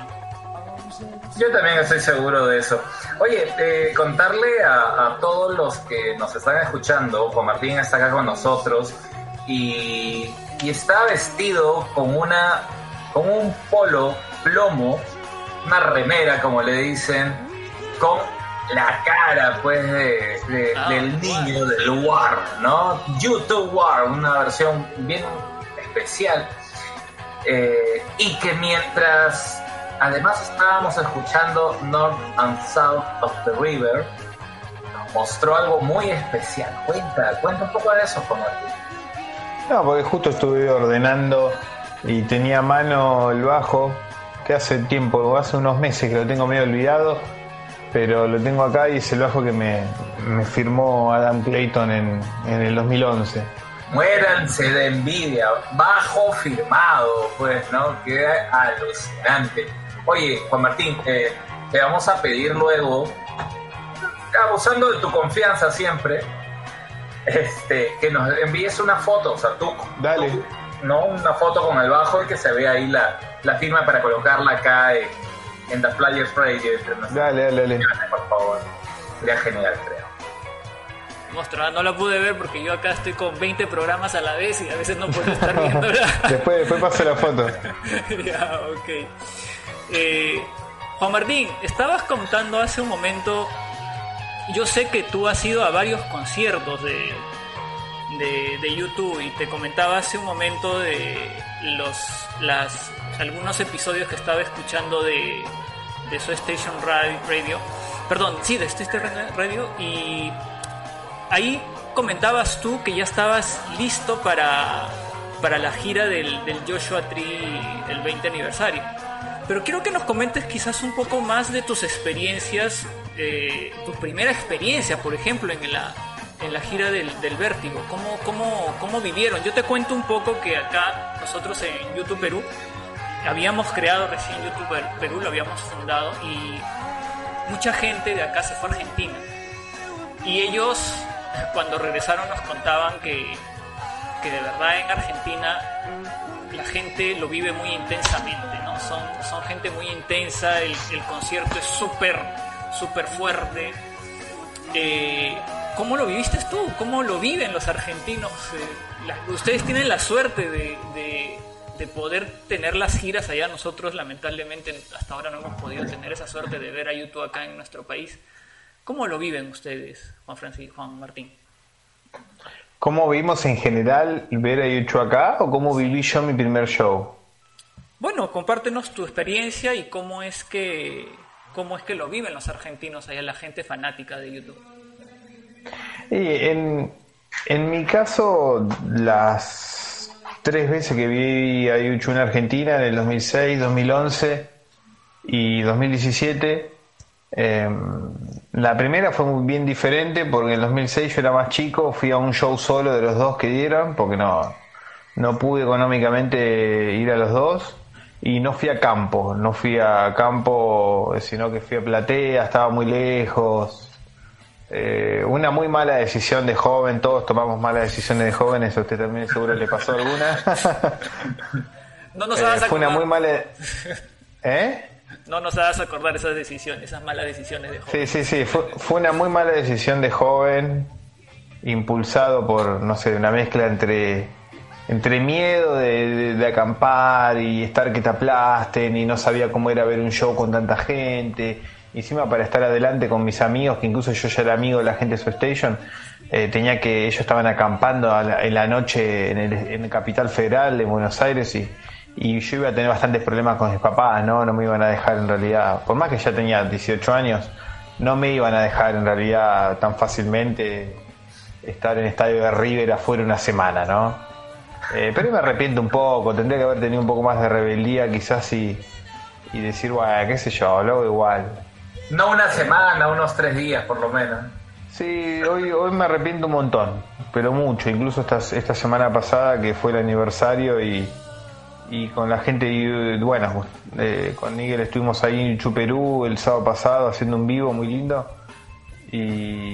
B: Yo también estoy seguro de eso. Oye, eh, contarle a, a todos los que nos están escuchando, Juan Martín está acá con nosotros y, y está vestido con una con un polo plomo, una remera, como le dicen, con la cara, pues, de, de,
A: ah,
B: del niño del War, ¿no? YouTube War, una versión bien especial. Eh, y que mientras además estábamos escuchando North and South of the River, nos mostró algo muy especial. Cuenta, cuenta un poco de eso, Juan Martín.
D: No, porque justo estuve ordenando y tenía a mano el bajo, que hace tiempo, hace unos meses que lo tengo medio olvidado, pero lo tengo acá y es el bajo que me, me firmó Adam Clayton en, en el dos mil once.
B: Muéranse de envidia, bajo firmado, pues, ¿no? Queda alucinante. Oye, Juan Martín, eh, te vamos a pedir luego, abusando de tu confianza siempre, este, que nos envíes una foto, o sea, tú,
D: Dale.
B: tú, ¿no? Una foto con el bajo y que se vea ahí la, la firma para colocarla acá en, en The Flyers Radio.
D: Dale, dale, dale.
B: Por favor, sería genial, creo.
A: Monstruo, no la pude ver porque yo acá estoy con veinte programas a la vez y a veces no puedo estar viéndola.
D: después, después paso la foto.
A: Ya, ok. Eh, Juan Martín, estabas contando hace un momento yo sé que tú has ido a varios conciertos de, de, de YouTube y te comentaba hace un momento de los las algunos episodios que estaba escuchando de, de su Station Radio, perdón, sí, de Station Radio, y ahí comentabas tú que ya estabas listo para, para la gira del, del Joshua Tree, el veinte aniversario. Pero quiero que nos comentes quizás un poco más de tus experiencias, eh, tu primera experiencia, por ejemplo, en la, en la gira del, del Vértigo. ¿Cómo, cómo, ¿Cómo vivieron? Yo te cuento un poco que acá nosotros en YouTube Perú habíamos creado recién YouTube Perú, lo habíamos fundado, y mucha gente de acá se fue a Argentina. Y ellos, cuando regresaron, nos contaban que, que de verdad en Argentina la gente lo vive muy intensamente, ¿no? Son, son gente muy intensa, el, el concierto es súper, súper fuerte. Eh, ¿Cómo lo viviste tú? ¿Cómo lo viven los argentinos? Eh, la, ustedes tienen la suerte de, de, de poder tener las giras allá. Nosotros, lamentablemente, hasta ahora no hemos podido tener esa suerte de ver a YouTube acá en nuestro país. ¿Cómo lo viven ustedes, Juan Francisco, Juan Martín?
D: ¿Cómo vimos en general ver a YouTube acá o cómo viví yo mi primer show?
A: Bueno, compártenos tu experiencia y cómo es que cómo es que lo viven los argentinos allá, la gente fanática de YouTube.
D: Y en, en mi caso, las tres veces que vi a YouTube en Argentina, en el dos mil seis, dos mil once y dos mil diecisiete, eh, la primera fue muy bien diferente porque en el dos mil seis yo era más chico, fui a un show solo de los dos que dieron porque no, no pude económicamente ir a los dos, y no fui a campo, no fui a campo sino que fui a platea, estaba muy lejos. Eh, una muy mala decisión de joven, todos tomamos malas decisiones de jóvenes, a usted también seguro le pasó alguna.
A: No nos hagas
D: eh, fue una muy mala... ¿Eh?
A: No nos hagas acordar esas decisiones, esas malas decisiones de joven.
D: Sí, sí, sí, fue, fue una muy mala decisión de joven, impulsado por, no sé, una mezcla entre entre miedo de, de, de acampar y estar que te aplasten, y no sabía cómo era ver un show con tanta gente. Encima, para estar adelante con mis amigos, que incluso yo ya era amigo de la gente de su station, eh, tenía que, ellos estaban acampando a la, en la noche en el, en el Capital Federal de Buenos Aires, y y yo iba a tener bastantes problemas con mis papás, ¿no? No me iban a dejar en realidad, por más que ya tenía dieciocho años, no me iban a dejar en realidad tan fácilmente estar en el estadio de River afuera una semana, ¿no? Eh, pero me arrepiento un poco, tendría que haber tenido un poco más de rebeldía quizás y, y decir, bueno, qué sé yo, lo hago igual.
B: No una semana, unos tres días por lo menos.
D: Sí, hoy, hoy me arrepiento un montón, pero mucho, incluso esta, esta semana pasada que fue el aniversario y y con la gente, bueno, eh, con Miguel estuvimos ahí en YouTube Perú el sábado pasado haciendo un vivo muy lindo, y,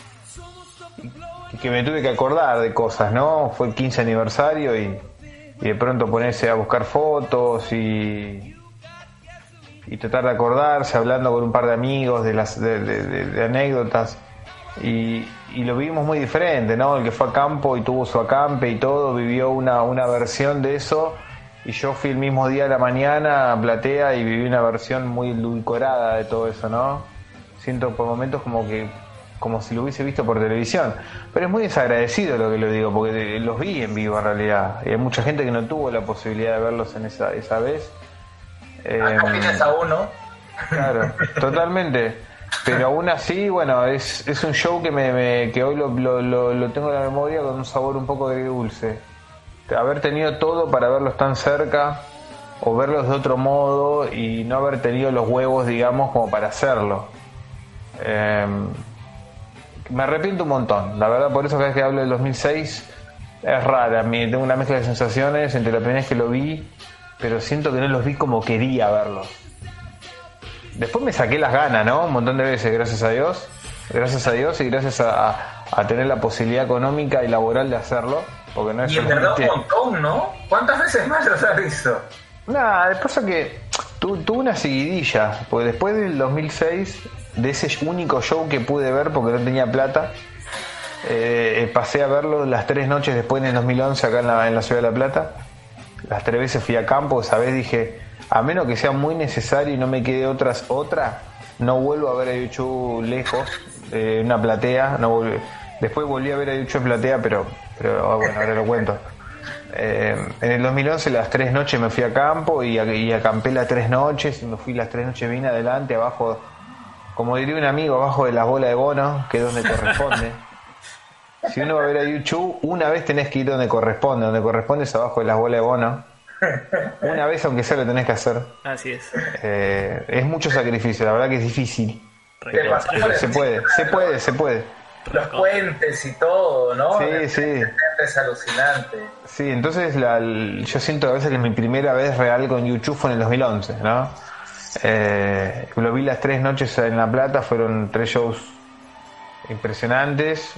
D: y que me tuve que acordar de cosas, ¿no? Fue el quince aniversario y, y de pronto ponerse a buscar fotos y, y tratar de acordarse, hablando con un par de amigos de las de, de, de, de anécdotas, y, y lo vivimos muy diferente, ¿no? El que fue a campo y tuvo su acampe y todo, vivió una, una versión de eso. Y yo fui el mismo día a la mañana a platea y viví una versión muy edulcorada de todo eso, ¿no? Siento por momentos como que como si lo hubiese visto por televisión. Pero es muy desagradecido lo que lo digo, porque los vi en vivo en realidad. Y hay mucha gente que no tuvo la posibilidad de verlos en esa, esa vez.
B: Acá tienes a uno.
D: Claro, totalmente. Pero aún así, bueno, es, es un show que, me, me, que hoy lo, lo, lo, lo tengo en la memoria con un sabor un poco agridulce. Haber tenido todo para verlos tan cerca o verlos de otro modo y no haber tenido los huevos, digamos, como para hacerlo. Eh, me arrepiento un montón, la verdad. Por eso cada vez que hablo del dos mil seis es rara. Tengo una mezcla de sensaciones entre la primera vez que lo vi, pero siento que no los vi como quería verlos. Después me saqué las ganas, ¿no? Un montón de veces, gracias a Dios. Gracias a Dios y gracias a, a, a tener la posibilidad económica y laboral de hacerlo. Porque no es
B: y en verdad un montón, ¿no? ¿Cuántas veces más los has visto?
D: Nada, después que tu, tuve una seguidilla, porque después del dos mil seis, de ese único show que pude ver porque no tenía plata, eh, pasé a verlo las tres noches después en el dos mil once acá en la, en la Ciudad de La Plata. Las tres veces fui a campo, esa vez dije, a menos que sea muy necesario y no me quede otras otra, no vuelvo a ver a YouTube lejos, eh, en una platea. No volví, después volví a ver a U dos en platea, pero, pero bueno, ahora lo cuento. Eh, en el dos mil once las tres noches me fui a campo y, y acampé las tres noches, y me fui las tres noches bien adelante, abajo, como diría un amigo, abajo de las bolas de bono, que es donde corresponde. Si uno va a ver a YouTube, una vez tenés que ir donde corresponde, donde corresponde es abajo de las bolas de bono. Una vez, aunque sea, lo tenés que hacer.
A: Así es.
D: Eh, es mucho sacrificio, la verdad que es difícil.
B: Te pasó por
D: Se
B: el-
D: puede, se puede, se puede.
B: Los puentes y todo, ¿no?
D: Sí, sí.
B: Es alucinante.
D: Sí, entonces la, yo siento a veces que mi primera vez real con YouTube fue en el dos mil once, ¿no? Eh, lo vi las tres noches en La Plata, fueron tres shows impresionantes.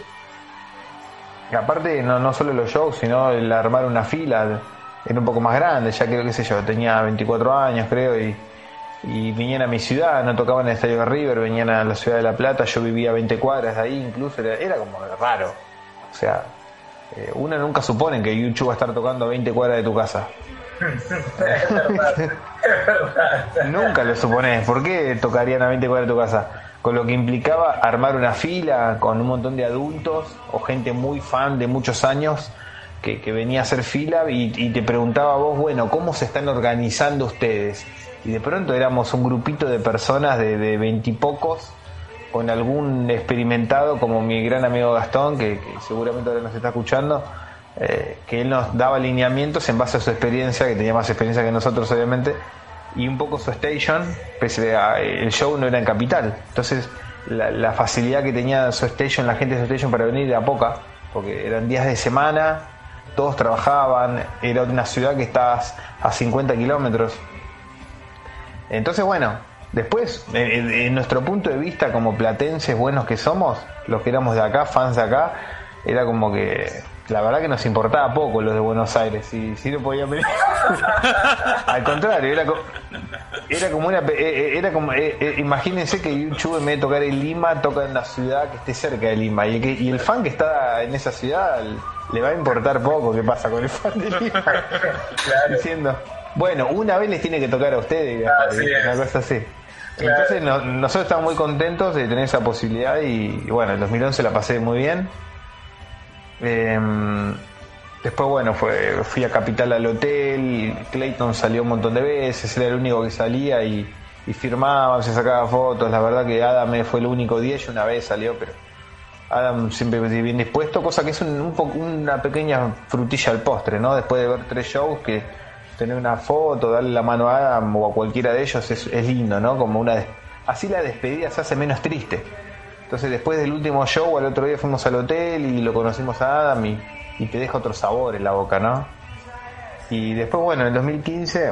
D: Y aparte, no, no solo los shows, sino el armar una fila, era un poco más grande, ya creo, qué sé yo, tenía veinticuatro años, creo, y, y venían a mi ciudad, no tocaban en el Estadio de River, venían a la ciudad de La Plata, yo vivía a veinte cuadras de ahí, incluso era, era como raro. O sea, eh, uno nunca supone que YouTube va a estar tocando a veinte cuadras de tu casa.
B: Es verdad, es verdad.
D: Nunca lo supones. ¿Por qué tocarían a veinte cuadras de tu casa? Con lo que implicaba armar una fila con un montón de adultos o gente muy fan de muchos años que, que venía a hacer fila y, y te preguntaba a vos, bueno, ¿cómo se están organizando ustedes? Y de pronto éramos un grupito de personas de veintipocos con algún experimentado como mi gran amigo Gastón, que, que seguramente ahora nos está escuchando, eh, que él nos daba lineamientos en base a su experiencia, que tenía más experiencia que nosotros obviamente, y un poco su station, pese a el show no era en Capital, entonces la, la facilidad que tenía su station, la gente de su station para venir era poca, porque eran días de semana, todos trabajaban, era una ciudad que estaba a cincuenta kilómetros. Entonces bueno, después en, en nuestro punto de vista como platenses buenos que somos, los que éramos de acá, fans de acá, era como que la verdad que nos importaba poco los de Buenos Aires, y si no podían venir. Al contrario, era, co- era como una eh, era como eh, eh, imagínense que YouTube en vez de tocar en Lima toca en una ciudad que esté cerca de Lima, y el, que, y el fan que está en esa ciudad le va a importar poco qué pasa con el fan de Lima.
B: Claro.
D: Diciendo, bueno, una vez les tiene que tocar a ustedes,
B: Así
D: una
B: es.
D: cosa así.
B: Claro.
D: Entonces no- nosotros estamos muy contentos de tener esa posibilidad y, y bueno, en dos mil once la pasé muy bien. Eh, después bueno, fue, fui a Capital al hotel, Clayton salió un montón de veces, era el único que salía y, y firmaba, se sacaba fotos, la verdad que Adam fue el único diez y una vez salió, pero Adam siempre bien dispuesto, cosa que es un, un poco, una pequeña frutilla al postre, ¿no? Después de ver tres shows, que tener una foto, darle la mano a Adam o a cualquiera de ellos es, es lindo, ¿no? Como una des- así la despedida se hace menos triste. Entonces después del último show al otro día fuimos al hotel y lo conocimos a Adam y, y te deja otro sabor en la boca, ¿no? Y después bueno, en el dos mil quince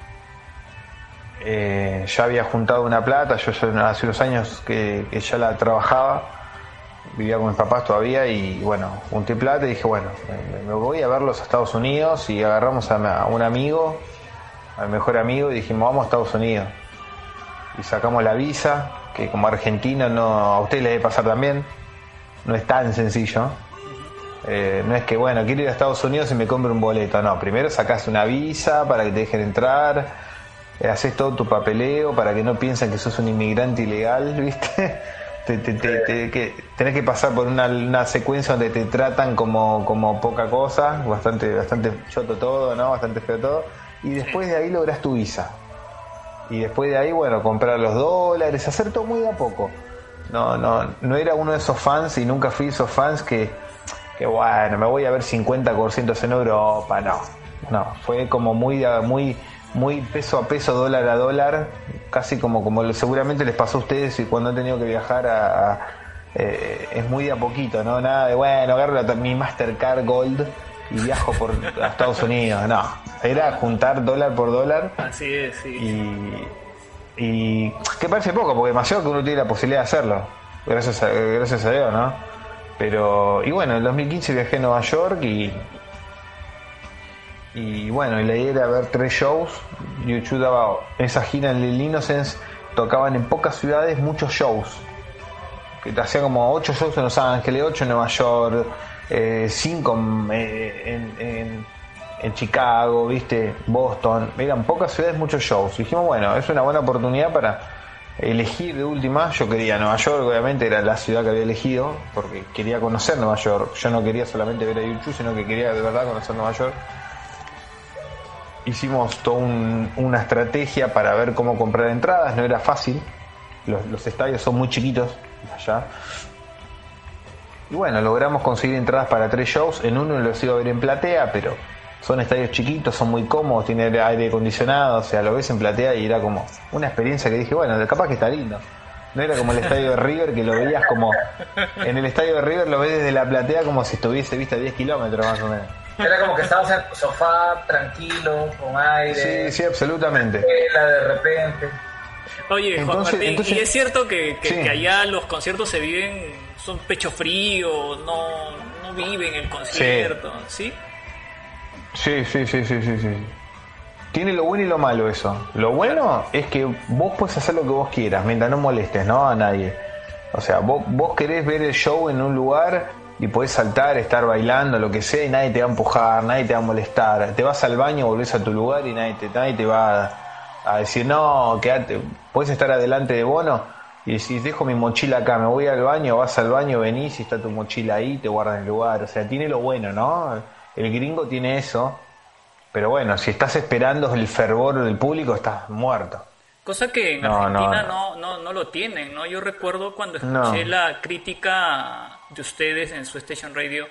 D: eh, ya había juntado una plata, yo ya hace unos años que, que ya la trabajaba, vivía con mis papás todavía y bueno, junté plata y dije bueno, me, me voy a verlos a Estados Unidos, y agarramos a, a un amigo, al mejor amigo, y dijimos vamos a Estados Unidos. Y sacamos la visa, que como argentino no, a ustedes les debe pasar también, no es tan sencillo. Eh, no es que bueno, quiero ir a Estados Unidos y me compro un boleto, no, primero sacás una visa para que te dejen entrar, eh, haces todo tu papeleo para que no piensen que sos un inmigrante ilegal, ¿viste? Te, te, te, te- que, tenés que pasar por una, una secuencia donde te tratan como, como poca cosa, bastante, bastante choto todo, ¿no? Bastante feo todo, y después de ahí lográs tu visa. Y después de ahí, bueno, comprar los dólares, hacer todo muy de a poco. No, no, no era uno de esos fans, y nunca fui esos fans que, que bueno, me voy a ver cincuenta conciertos en Europa, no. No, fue como muy, muy, muy peso a peso, dólar a dólar, casi como, como lo- seguramente les pasó a ustedes y cuando han tenido que viajar a, a- eh, es muy de a poquito, ¿no? Nada de, bueno, agarro la- mi Mastercard Gold y viajo por a Estados Unidos, no. Era juntar dólar por dólar.
A: Así es, sí.
D: Y, y que parece poco, porque demasiado que uno tiene la posibilidad de hacerlo, gracias a, gracias a Dios, ¿no? Pero, y bueno, en el dos mil quince viajé a Nueva York y y bueno, y la idea era ver tres shows. YouTube daba esa gira en Little Innocence, tocaban en pocas ciudades muchos shows, que te hacía como ocho shows en Los Ángeles, ocho en Nueva York, eh, cinco en, en, en, en Chicago, viste, Boston, eran pocas ciudades, muchos shows. Y dijimos, bueno, es una buena oportunidad para elegir de última, yo quería Nueva York, obviamente era la ciudad que había elegido, porque quería conocer Nueva York. Yo no quería solamente ver a U dos, sino que quería de verdad conocer Nueva York. Hicimos toda un, una estrategia para ver cómo comprar entradas, no era fácil. Los, los estadios son muy chiquitos allá. Y bueno, logramos conseguir entradas para tres shows. En uno los iba a ver en platea, pero son estadios chiquitos, son muy cómodos, tiene aire acondicionado, o sea, lo ves en platea y era como una experiencia que dije, bueno, capaz que está lindo. No era como el estadio de River, que lo veías como... En el estadio de River lo ves desde la platea como si estuviese vista a diez kilómetros más o menos.
B: Era como que estabas en tu sofá, tranquilo, con aire.
D: Sí, sí, absolutamente.
B: De repente.
A: Oye, Juan
D: Entonces-
A: Martín,
D: entonces-
A: ¿y es cierto que, que,
D: Sí.
A: que allá los conciertos se viven, son pecho frío, no, no viven el concierto, ¿sí?
D: Sí, sí, sí, sí, sí, sí. Tiene lo bueno y lo malo eso. Lo bueno es que vos puedes hacer lo que vos quieras, mientras no molestes, ¿no? A nadie. O sea, vos, vos querés ver el show en un lugar y podés saltar, estar bailando, lo que sea, y nadie te va a empujar, nadie te va a molestar. Te vas al baño, volvés a tu lugar y nadie te, nadie te va a, a decir, no, quédate. Podés estar adelante de Bono y decís, dejo mi mochila acá, me voy al baño, vas al baño, venís y está tu mochila ahí, te guardan el lugar. O sea, tiene lo bueno, ¿no? El gringo tiene eso. Pero bueno, si estás esperando el fervor del público, estás muerto.
A: Cosa que en
D: No,
A: Argentina
D: no,
A: no, no, no lo tienen, ¿no? Yo recuerdo cuando
D: No.
A: escuché la crítica de ustedes en su Station Radio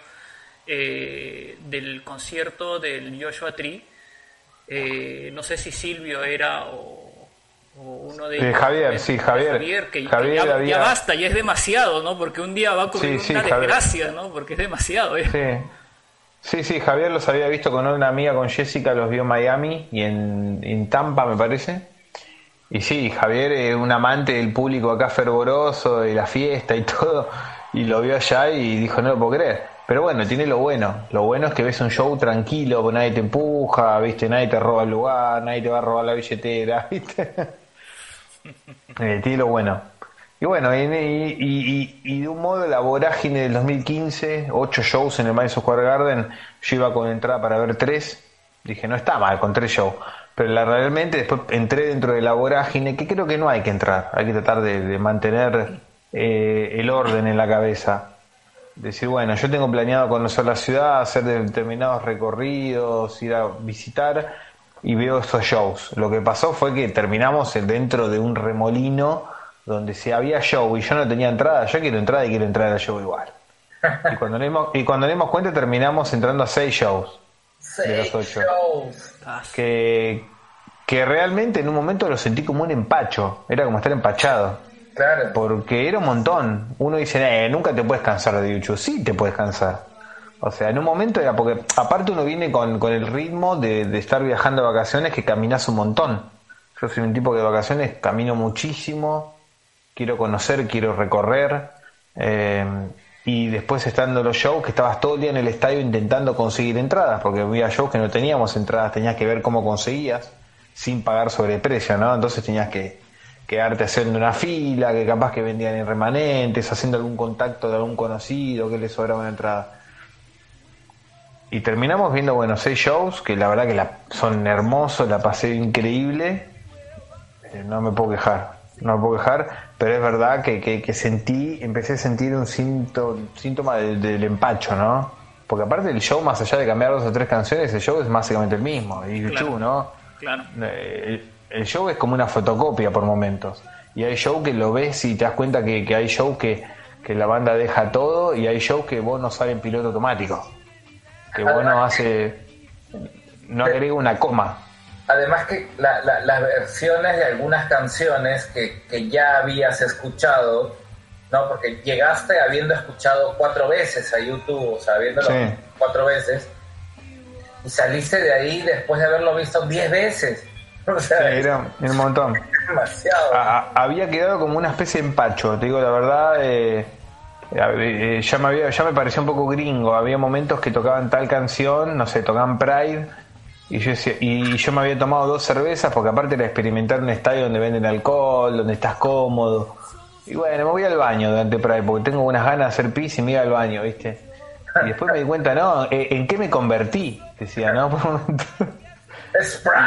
A: eh, del concierto del Joshua Tree, eh, no sé si Silvio era o, o uno de
D: Eh,
A: ellos.
D: Javier,
A: eh,
D: sí, Javier.
A: Javier, que, que
D: Javier
A: ya,
D: había-
A: ya basta, ya es demasiado, ¿no? Porque un día va a ocurrir
D: Sí, sí,
A: una
D: Javier.
A: desgracia, ¿no? Porque es demasiado, ¿eh?
D: Sí. Sí, sí, Javier los había visto con una amiga, con Jessica, los vio en Miami y en, en Tampa, me parece. Y sí, Javier es un amante del público acá fervoroso, de la fiesta y todo, y lo vio allá y dijo, no lo puedo creer. Pero bueno, tiene lo bueno. Lo bueno es que ves un show tranquilo, porque nadie te empuja, ¿viste? Nadie te roba el lugar, nadie te va a robar la billetera, ¿viste? Eh, tiene lo bueno. Y bueno, y, y, y, y de un modo la vorágine del dos mil quince, ocho shows en el Madison Square Garden, yo iba con entrada para ver tres, dije no está mal con tres shows, pero la, realmente después entré dentro de la vorágine, que creo que no hay que entrar, hay que tratar de, de mantener eh, el orden en la cabeza, decir bueno, yo tengo planeado conocer la ciudad, hacer determinados recorridos, ir a visitar y veo esos shows. Lo que pasó fue que terminamos dentro de un remolino donde si había show y yo no tenía entrada, yo quiero entrar y quiero entrar al show igual. Y cuando nos dimos, y cuando nos dimos cuenta terminamos entrando a seis shows de los ocho.
B: Shows.
A: Ah,
D: Que, que realmente en un momento lo sentí como un empacho, era como estar empachado.
B: Claro.
D: Porque era un montón. Uno dice, eh, nunca te puedes cansar de YouTube. Sí te puedes cansar. O sea, en un momento era porque, aparte uno viene con, con el ritmo de, de estar viajando de vacaciones que caminas un montón. Yo soy un tipo que de vacaciones camino muchísimo. Quiero conocer, quiero recorrer, eh, y después estando en los shows, que estabas todo el día en el estadio intentando conseguir entradas, porque había shows que no teníamos entradas, tenías que ver cómo conseguías, sin pagar sobreprecio, ¿no? Entonces tenías que quedarte haciendo una fila, que capaz que vendían en remanentes, haciendo algún contacto de algún conocido que le sobraba una entrada. Y terminamos viendo, bueno, seis shows, que la verdad que la, son hermosos, la pasé increíble, eh, no me puedo quejar. No me puedo quejar, pero es verdad que, que, que sentí, empecé a sentir un síntoma, síntoma del, del empacho, ¿no? Porque aparte el show, más allá de cambiar dos o tres canciones, el show es básicamente el mismo. Y
A: Claro.
D: YouTube, ¿no?
A: claro.
D: Eh, El, el show es como una fotocopia por momentos. Y hay show que lo ves y te das cuenta que, que hay show que, que la banda deja todo, y hay show que vos no sale en piloto automático. Que vos no hace, no agrega una coma.
B: Además que la- la- las versiones de algunas canciones que, que ya habías escuchado, ¿no? Porque llegaste habiendo escuchado cuatro veces a YouTube, o sea, habiéndolo
D: Sí.
B: cuatro veces, y saliste de ahí después de haberlo visto diez veces. O sea,
D: Sí,
B: es
D: era un montón.
B: demasiado.
D: A- a- había quedado como una especie de empacho, te digo la verdad, eh, eh, ya me había, ya me parecía un poco gringo. Había momentos que tocaban tal canción, no sé, tocaban Pride, y yo decía- y yo me había tomado dos cervezas, porque aparte era experimentar un estadio donde venden alcohol, donde estás cómodo. Y bueno, me voy al baño durante Pride, porque tengo unas ganas de hacer pis y me iba al baño, ¿viste? Y después me di cuenta, no, ¿en en qué me convertí? Decía, ¿no? Por un momento.
B: Es Pride.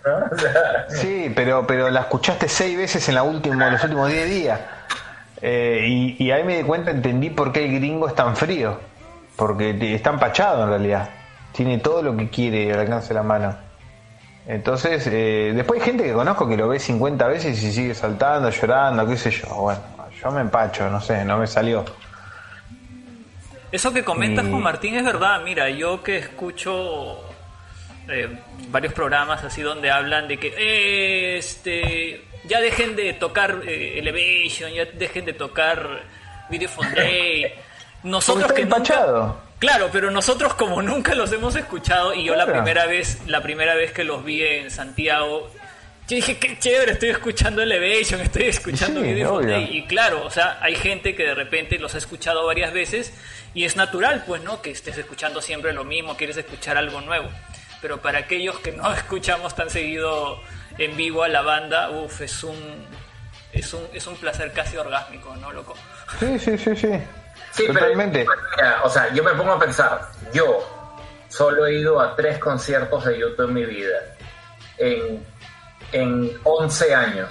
B: ¿no? O sea,
D: Sí, pero pero la escuchaste seis veces en la última, los últimos diez días. Eh, y, y ahí me di cuenta, entendí por qué el gringo es tan frío. Porque te- está empachado en realidad. Tiene todo lo que quiere al alcance de la mano. Entonces, eh, después hay gente que conozco que lo ve cincuenta veces y sigue saltando, llorando, qué sé yo. Bueno, yo me empacho, no sé, no me salió.
A: Eso que comentas,
D: Y-
A: Juan Martín, es verdad. Mira, yo que escucho eh, varios programas así donde hablan de que eh, este ya dejen de tocar eh, Elevation, ya dejen de tocar Video Day. Nosotros
D: Porque
A: que
D: está
A: nunca,
D: empachado.
A: claro, pero nosotros como nunca los hemos escuchado y yo la
D: Claro.
A: primera vez, la primera vez que los vi en Santiago, yo dije qué chévere, estoy escuchando Elevation, estoy escuchando
D: Sí,
A: Video
D: obvio.
A: Day. Y claro, o sea, hay gente que de repente los ha escuchado varias veces y es natural, pues, ¿no? Que estés escuchando siempre lo mismo, quieres escuchar algo nuevo. Pero para aquellos que no escuchamos tan seguido en vivo a la banda, uff, es un, es un, es un placer casi orgásmico, ¿no, loco?
D: Sí, sí, sí, sí.
B: sí,
D: Totalmente.
B: pero mira, o sea, yo me pongo a pensar, yo solo he ido a tres conciertos de YouTube en mi vida, en, en once años.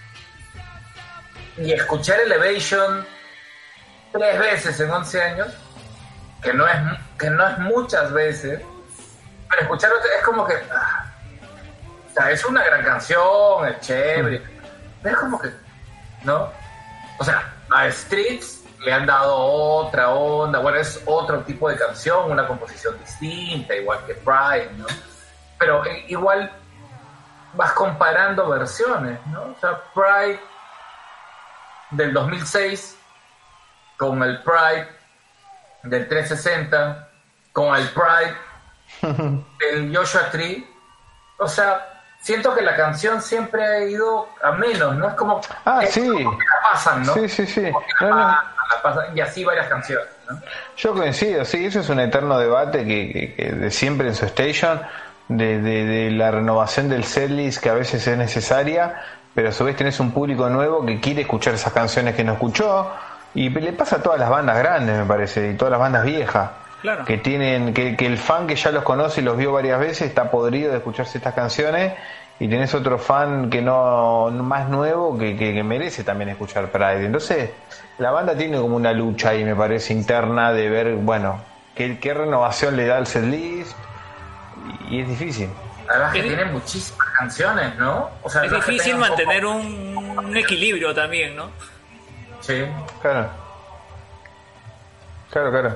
B: Y escuchar Elevation tres veces en once años, que no es, que no es muchas veces, pero escuchar otra- es como que, ah, o sea, es una gran canción, es chévere, pero es como que, ¿no? O sea, a Streets le han dado otra onda, bueno, es otro tipo de canción, una composición distinta, igual que Pride, ¿no? Pero eh, igual vas comparando versiones, ¿no? O sea, Pride del dos mil seis con el Pride del trescientos sesenta, con el Pride del Joshua Tree. O sea, siento que la canción siempre ha ido a menos, ¿no? Es como...
D: Ah,
B: es
D: sí.
B: como que la pasan, ¿no?
D: Sí, sí, sí.
B: Como que la
D: No, no.
B: pasan, la pasan, y así varias canciones, ¿no?
D: Yo coincido, sí, eso es un eterno debate que, que- que de siempre en su station, de, de- de la renovación del setlist que a veces es necesaria, pero a su vez tenés un público nuevo que quiere escuchar esas canciones que no escuchó, y le pasa a todas las bandas grandes, me parece, y todas las bandas viejas,
A: Claro.
D: que tienen, que, que el fan que ya los conoce y los vio varias veces está podrido de escucharse estas canciones, y tenés otro fan que no, más nuevo que, que, que merece también escuchar Pride. Entonces, la banda tiene como una lucha ahí, me parece, interna de ver, bueno, qué, qué renovación le da al setlist, y es difícil.
B: Además que
A: Es-
B: tiene muchísimas canciones, ¿no? O sea,
A: Es
B: no es que
A: difícil
B: tenga un
A: mantener
B: poco-
A: un, un equilibrio también, ¿no?
B: Sí.
D: Claro. Claro, claro.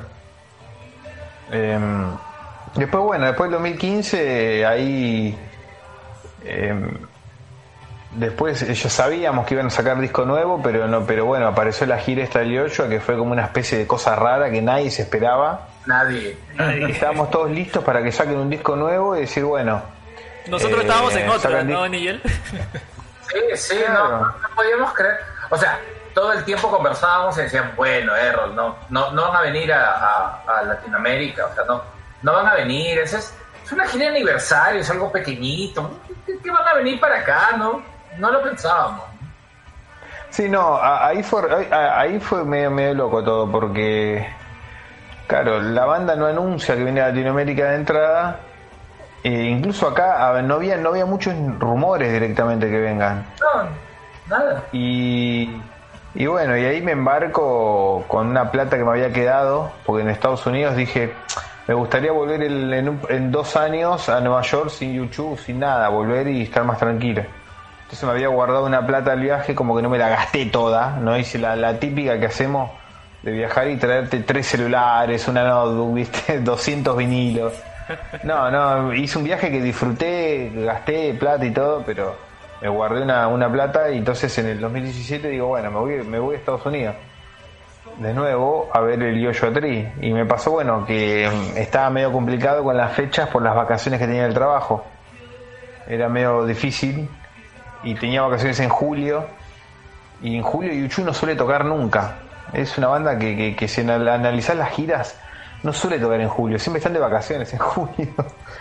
D: Em, después, bueno, después del dos mil quince, ahí. em, después ya sabíamos que iban a sacar disco nuevo, pero no, pero bueno, apareció la gira esta del Yoshua, que fue como una especie de cosa rara que nadie se esperaba.
B: Nadie.
D: Estábamos todos listos para que saquen un disco nuevo y decir, bueno.
A: Nosotros
D: eh,
A: estábamos en otra,
D: sacan
A: ¿no,
D: di-
A: Nigel?
B: Sí, sí,
D: Claro.
B: no, no podíamos creer. O sea, todo el tiempo conversábamos y decían, bueno, Errol, no, no, no van a venir a, a- a Latinoamérica, o sea, no, no van a venir. Ese es, es una gira de aniversario, es algo pequeñito. ¿Qué, qué van a venir para acá? No, no lo pensábamos.
D: Sí, no, a- ahí fue, ahí- ahí fue medio, medio loco todo, porque, claro, la banda no anuncia que viene a Latinoamérica de entrada, e incluso acá a- no había, no había muchos rumores directamente que vengan.
B: No, nada.
D: Y, y bueno, y ahí me embarco con una plata que me había quedado, porque en Estados Unidos dije, me gustaría volver el- en, un- en dos años a Nueva York sin YouTube, sin nada, volver y estar más tranquilo. Entonces me había guardado una plata al viaje, como que no me la gasté toda, no hice la, la típica que hacemos de viajar y traerte tres celulares, una notebook, viste, doscientos vinilos. No, no, hice un viaje que disfruté, gasté plata y todo, pero me guardé una, una plata y entonces en el dos mil diecisiete digo, bueno, me voy, me voy a Estados Unidos de nuevo a ver el Joshua Tree. Y me pasó, bueno, que mm, estaba medio complicado con las fechas por las vacaciones que tenía del trabajo. Era medio difícil y tenía vacaciones en julio. Y en julio U dos no suele tocar nunca. Es una banda que, que, que si anal- analizás las giras no suele tocar en julio, siempre están de vacaciones en julio.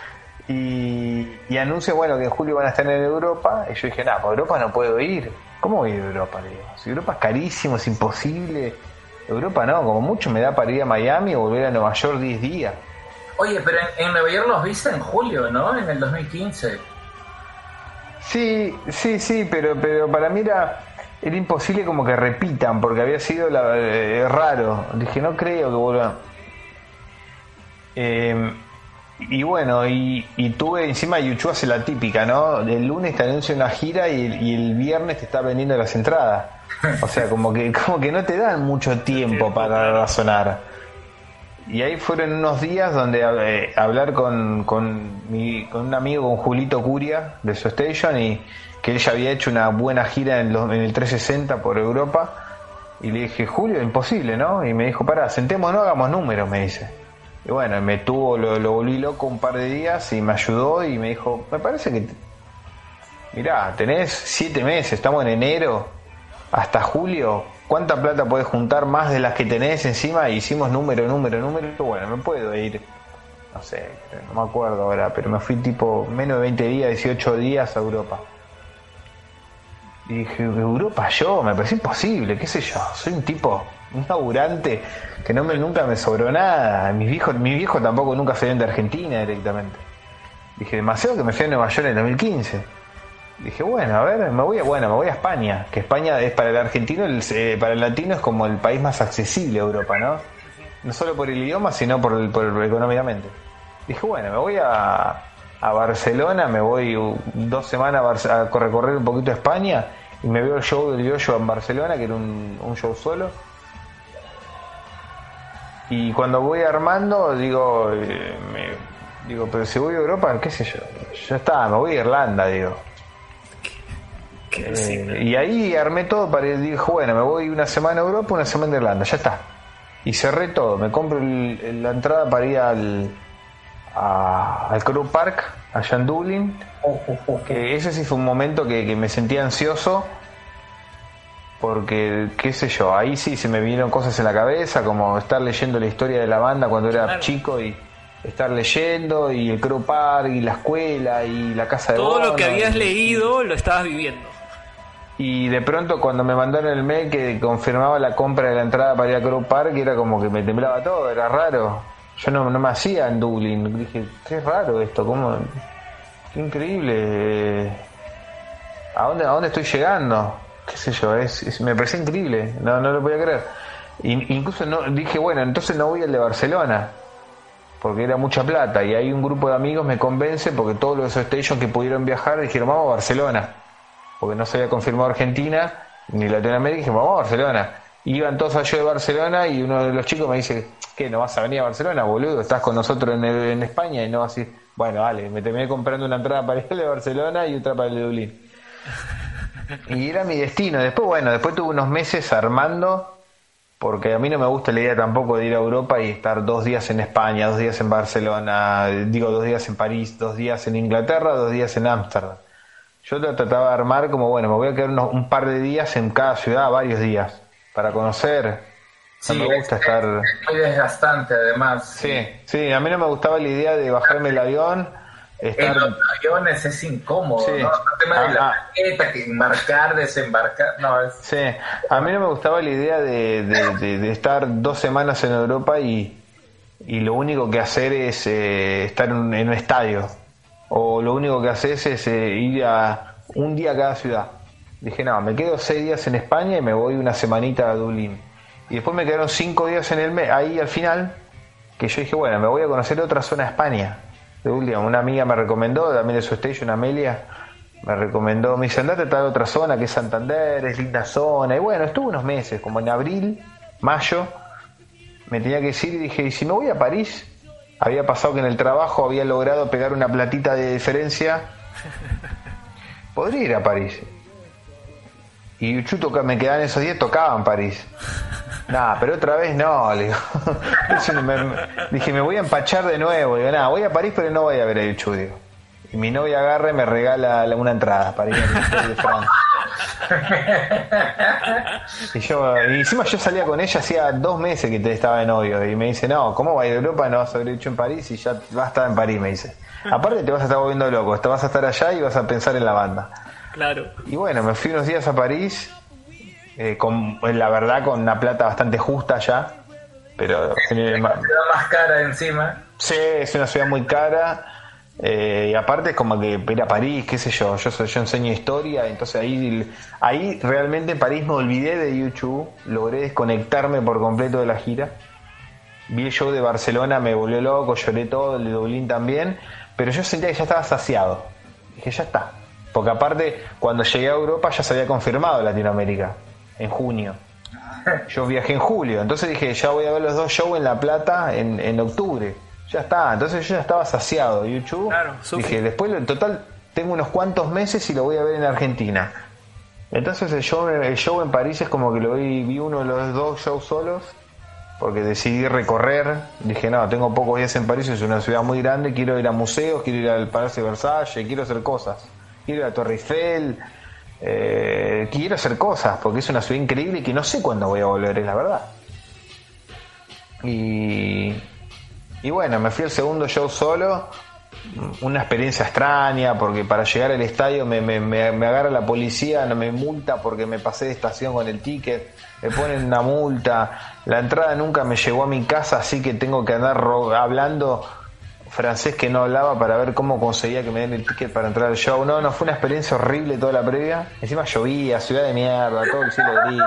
D: Y, y anuncia, bueno, que en julio van a estar en Europa. Y yo dije, nada, por Europa no puedo ir. ¿Cómo voy a ir a Europa? Le digo, si Europa es carísimo, es imposible. Europa no, como mucho me da para ir a Miami o volver a Nueva York diez días.
B: Oye, pero en, en Nueva York los viste en julio, ¿no? En el dos mil quince.
D: Sí, sí, sí, pero, pero para mí era, era imposible como que repitan, porque había sido la, eh, raro. Dije, no creo que vuelvan. Eh, y bueno, y, y tuve encima YouTube hace la típica, ¿no? El lunes te anuncia una gira y, y el viernes te está vendiendo las entradas. O sea, como que, como que no te dan mucho tiempo para razonar. Y ahí fueron unos días donde eh, hablar con, con, mi, con un amigo, con Julito Curia de su station, y que él ya había hecho una buena gira en, los, en el trescientos sesenta por Europa. Y le dije, Julio, imposible, ¿no? Y me dijo, pará, sentémonos, hagamos números, me dice. Y bueno, me tuvo, lo, lo volví loco un par de días y me ayudó y me dijo, me parece que, mirá, tenés siete meses, estamos en enero, hasta julio, ¿cuánta plata podés juntar más de las que tenés encima? Y hicimos número, número, número, y bueno, me puedo ir, no sé, no me acuerdo ahora, pero me fui tipo menos de veinte días, dieciocho días a Europa. Y dije, Europa yo, me pareció imposible, qué sé yo, soy un tipo, un laburante que no me, nunca me sobró nada. Mis viejos, mi viejo tampoco nunca salieron de Argentina directamente. Dije, demasiado que me fui a Nueva York en el dos mil quince. Dije, bueno, a ver, me voy a, bueno, me voy a España, que España es para el argentino, el, eh, para el latino es como el país más accesible a Europa, ¿no? No solo por el idioma, sino por, el, por económicamente. Dije, bueno, me voy a, a Barcelona, me voy dos semanas a, a recorrer un poquito España y me veo el show del Yoyo en Barcelona, que era un, un show solo. Y cuando voy armando, digo, eh, me, digo, pero si voy a Europa, qué sé yo, ya está, me voy a Irlanda, digo. Eh, y ahí armé todo para ir, dijo, bueno, me voy una semana a Europa, una semana a Irlanda, ya está. Y cerré todo, me compro el, el, la entrada para ir al, a, al Crow Park, allá en Dublín. Que ese sí fue un momento que, que me sentía ansioso. Porque, qué sé yo, ahí sí se me vinieron cosas en la cabeza, como estar leyendo la historia de la banda cuando era claro. chico y estar leyendo, y el Crow Park, y la escuela, y la casa de
A: todo
D: bono,
A: lo que habías
D: y,
A: leído lo estabas viviendo.
D: Y de pronto cuando me mandaron el mail que confirmaba la compra de la entrada para ir a Crow Park, era como que me temblaba todo, era raro. Yo no, no me hacía en Dublín, dije, qué raro esto, cómo, qué increíble, ¿a dónde, a dónde estoy llegando? Qué sé yo, es, es, me parecía increíble, no, no lo podía creer. Y, incluso no, dije, bueno, entonces no voy al de Barcelona, porque era mucha plata, y ahí un grupo de amigos me convence, porque todos los stations que pudieron viajar dijeron, vamos a Barcelona, porque no se había confirmado Argentina ni Latinoamérica, y dije, vamos a Barcelona. Y iban todos allá de Barcelona, y uno de los chicos me dice, ¿qué, no vas a venir a Barcelona, boludo? Estás con nosotros en, el, en España, y no vas a ir. Bueno, vale, me terminé comprando una entrada para el de Barcelona y otra para el de Dublín. Y era mi destino. Después, bueno, después tuve unos meses armando, porque a mí no me gusta la idea tampoco de ir a Europa y estar dos días en España, dos días en Barcelona, digo, dos días en París, dos días en Inglaterra, dos días en Ámsterdam. Yo lo trataba de armar como, bueno, me voy a quedar unos, un par de días en cada ciudad, varios días, para conocer.
B: Sí,
D: no me gusta
B: es,
D: estar...
B: es muy desgastante, además.
D: Sí, sí, a mí no me gustaba la idea de bajarme el avión. Estar...
B: En los aviones es incómodo,
D: sí.
B: ¿no? El tema de
D: ah,
B: la
D: ah.
B: maqueta, que embarcar, desembarcar, no, es...
D: Sí, a mí no me gustaba la idea de, de, de, de estar dos semanas en Europa y, y lo único que hacer es eh, estar en, en un estadio, o lo único que haces es eh, ir a un día a cada ciudad. Dije, no, me quedo seis días en España y me voy una semanita a Dublín. Y después me quedaron cinco días en el mes, ahí al final, que yo dije, bueno, me voy a conocer otra zona de España. De última, una amiga me recomendó, también de su station, Amelia, me recomendó, me dice, andate a tal otra zona que es Santander, es linda zona. Y bueno, estuve unos meses, como en abril, mayo, me tenía que decir y dije, ¿y si me voy a París? Había pasado que en el trabajo había logrado pegar una platita de diferencia. Podría ir a París. Y Chuto, me quedaban esos días, tocaba en París. Nah, pero otra vez no, le digo. me, me, dije, me voy a empachar de nuevo. Digo, nada, voy a París, pero no voy a ver a Yuchu, digo. Y mi novia agarra y me regala una entrada para ir al Tour de France. Y yo, y encima yo salía con ella hacía dos meses que te estaba de novio. Y me dice, no, ¿cómo va a ir a Europa? No vas a haber hecho en París y ya vas a estar en París, me dice. Aparte te vas a estar volviendo loco, te vas a estar allá y vas a pensar en la banda.
A: Claro.
D: Y bueno, me fui unos días a París, eh, con, la verdad, con una plata bastante justa ya, pero...
B: Es una ciudad más cara encima.
D: Sí, es una ciudad muy cara, Eh, y aparte es como que ir a París, qué sé yo, yo, soy, yo enseño historia, entonces ahí, ahí realmente en París me olvidé de YouTube, logré desconectarme por completo de la gira. Vi el show de Barcelona, me volvió loco, lloré todo, el de Dublín también, pero yo sentía que ya estaba saciado. Dije, ya está. Porque aparte, cuando llegué a Europa ya se había confirmado Latinoamérica, en junio. Yo viajé en julio, entonces dije, ya voy a ver los dos shows en La Plata en, en octubre. Ya está, entonces yo ya estaba saciado de YouTube.
A: Claro,
D: dije, después en total tengo unos cuantos meses y lo voy a ver en Argentina. Entonces el show, el show en París es como que lo vi, vi uno de los dos shows solos, porque decidí recorrer. Dije, no, tengo pocos días en París, es una ciudad muy grande, quiero ir a museos, quiero ir al Palacio de Versalles, quiero hacer cosas. Quiero ir a la Torre Eiffel, eh, quiero hacer cosas, porque es una ciudad increíble y que no sé cuándo voy a volver, es la verdad. Y, y bueno, me fui al segundo show solo, una experiencia extraña, porque para llegar al estadio me, me, me, me agarra la policía, no me multa porque me pasé de estación con el ticket, me ponen una multa, la entrada nunca me llegó a mi casa, así que tengo que andar ro- hablando francés que no hablaba para ver cómo conseguía que me den el ticket para entrar al show. No, no, fue una experiencia horrible toda la previa. Encima llovía, ciudad de mierda, todo el cielo gris.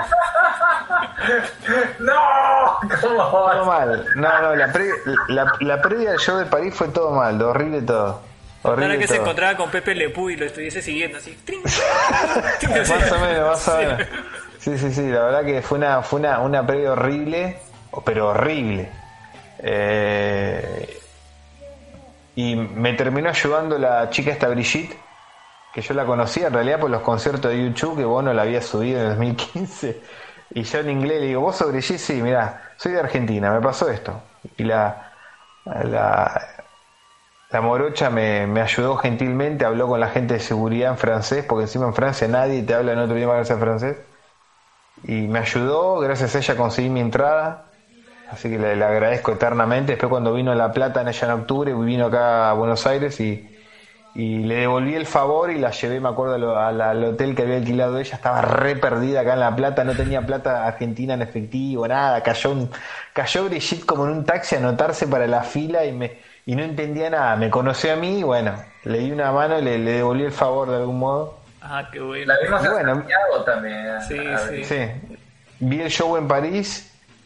B: ¡No! ¿Cómo
D: Todo
B: vas?
D: mal. No, no, la, pre- la, la previa del show de París fue todo mal, horrible todo.
A: Ahora
D: Horrible
A: que se
D: todo.
A: encontraba con Pepe Le Pew y lo estuviese siguiendo así. ¡trin!
D: Más o menos, más o menos. Sí, sí, sí, la verdad que fue una, fue una, una previa horrible, pero horrible. Eh... Y me terminó ayudando la chica esta Brigitte, que yo la conocía en realidad por los conciertos de YouTube, que Bono la había subido en el dos mil quince. Y yo en inglés le digo, ¿vos sos Brigitte? Sí, mirá, soy de Argentina, me pasó esto. Y la, la, la morocha me, me ayudó gentilmente, habló con la gente de seguridad en francés, porque encima en Francia nadie te habla en otro idioma que no sea francés. Y me ayudó, gracias a ella conseguí mi entrada. Así que le, le agradezco eternamente. Después cuando vino a La Plata en ella en octubre, vino acá a Buenos Aires y, y le devolví el favor y la llevé, me acuerdo, al, al, al hotel que había alquilado ella. Estaba re perdida acá en La Plata, no tenía plata argentina en efectivo, nada. Cayó un, cayó Brigitte como en un taxi a anotarse para la fila y me y no entendía nada. Me conoció a mí y bueno, le di una mano y le, le devolví el favor de algún modo.
A: Ah, qué bueno.
B: La vimos
D: Y
B: en
D: bueno.
B: Santiago también.
A: Sí,
B: A ver.
A: sí.
D: Sí, vi el show en París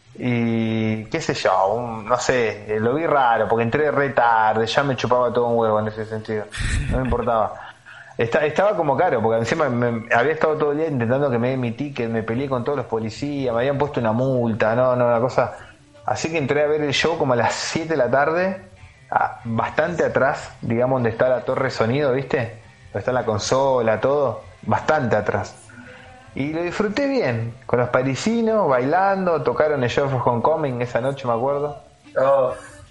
D: y qué sé yo, un- no sé, lo vi raro porque entré re tarde, ya me chupaba todo un huevo en ese sentido, no me importaba. Esta- estaba como caro, porque encima me- había estado todo el día intentando que me den mi ticket, me peleé con todos los policías, me habían puesto una multa, no, no, una cosa. Así que entré a ver el show como a las siete de la tarde, a- bastante atrás, digamos, donde está la torre de sonido, ¿viste? Donde está la consola, todo, bastante atrás. Y lo disfruté bien, con los parisinos, bailando, tocaron el Show of Homecoming esa noche, me acuerdo.
B: Oh,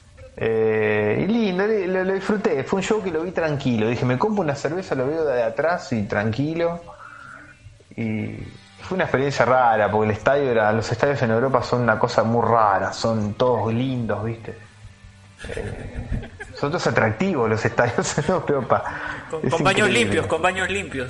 D: Eh, y lindo, lo, lo disfruté, fue un show que lo vi tranquilo. Dije, me compro una cerveza, lo veo de atrás y tranquilo. Y fue una experiencia rara, porque el estadio era, los estadios en Europa son una cosa muy rara, son todos lindos, ¿viste? Eh, son todos atractivos los estadios en Europa.
A: Con,
D: Es
A: con baños
D: increíble.
A: limpios, con baños limpios.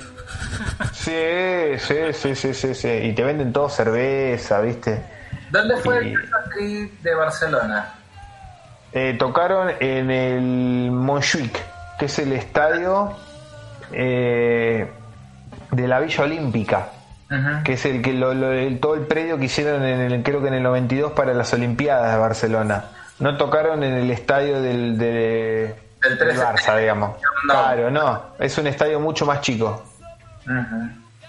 D: Sí, sí, sí, sí, sí, sí. Y te venden todo cerveza, ¿viste?
B: ¿dónde fue
D: Y-
B: el Trip de Barcelona?
D: Eh, tocaron en el Montjuic, que es el estadio eh, de la Villa Olímpica,
B: Ujú.
D: que es el que lo, lo- el- todo el predio que hicieron en el, creo que en el noventa y dos para las Olimpiadas de Barcelona. No tocaron en el estadio del, de,
B: Del
D: del
B: trece.
D: Barça, digamos.
B: No.
D: Claro, no, es un estadio mucho más chico.
B: Ujú.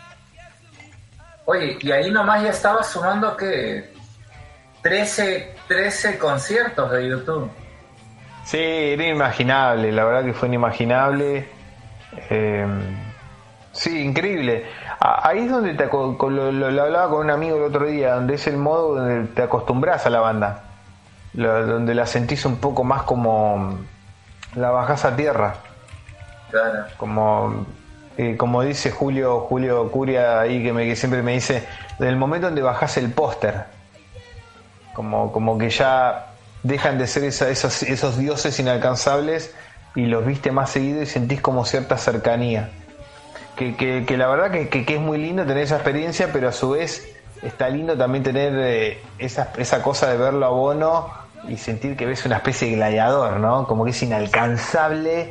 B: Oye, y ahí nomás ya estaba sumando que trece, trece conciertos de YouTube.
D: Sí, era inimaginable, la verdad que fue inimaginable. Eh, sí, increíble. A- Ahí es donde te aco- con lo, lo- lo hablaba con un amigo el otro día, donde es el modo donde te acostumbras a la banda, Lo- donde la sentís un poco más como la bajás a tierra,
B: Claro.
D: como eh, como dice Julio Julio Curia ahí que, me, que siempre me dice, del momento donde bajás el póster, como, como que ya dejan de ser esa- esos, esos dioses inalcanzables y los viste más seguido y sentís como cierta cercanía. Que, que, que la verdad que, que, que es muy lindo tener esa experiencia, pero a su vez está lindo también tener eh, esa, esa cosa de verlo a Bono y sentir que ves una especie de gladiador, ¿no? Como que es inalcanzable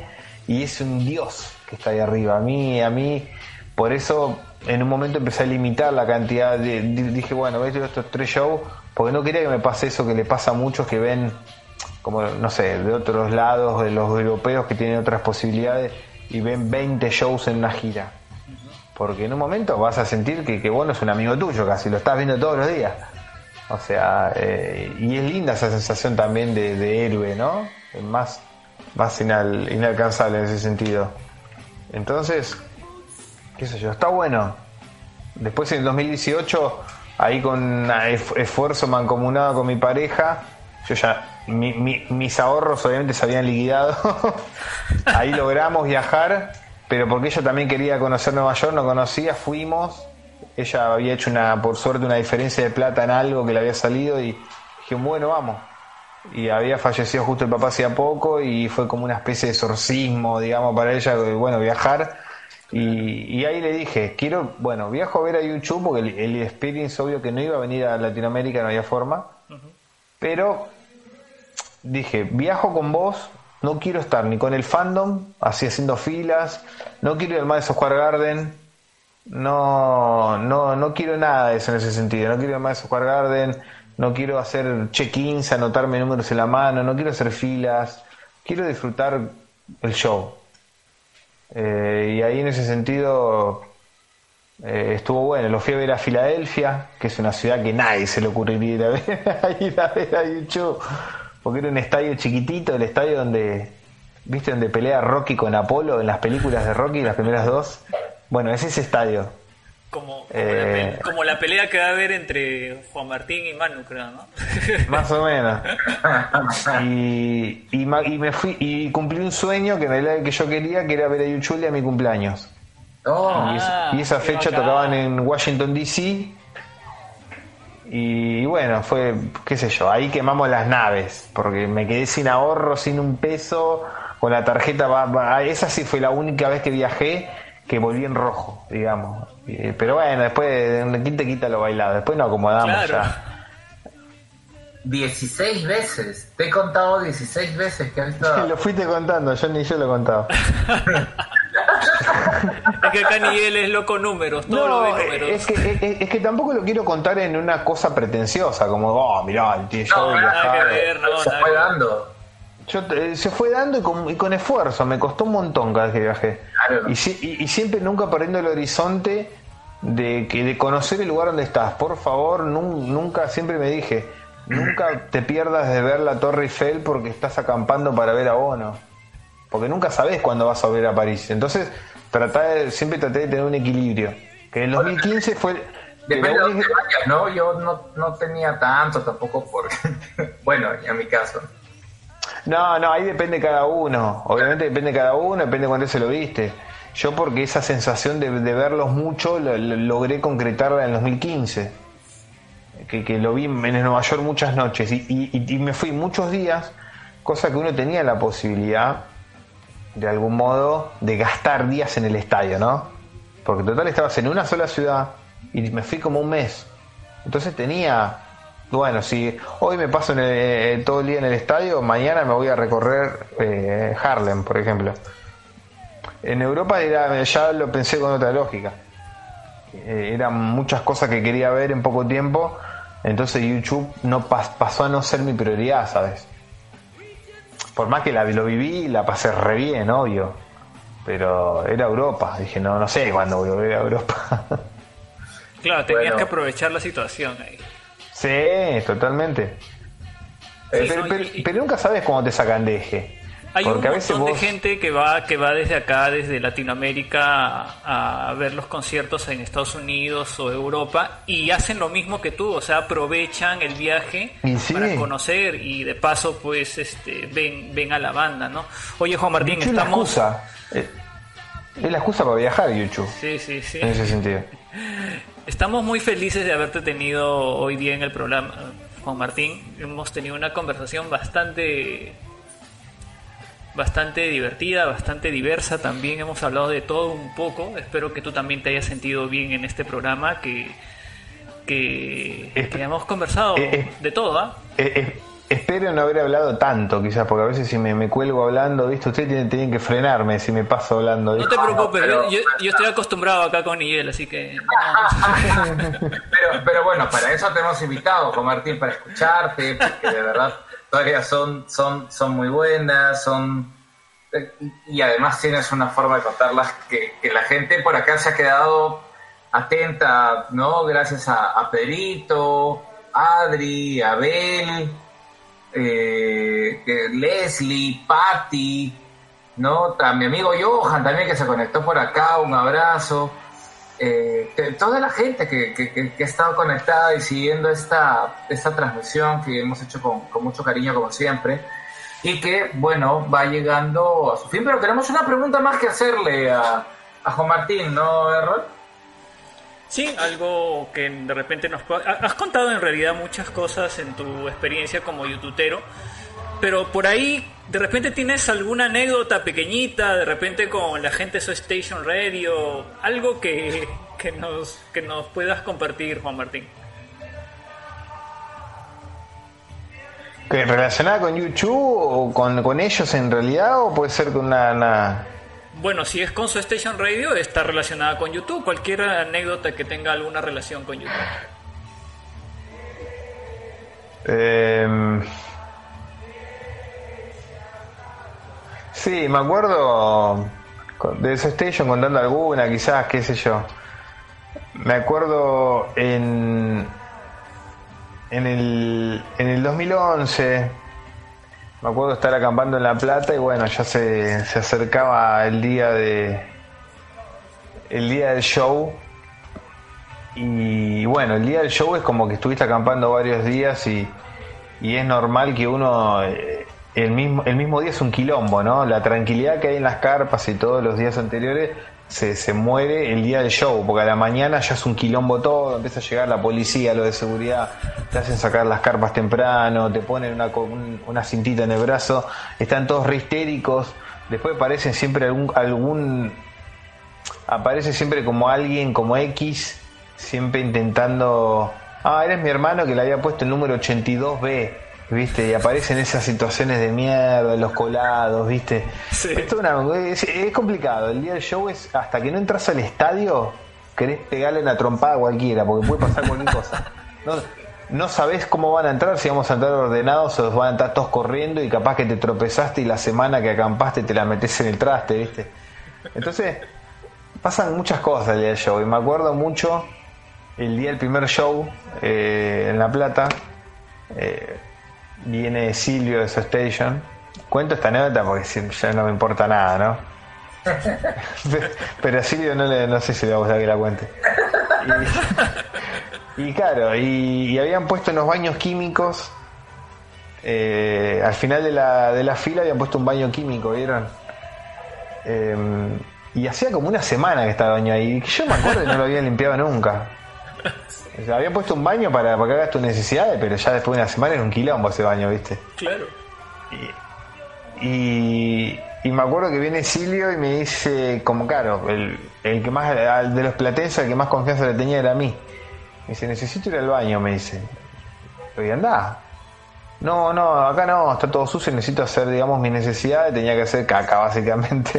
D: y es un dios que está ahí arriba. A mí, a mí, por eso en un momento empecé a limitar la cantidad de, dije, bueno, ves estos tres shows, porque no quería que me pase eso que le pasa a muchos que ven, como, no sé, de otros lados, de los europeos que tienen otras posibilidades, y ven veinte shows en una gira. Porque en un momento vas a sentir que, que vos no es un amigo tuyo, casi lo estás viendo todos los días. O sea, eh, y es linda esa sensación también de, de héroe, ¿no? Más, más inal, inalcanzable en ese sentido. Entonces, qué sé yo, está bueno. Después en el dos mil dieciocho, ahí con esfuerzo mancomunado con mi pareja, yo ya, mi, mi, mis ahorros obviamente se habían liquidado. Ahí logramos viajar. Pero porque ella también quería conocer Nueva York, no conocía, fuimos. Ella había hecho una, por suerte, una diferencia de plata en algo que le había salido y dije, bueno, vamos. Y había fallecido justo el papá hacía poco y fue como una especie de exorcismo, digamos, para ella, bueno, viajar. Y, y ahí le dije, quiero, bueno, viajo a ver a YouTube porque el, el experience obvio que no iba a venir a Latinoamérica, no había forma. Uh-huh. Pero dije, viajo con vos. No quiero estar ni con el fandom, así haciendo filas, no quiero ir al Madison Square Garden, no, no, no quiero nada de eso en ese sentido, no quiero ir al Madison Square Garden, no quiero hacer check-ins, anotarme números en la mano, no quiero hacer filas, quiero disfrutar el show. Eh, y ahí en ese sentido eh, estuvo bueno, lo fui a ver a Filadelfia, que es una ciudad que nadie se le ocurriría ir a ver, a ir a ver a YouTube. Porque era un estadio chiquitito, el estadio donde, ¿viste? Donde pelea Rocky con Apolo en las películas de Rocky, las primeras dos. Bueno, es ese estadio.
A: Como, como,
D: eh,
A: la, como la pelea que va a haber entre Juan Martín y Manu, creo, ¿no?
D: Más o menos. Y, y, y me fui y cumplí un sueño que en realidad que yo quería, que era ver a YouTube a mi cumpleaños.
B: Oh.
D: Y, es, y esa fecha
A: bacán.
D: Tocaban en Washington D C. Y bueno, fue, qué sé yo, ahí quemamos las naves, porque me quedé sin ahorro, sin un peso, con la tarjeta, va, va, esa sí fue la única vez que viajé que volví en rojo, digamos. Eh, pero bueno, después, ¿quién te quita lo bailado? Después nos acomodamos
A: Claro.
D: ya.
B: dieciséis veces, te he contado dieciséis veces que has estado.
D: Lo fuiste contando, yo ni yo lo contaba.
A: Es que acá ni él es loco números, todo lo
D: No,
A: ve números.
D: es que, es, es que tampoco lo quiero contar en una cosa pretenciosa, como, oh, mirá, el tío, yo
B: No,
D: voy a
A: nada que
D: viajar.
A: ver, no,
B: Se
A: nada
B: fue
A: que ver.
B: dando.
D: Yo, eh, se fue dando y con, y con esfuerzo, me costó un montón cada vez que viajé.
B: Claro.
D: Y, si- y, y siempre nunca perdiendo el horizonte de que de conocer el lugar donde estás. Por favor, nun- nunca, siempre me dije, nunca te pierdas de ver la Torre Eiffel porque estás acampando para ver a Bono. Porque nunca sabes cuándo vas a ver a París. Entonces, tratá de, siempre traté de tener un equilibrio. Que en el dos mil quince fue...
B: Depende de
D: la
B: dónde
D: única-
B: vayas, ¿no? Yo no, no tenía tanto tampoco por... bueno, en mi caso.
D: No, no, ahí depende cada uno. Obviamente depende cada uno, depende cuánto se lo viste. Yo porque esa sensación de, de verlos mucho lo, lo- logré concretarla en el dos mil quince. Que, que lo vi en Nueva York muchas noches y, y, y me fui muchos días, cosa que uno tenía la posibilidad de algún modo de gastar días en el estadio, ¿no? Porque total estabas en una sola ciudad y me fui como un mes. Entonces tenía, bueno, si hoy me paso en el- eh, todo el día en el estadio, mañana me voy a recorrer eh, Harlem, por ejemplo. En Europa era, ya lo pensé con otra lógica. Eh, eran muchas cosas que quería ver en poco tiempo, entonces YouTube no pas- pasó a no ser mi prioridad, ¿sabes? Por más que la, lo viví, la pasé re bien, obvio, pero era Europa. Dije, no, no sé cuándo voy a volver a Europa.
A: Claro, tenías
B: Bueno.
A: que aprovechar la situación ahí.
D: Sí, totalmente. Eh,
A: Sí,
D: pero,
A: no,
D: pero-
A: y-
D: pero nunca sabes cuándo te sacan de eje.
A: Hay un
D: Porque a
A: montón
D: veces vos...
A: de gente que va que va desde acá, desde Latinoamérica, a, a ver los conciertos en Estados Unidos o Europa y hacen lo mismo que tú, o sea, aprovechan el viaje
D: Y sí.
A: para conocer y de paso, pues, este, ven ven a la banda, ¿no? Oye, Juan Martín,
D: YouTube es la
A: estamos...
D: excusa. Eh, Es la excusa para viajar, YouTube.
A: Sí, sí, sí.
D: En ese sentido.
A: Estamos muy felices de haberte tenido hoy día en el programa, Juan Martín. Hemos tenido una conversación bastante bastante divertida, bastante diversa. También hemos hablado de todo un poco. Espero que tú también te hayas sentido bien en este programa, que que,
D: Es-
A: que hemos conversado
D: eh, eh.
A: de todo, ¿ah?
D: Eh, eh, espero no haber hablado tanto, quizás, porque a veces si me, me cuelgo hablando, ¿viste? Ustedes tienen, tienen que frenarme si me paso hablando,
A: No
D: ¿viste?
A: te preocupes,
B: pero-
A: yo, yo estoy acostumbrado acá con Miguel, así que... no.
B: Pero, pero bueno, para eso te hemos invitado, Juan Martín, para escucharte, porque de verdad todavía son, son, son muy buenas, son y además tienes una forma de contarlas que, que la gente por acá se ha quedado atenta, ¿no? Gracias a, a Pedrito, Adri, Abel, eh, eh, Leslie, Patty, ¿no? A mi amigo Johan también que se conectó por acá, un abrazo. Eh, que toda la gente que, que, que, que ha estado conectada y siguiendo esta, esta transmisión que hemos hecho con, con mucho cariño como siempre y que bueno va llegando a su fin, pero tenemos una pregunta más que hacerle a, a Juan Martín, ¿no, Errol?
A: Sí, algo que de repente nos... Has contado en realidad muchas cosas en tu experiencia como youtubero, pero por ahí de repente tienes alguna anécdota pequeñita, de repente con la gente de Soul Station Radio, algo que, que, nos, que nos puedas compartir, Juan Martín.
D: ¿Que relacionada con YouTube o con, con ellos en realidad o puede ser con una... una...
A: Bueno, si es con Soul Station Radio, está relacionada con YouTube, cualquier anécdota que tenga alguna relación con YouTube.
D: Eh... Sí, me acuerdo de ese Station contando alguna, quizás, qué sé yo. Me acuerdo en en el en el dos mil once, me acuerdo estar acampando en La Plata y bueno, ya se, se acercaba el día de el día del show y bueno, el día del show es como que estuviste acampando varios días y, y es normal que uno eh, El mismo, el mismo día es un quilombo, ¿no? La tranquilidad que hay en las carpas y todos los días anteriores se, se muere el día del show, porque a la mañana ya es un quilombo todo, empieza a llegar la policía, lo de seguridad, te hacen sacar las carpas temprano, te ponen una, un, una cintita en el brazo, están todos re histéricos, después aparecen siempre algún, algún aparece siempre como alguien, como X, siempre intentando, ah, eres mi hermano que le había puesto el número ochenta y dos B, ¿viste? Y aparecen esas situaciones de mierda, los colados, ¿viste?
A: Sí.
D: Esto es, una, es, es complicado. El día del show es hasta que no entras al estadio, querés pegarle una trompada a cualquiera, porque puede pasar cualquier cosa. No, no sabés cómo van a entrar, si vamos a entrar ordenados o van a estar todos corriendo y capaz que te tropezaste y la semana que acampaste te la metés en el traste, ¿viste? Entonces, pasan muchas cosas el día del show. Y me acuerdo mucho el día del primer show eh, en La Plata. Eh, Viene Silvio de su Station. Cuento esta anécdota porque ya no me importa nada, ¿no? Pero a Silvio no, le, no sé si le va a gustar que la cuente. Y, y claro, y, y habían puesto unos baños químicos. Eh, al final de la, de la fila habían puesto un baño químico, ¿vieron? Eh, y hacía como una semana que estaba el baño ahí. Que yo me acuerdo que no lo había limpiado nunca. O sea, había puesto un baño para, para que hagas tus necesidades, pero ya después de una semana era un quilombo ese baño, ¿viste?
A: Claro.
D: Y, y, y me acuerdo que viene Silvio y me dice, como claro, el, el que más, de los platenses, el que más confianza le tenía era a mí. Me dice, necesito ir al baño, me dice. Y andá. No, no, acá no, está todo sucio, necesito hacer, digamos, mis necesidades, tenía que hacer caca, básicamente.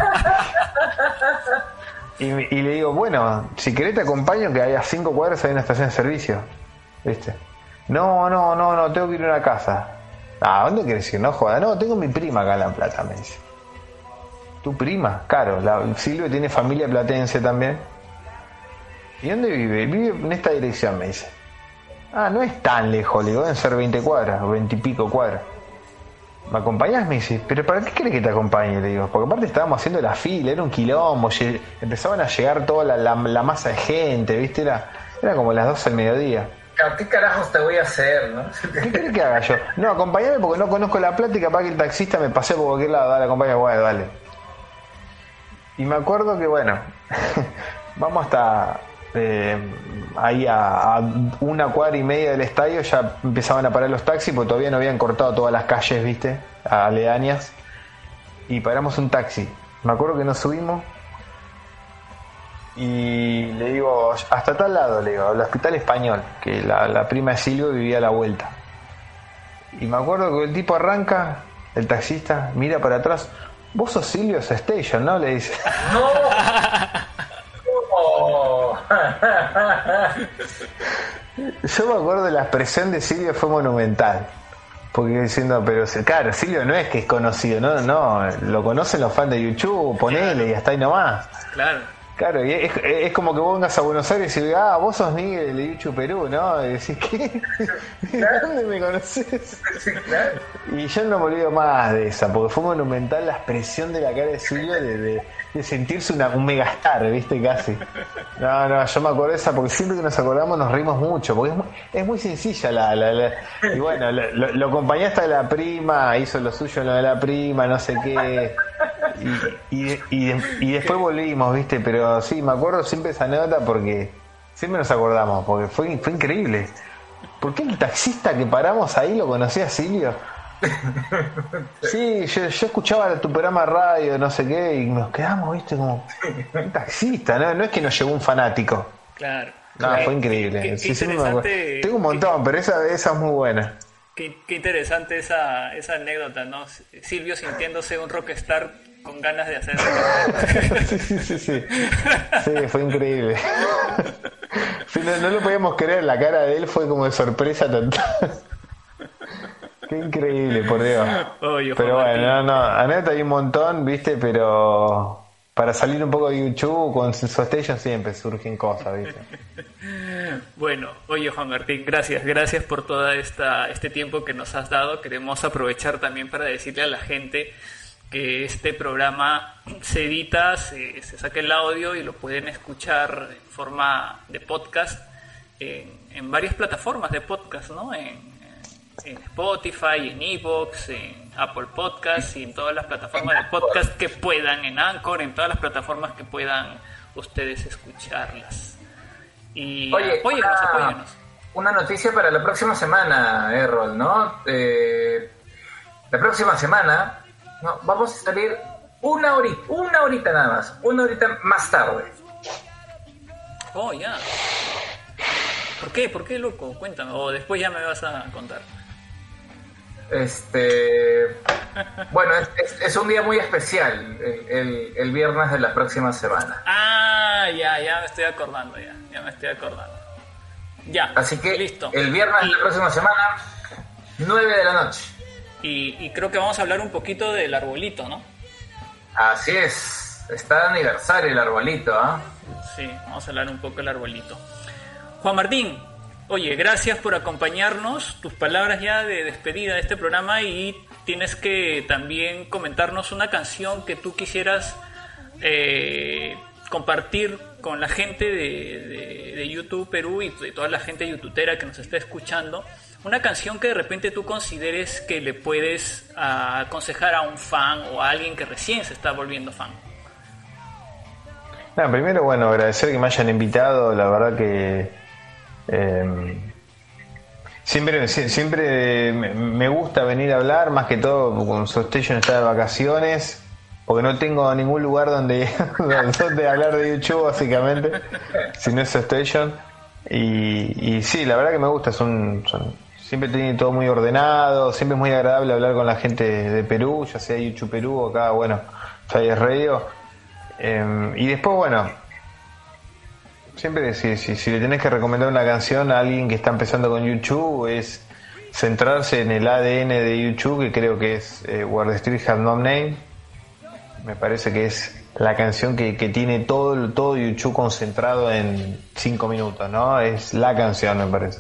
D: Y, y le digo, bueno, si querés te acompaño, que hay a cinco cuadras hay una estación de servicio, ¿viste? No, no, no, no, tengo que ir a una casa. Ah, ¿dónde querés ir? No joda, no, tengo mi prima acá en La Plata, me dice. ¿Tu prima? Claro, la, Silvio tiene familia platense también. ¿Y dónde vive? Vive en esta dirección, me dice. Ah, no es tan lejos, le digo, deben ser veinte cuadras, o veinte y pico cuadras. ¿Me acompañás? Me dice, ¿pero para qué querés que te acompañe? Le digo, porque aparte estábamos haciendo la fila, era un quilombo, empezaban a llegar toda la, la, la masa de gente, ¿viste? Era, era como las doce del mediodía.
B: ¿Qué carajos te voy a hacer, no?
D: ¿Qué querés que haga yo? No, acompañame porque no conozco La Plata y capaz que el taxista me pasé por cualquier lado, dale, acompañame, bueno, dale. Y me acuerdo que, bueno, vamos hasta eh, ahí a, a una cuadra y media del estadio, ya empezaban a parar los taxis porque todavía no habían cortado todas las calles, ¿viste? Aledañas. Y paramos un taxi. Me acuerdo que nos subimos y le digo, hasta tal lado, le digo, al Hospital Español, que la, la prima de Silvio vivía a la vuelta. Y me acuerdo que el tipo arranca, el taxista, mira para atrás. Vos sos Silvio Station, ¿no? Le dice.
B: ¡No! ¡Oh!
D: Yo me acuerdo de la expresión de Silvio, fue monumental. Porque diciendo, pero claro, Silvio no es que es conocido, no, no, lo conocen los fans de YouTube, ponele y hasta ahí nomás.
A: Claro.
D: Claro, y es, es como que vos vengas a Buenos Aires y digas, ah, vos sos Miguel de YouTube Perú, ¿no? Y decís, ¿qué? ¿De dónde me conoces?
B: Sí, claro.
D: Y yo no me olvido más de esa, porque fue monumental la expresión de la cara de Silvio de, de, de sentirse una, un megastar, ¿viste? Casi. No, no, yo me acuerdo de esa, porque siempre que nos acordamos nos rimos mucho, porque es muy, es muy sencilla la... la, la y bueno, lo, lo, lo acompañé hasta de la prima, hizo lo suyo en lo de la prima, no sé qué... Y, y, y, y después volvimos, ¿viste? Pero sí, me acuerdo siempre esa anécdota porque siempre nos acordamos, porque fue, fue increíble. ¿Por qué el taxista que paramos ahí lo conocía a Silvio? Sí, yo, yo escuchaba tu programa de radio, no sé qué, y nos quedamos, ¿viste? Como un taxista, ¿no? No es que nos llegó un fanático.
A: Claro.
D: No,
A: Qué-
D: fue increíble.
A: qué- qué
D: Sí, sí, me acuerdo.
A: interesante-
D: Tengo un montón, pero esa, esa es muy buena.
A: Qué, qué interesante esa, esa anécdota, ¿no? Silvio sintiéndose un rockstar con ganas de hacer...
D: Sí, sí, sí, sí. Sí, fue increíble. Sí, no, no lo podíamos creer, la cara de él fue como de sorpresa total. Qué increíble, por Dios.
A: Oye, Juan
D: Pero
A: Martín.
D: bueno, no, no, anécdota hay un montón, viste, pero para salir un poco de YouTube con su station siempre surgen cosas, viste.
A: Bueno, oye Juan Martín, gracias, gracias por todo esta, este tiempo que nos has dado. Queremos aprovechar también para decirle a la gente que este programa se edita, se, se saca el audio y lo pueden escuchar en forma de podcast en, en varias plataformas de podcast, ¿no? En, en Spotify, en iVoox, en Apple Podcasts y en todas las plataformas de podcast que puedan, en Anchor, en todas las plataformas que puedan ustedes escucharlas. Y
B: Oye,
A: apóyennos,
B: una,
A: apóyennos.
B: una noticia para la próxima semana, Errol, ¿no? Eh, la próxima semana no, vamos a salir una horita, una horita nada más, una horita más tarde.
A: Oh, ya. ¿Por qué? ¿Por qué, loco? Cuéntame. O después ya me vas a contar.
B: Este, bueno, es, es- es un día muy especial, el, el- el viernes de la próxima semana.
A: Ah, ya, ya me estoy acordando, ya. Ya me estoy acordando. Ya.
B: Así que
A: Listo.
B: el viernes de
A: Y-
B: la próxima semana, nueve de la noche.
A: Y, y creo que vamos a hablar un poquito del arbolito, ¿no?
B: Así es, está de aniversario el arbolito, ¿ah?
A: Sí, vamos a hablar un poco del arbolito. Juan Martín, oye, gracias por acompañarnos. Tus palabras ya de despedida de este programa, y tienes que también comentarnos una canción que tú quisieras eh, compartir con la gente de, de- de YouTube Perú y de toda la gente youtubera que nos está escuchando. Una canción que de repente tú consideres que le puedes ah, aconsejar a un fan o a alguien que recién se está volviendo fan.
D: Nada, primero, bueno, agradecer que me hayan invitado, la verdad que eh, siempre sie- siempre me- me gusta venir a hablar, más que todo con su station está de vacaciones, porque no tengo ningún lugar donde, donde hablar de YouTube básicamente, si no es su station. Y, y sí, la verdad que me gusta, son, son siempre tiene todo muy ordenado, siempre es muy agradable hablar con la gente de Perú, ya sea YouTube Perú o acá, bueno, Flyers Radio. Eh, y después, bueno, siempre si, si, si le tenés que recomendar una canción a alguien que está empezando con YouTube, es centrarse en el A D N de YouTube, que creo que es eh, Where the Street Has No Name. Me parece que es la canción que, que tiene todo, todo YouTube concentrado en cinco minutos, ¿no? Es la canción, me parece.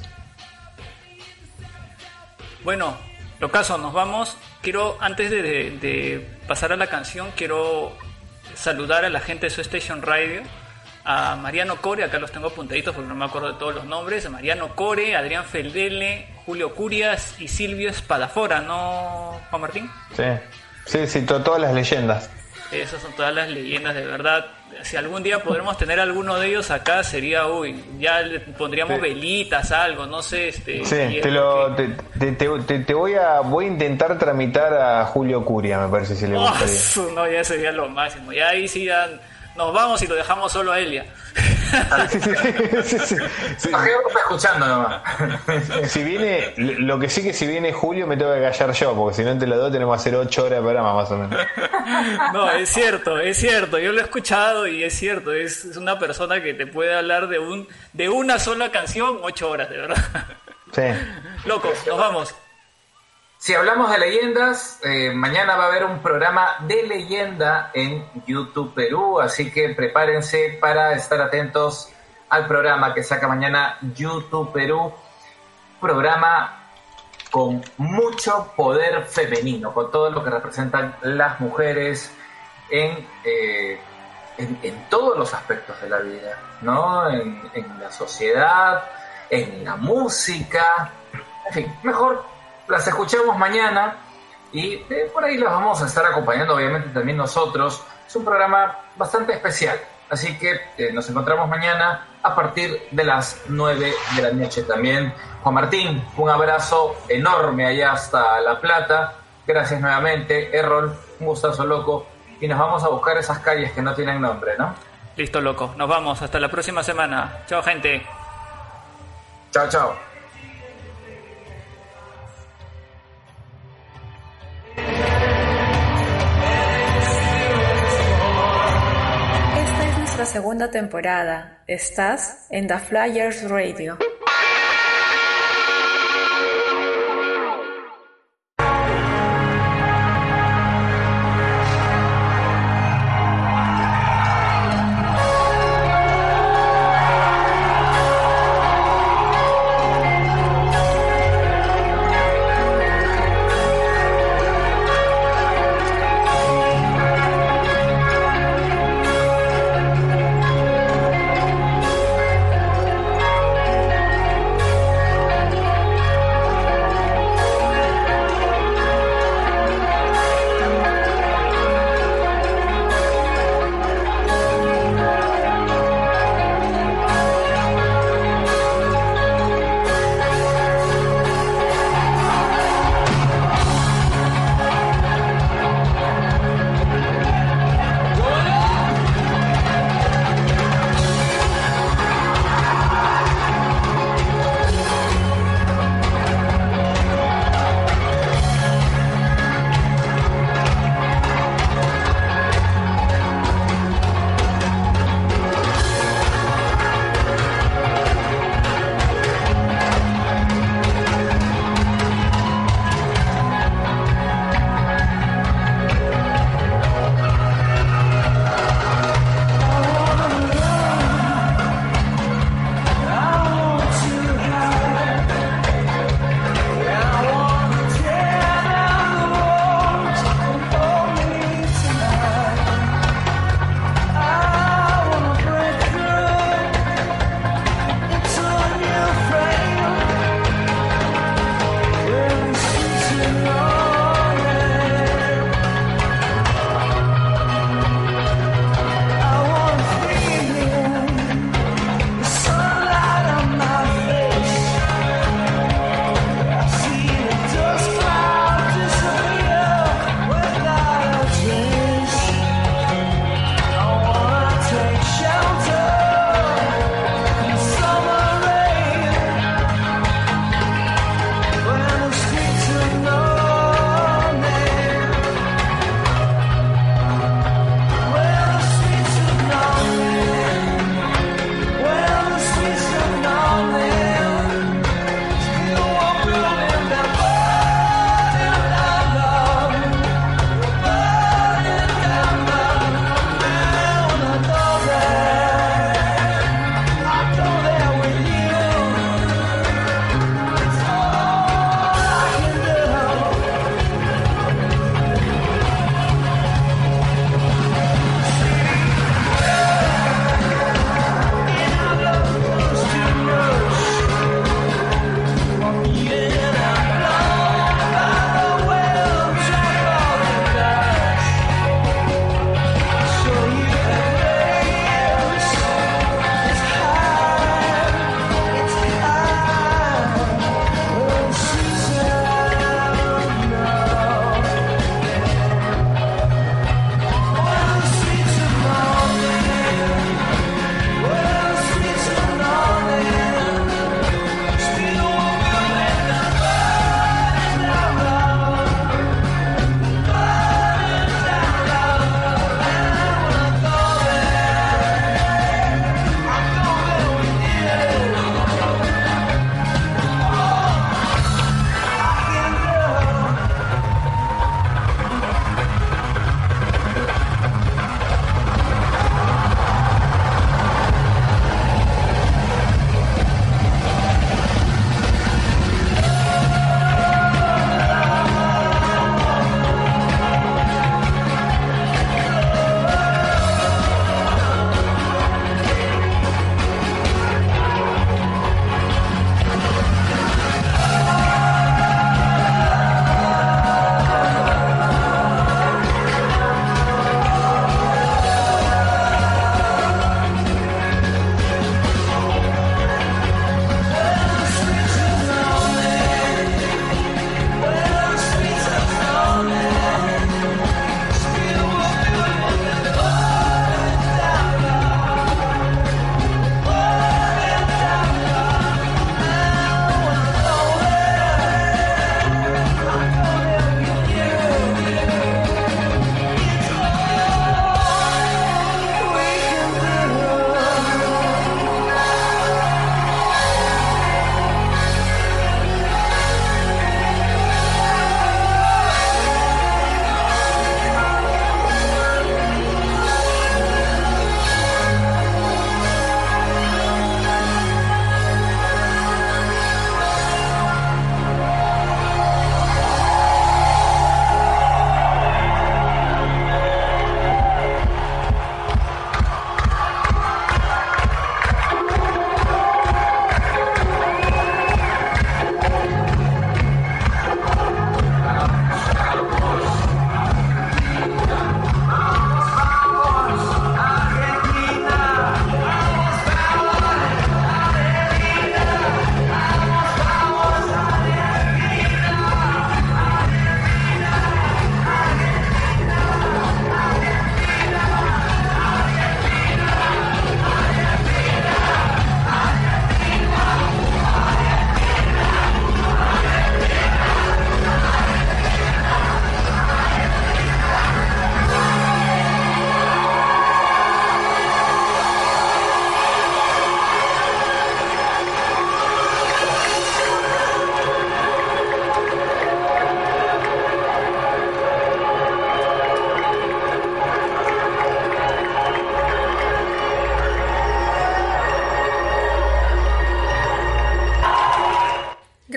A: Bueno, Locazo, nos vamos. Quiero, antes de, de- de pasar a la canción, quiero saludar a la gente de su Station Radio, a Mariano Core, acá los tengo apuntaditos porque no me acuerdo de todos los nombres, a Mariano Core, Adrián Feldele, Julio Curias y Silvio Espadafora, ¿no, Juan Martín?
D: Sí, sí, sí, to- todas las leyendas.
A: Esas son todas las leyendas, de verdad. Si algún día podremos tener alguno de ellos acá, sería, uy, ya le pondríamos
D: Sí.
A: velitas, algo, no sé, este...
D: Sí,
A: y es
D: te, lo,
A: que-
D: te, te, te- te- te voy a voy a intentar tramitar a Julio Curia, me parece, si le
A: Oh,
D: gustaría.
A: su- no, ya sería lo máximo. Ya ahí sí ya nos vamos y lo dejamos solo a él ya.
D: Sí, sí, sí, sí, sí, sí.
B: Nos quedamos escuchando nomás.
D: Si viene, lo que sí que si viene Julio me tengo que callar yo, porque si no entre los dos tenemos que hacer ocho horas de programa más o menos.
A: No, es cierto, es cierto, yo lo he escuchado y es cierto, es, es una persona que te puede hablar de un de una sola canción ocho horas, de verdad.
D: Sí.
A: Loco, nos vamos.
B: Si hablamos de leyendas, eh, mañana va a haber un programa de leyenda en YouTube Perú, así que prepárense para estar atentos al programa que saca mañana YouTube Perú, programa con mucho poder femenino, con todo lo que representan las mujeres en, eh, en, en todos los aspectos de la vida, ¿no? En, en la sociedad, en la música, en fin, mejor las escuchamos mañana y eh, por ahí las vamos a estar acompañando, obviamente también nosotros. Es un programa bastante especial, así que eh, nos encontramos mañana a partir de las nueve de la noche también. Juan Martín, un abrazo enorme allá hasta La Plata. Gracias nuevamente. Errol, un gustazo, loco. Y nos vamos a buscar esas calles que no tienen nombre, ¿no?
A: Listo, loco. Nos vamos. Hasta la próxima semana. Chao, gente.
B: Chao, chao.
C: Esta es nuestra segunda temporada. Estás en The Flyers Radio.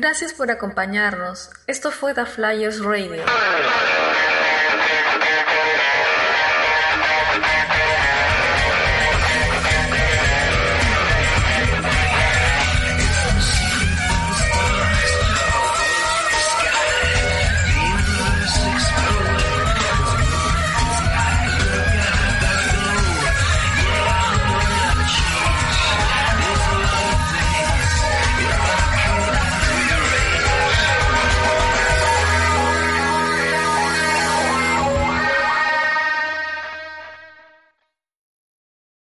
C: Gracias por acompañarnos. Esto fue The Flyers Radio.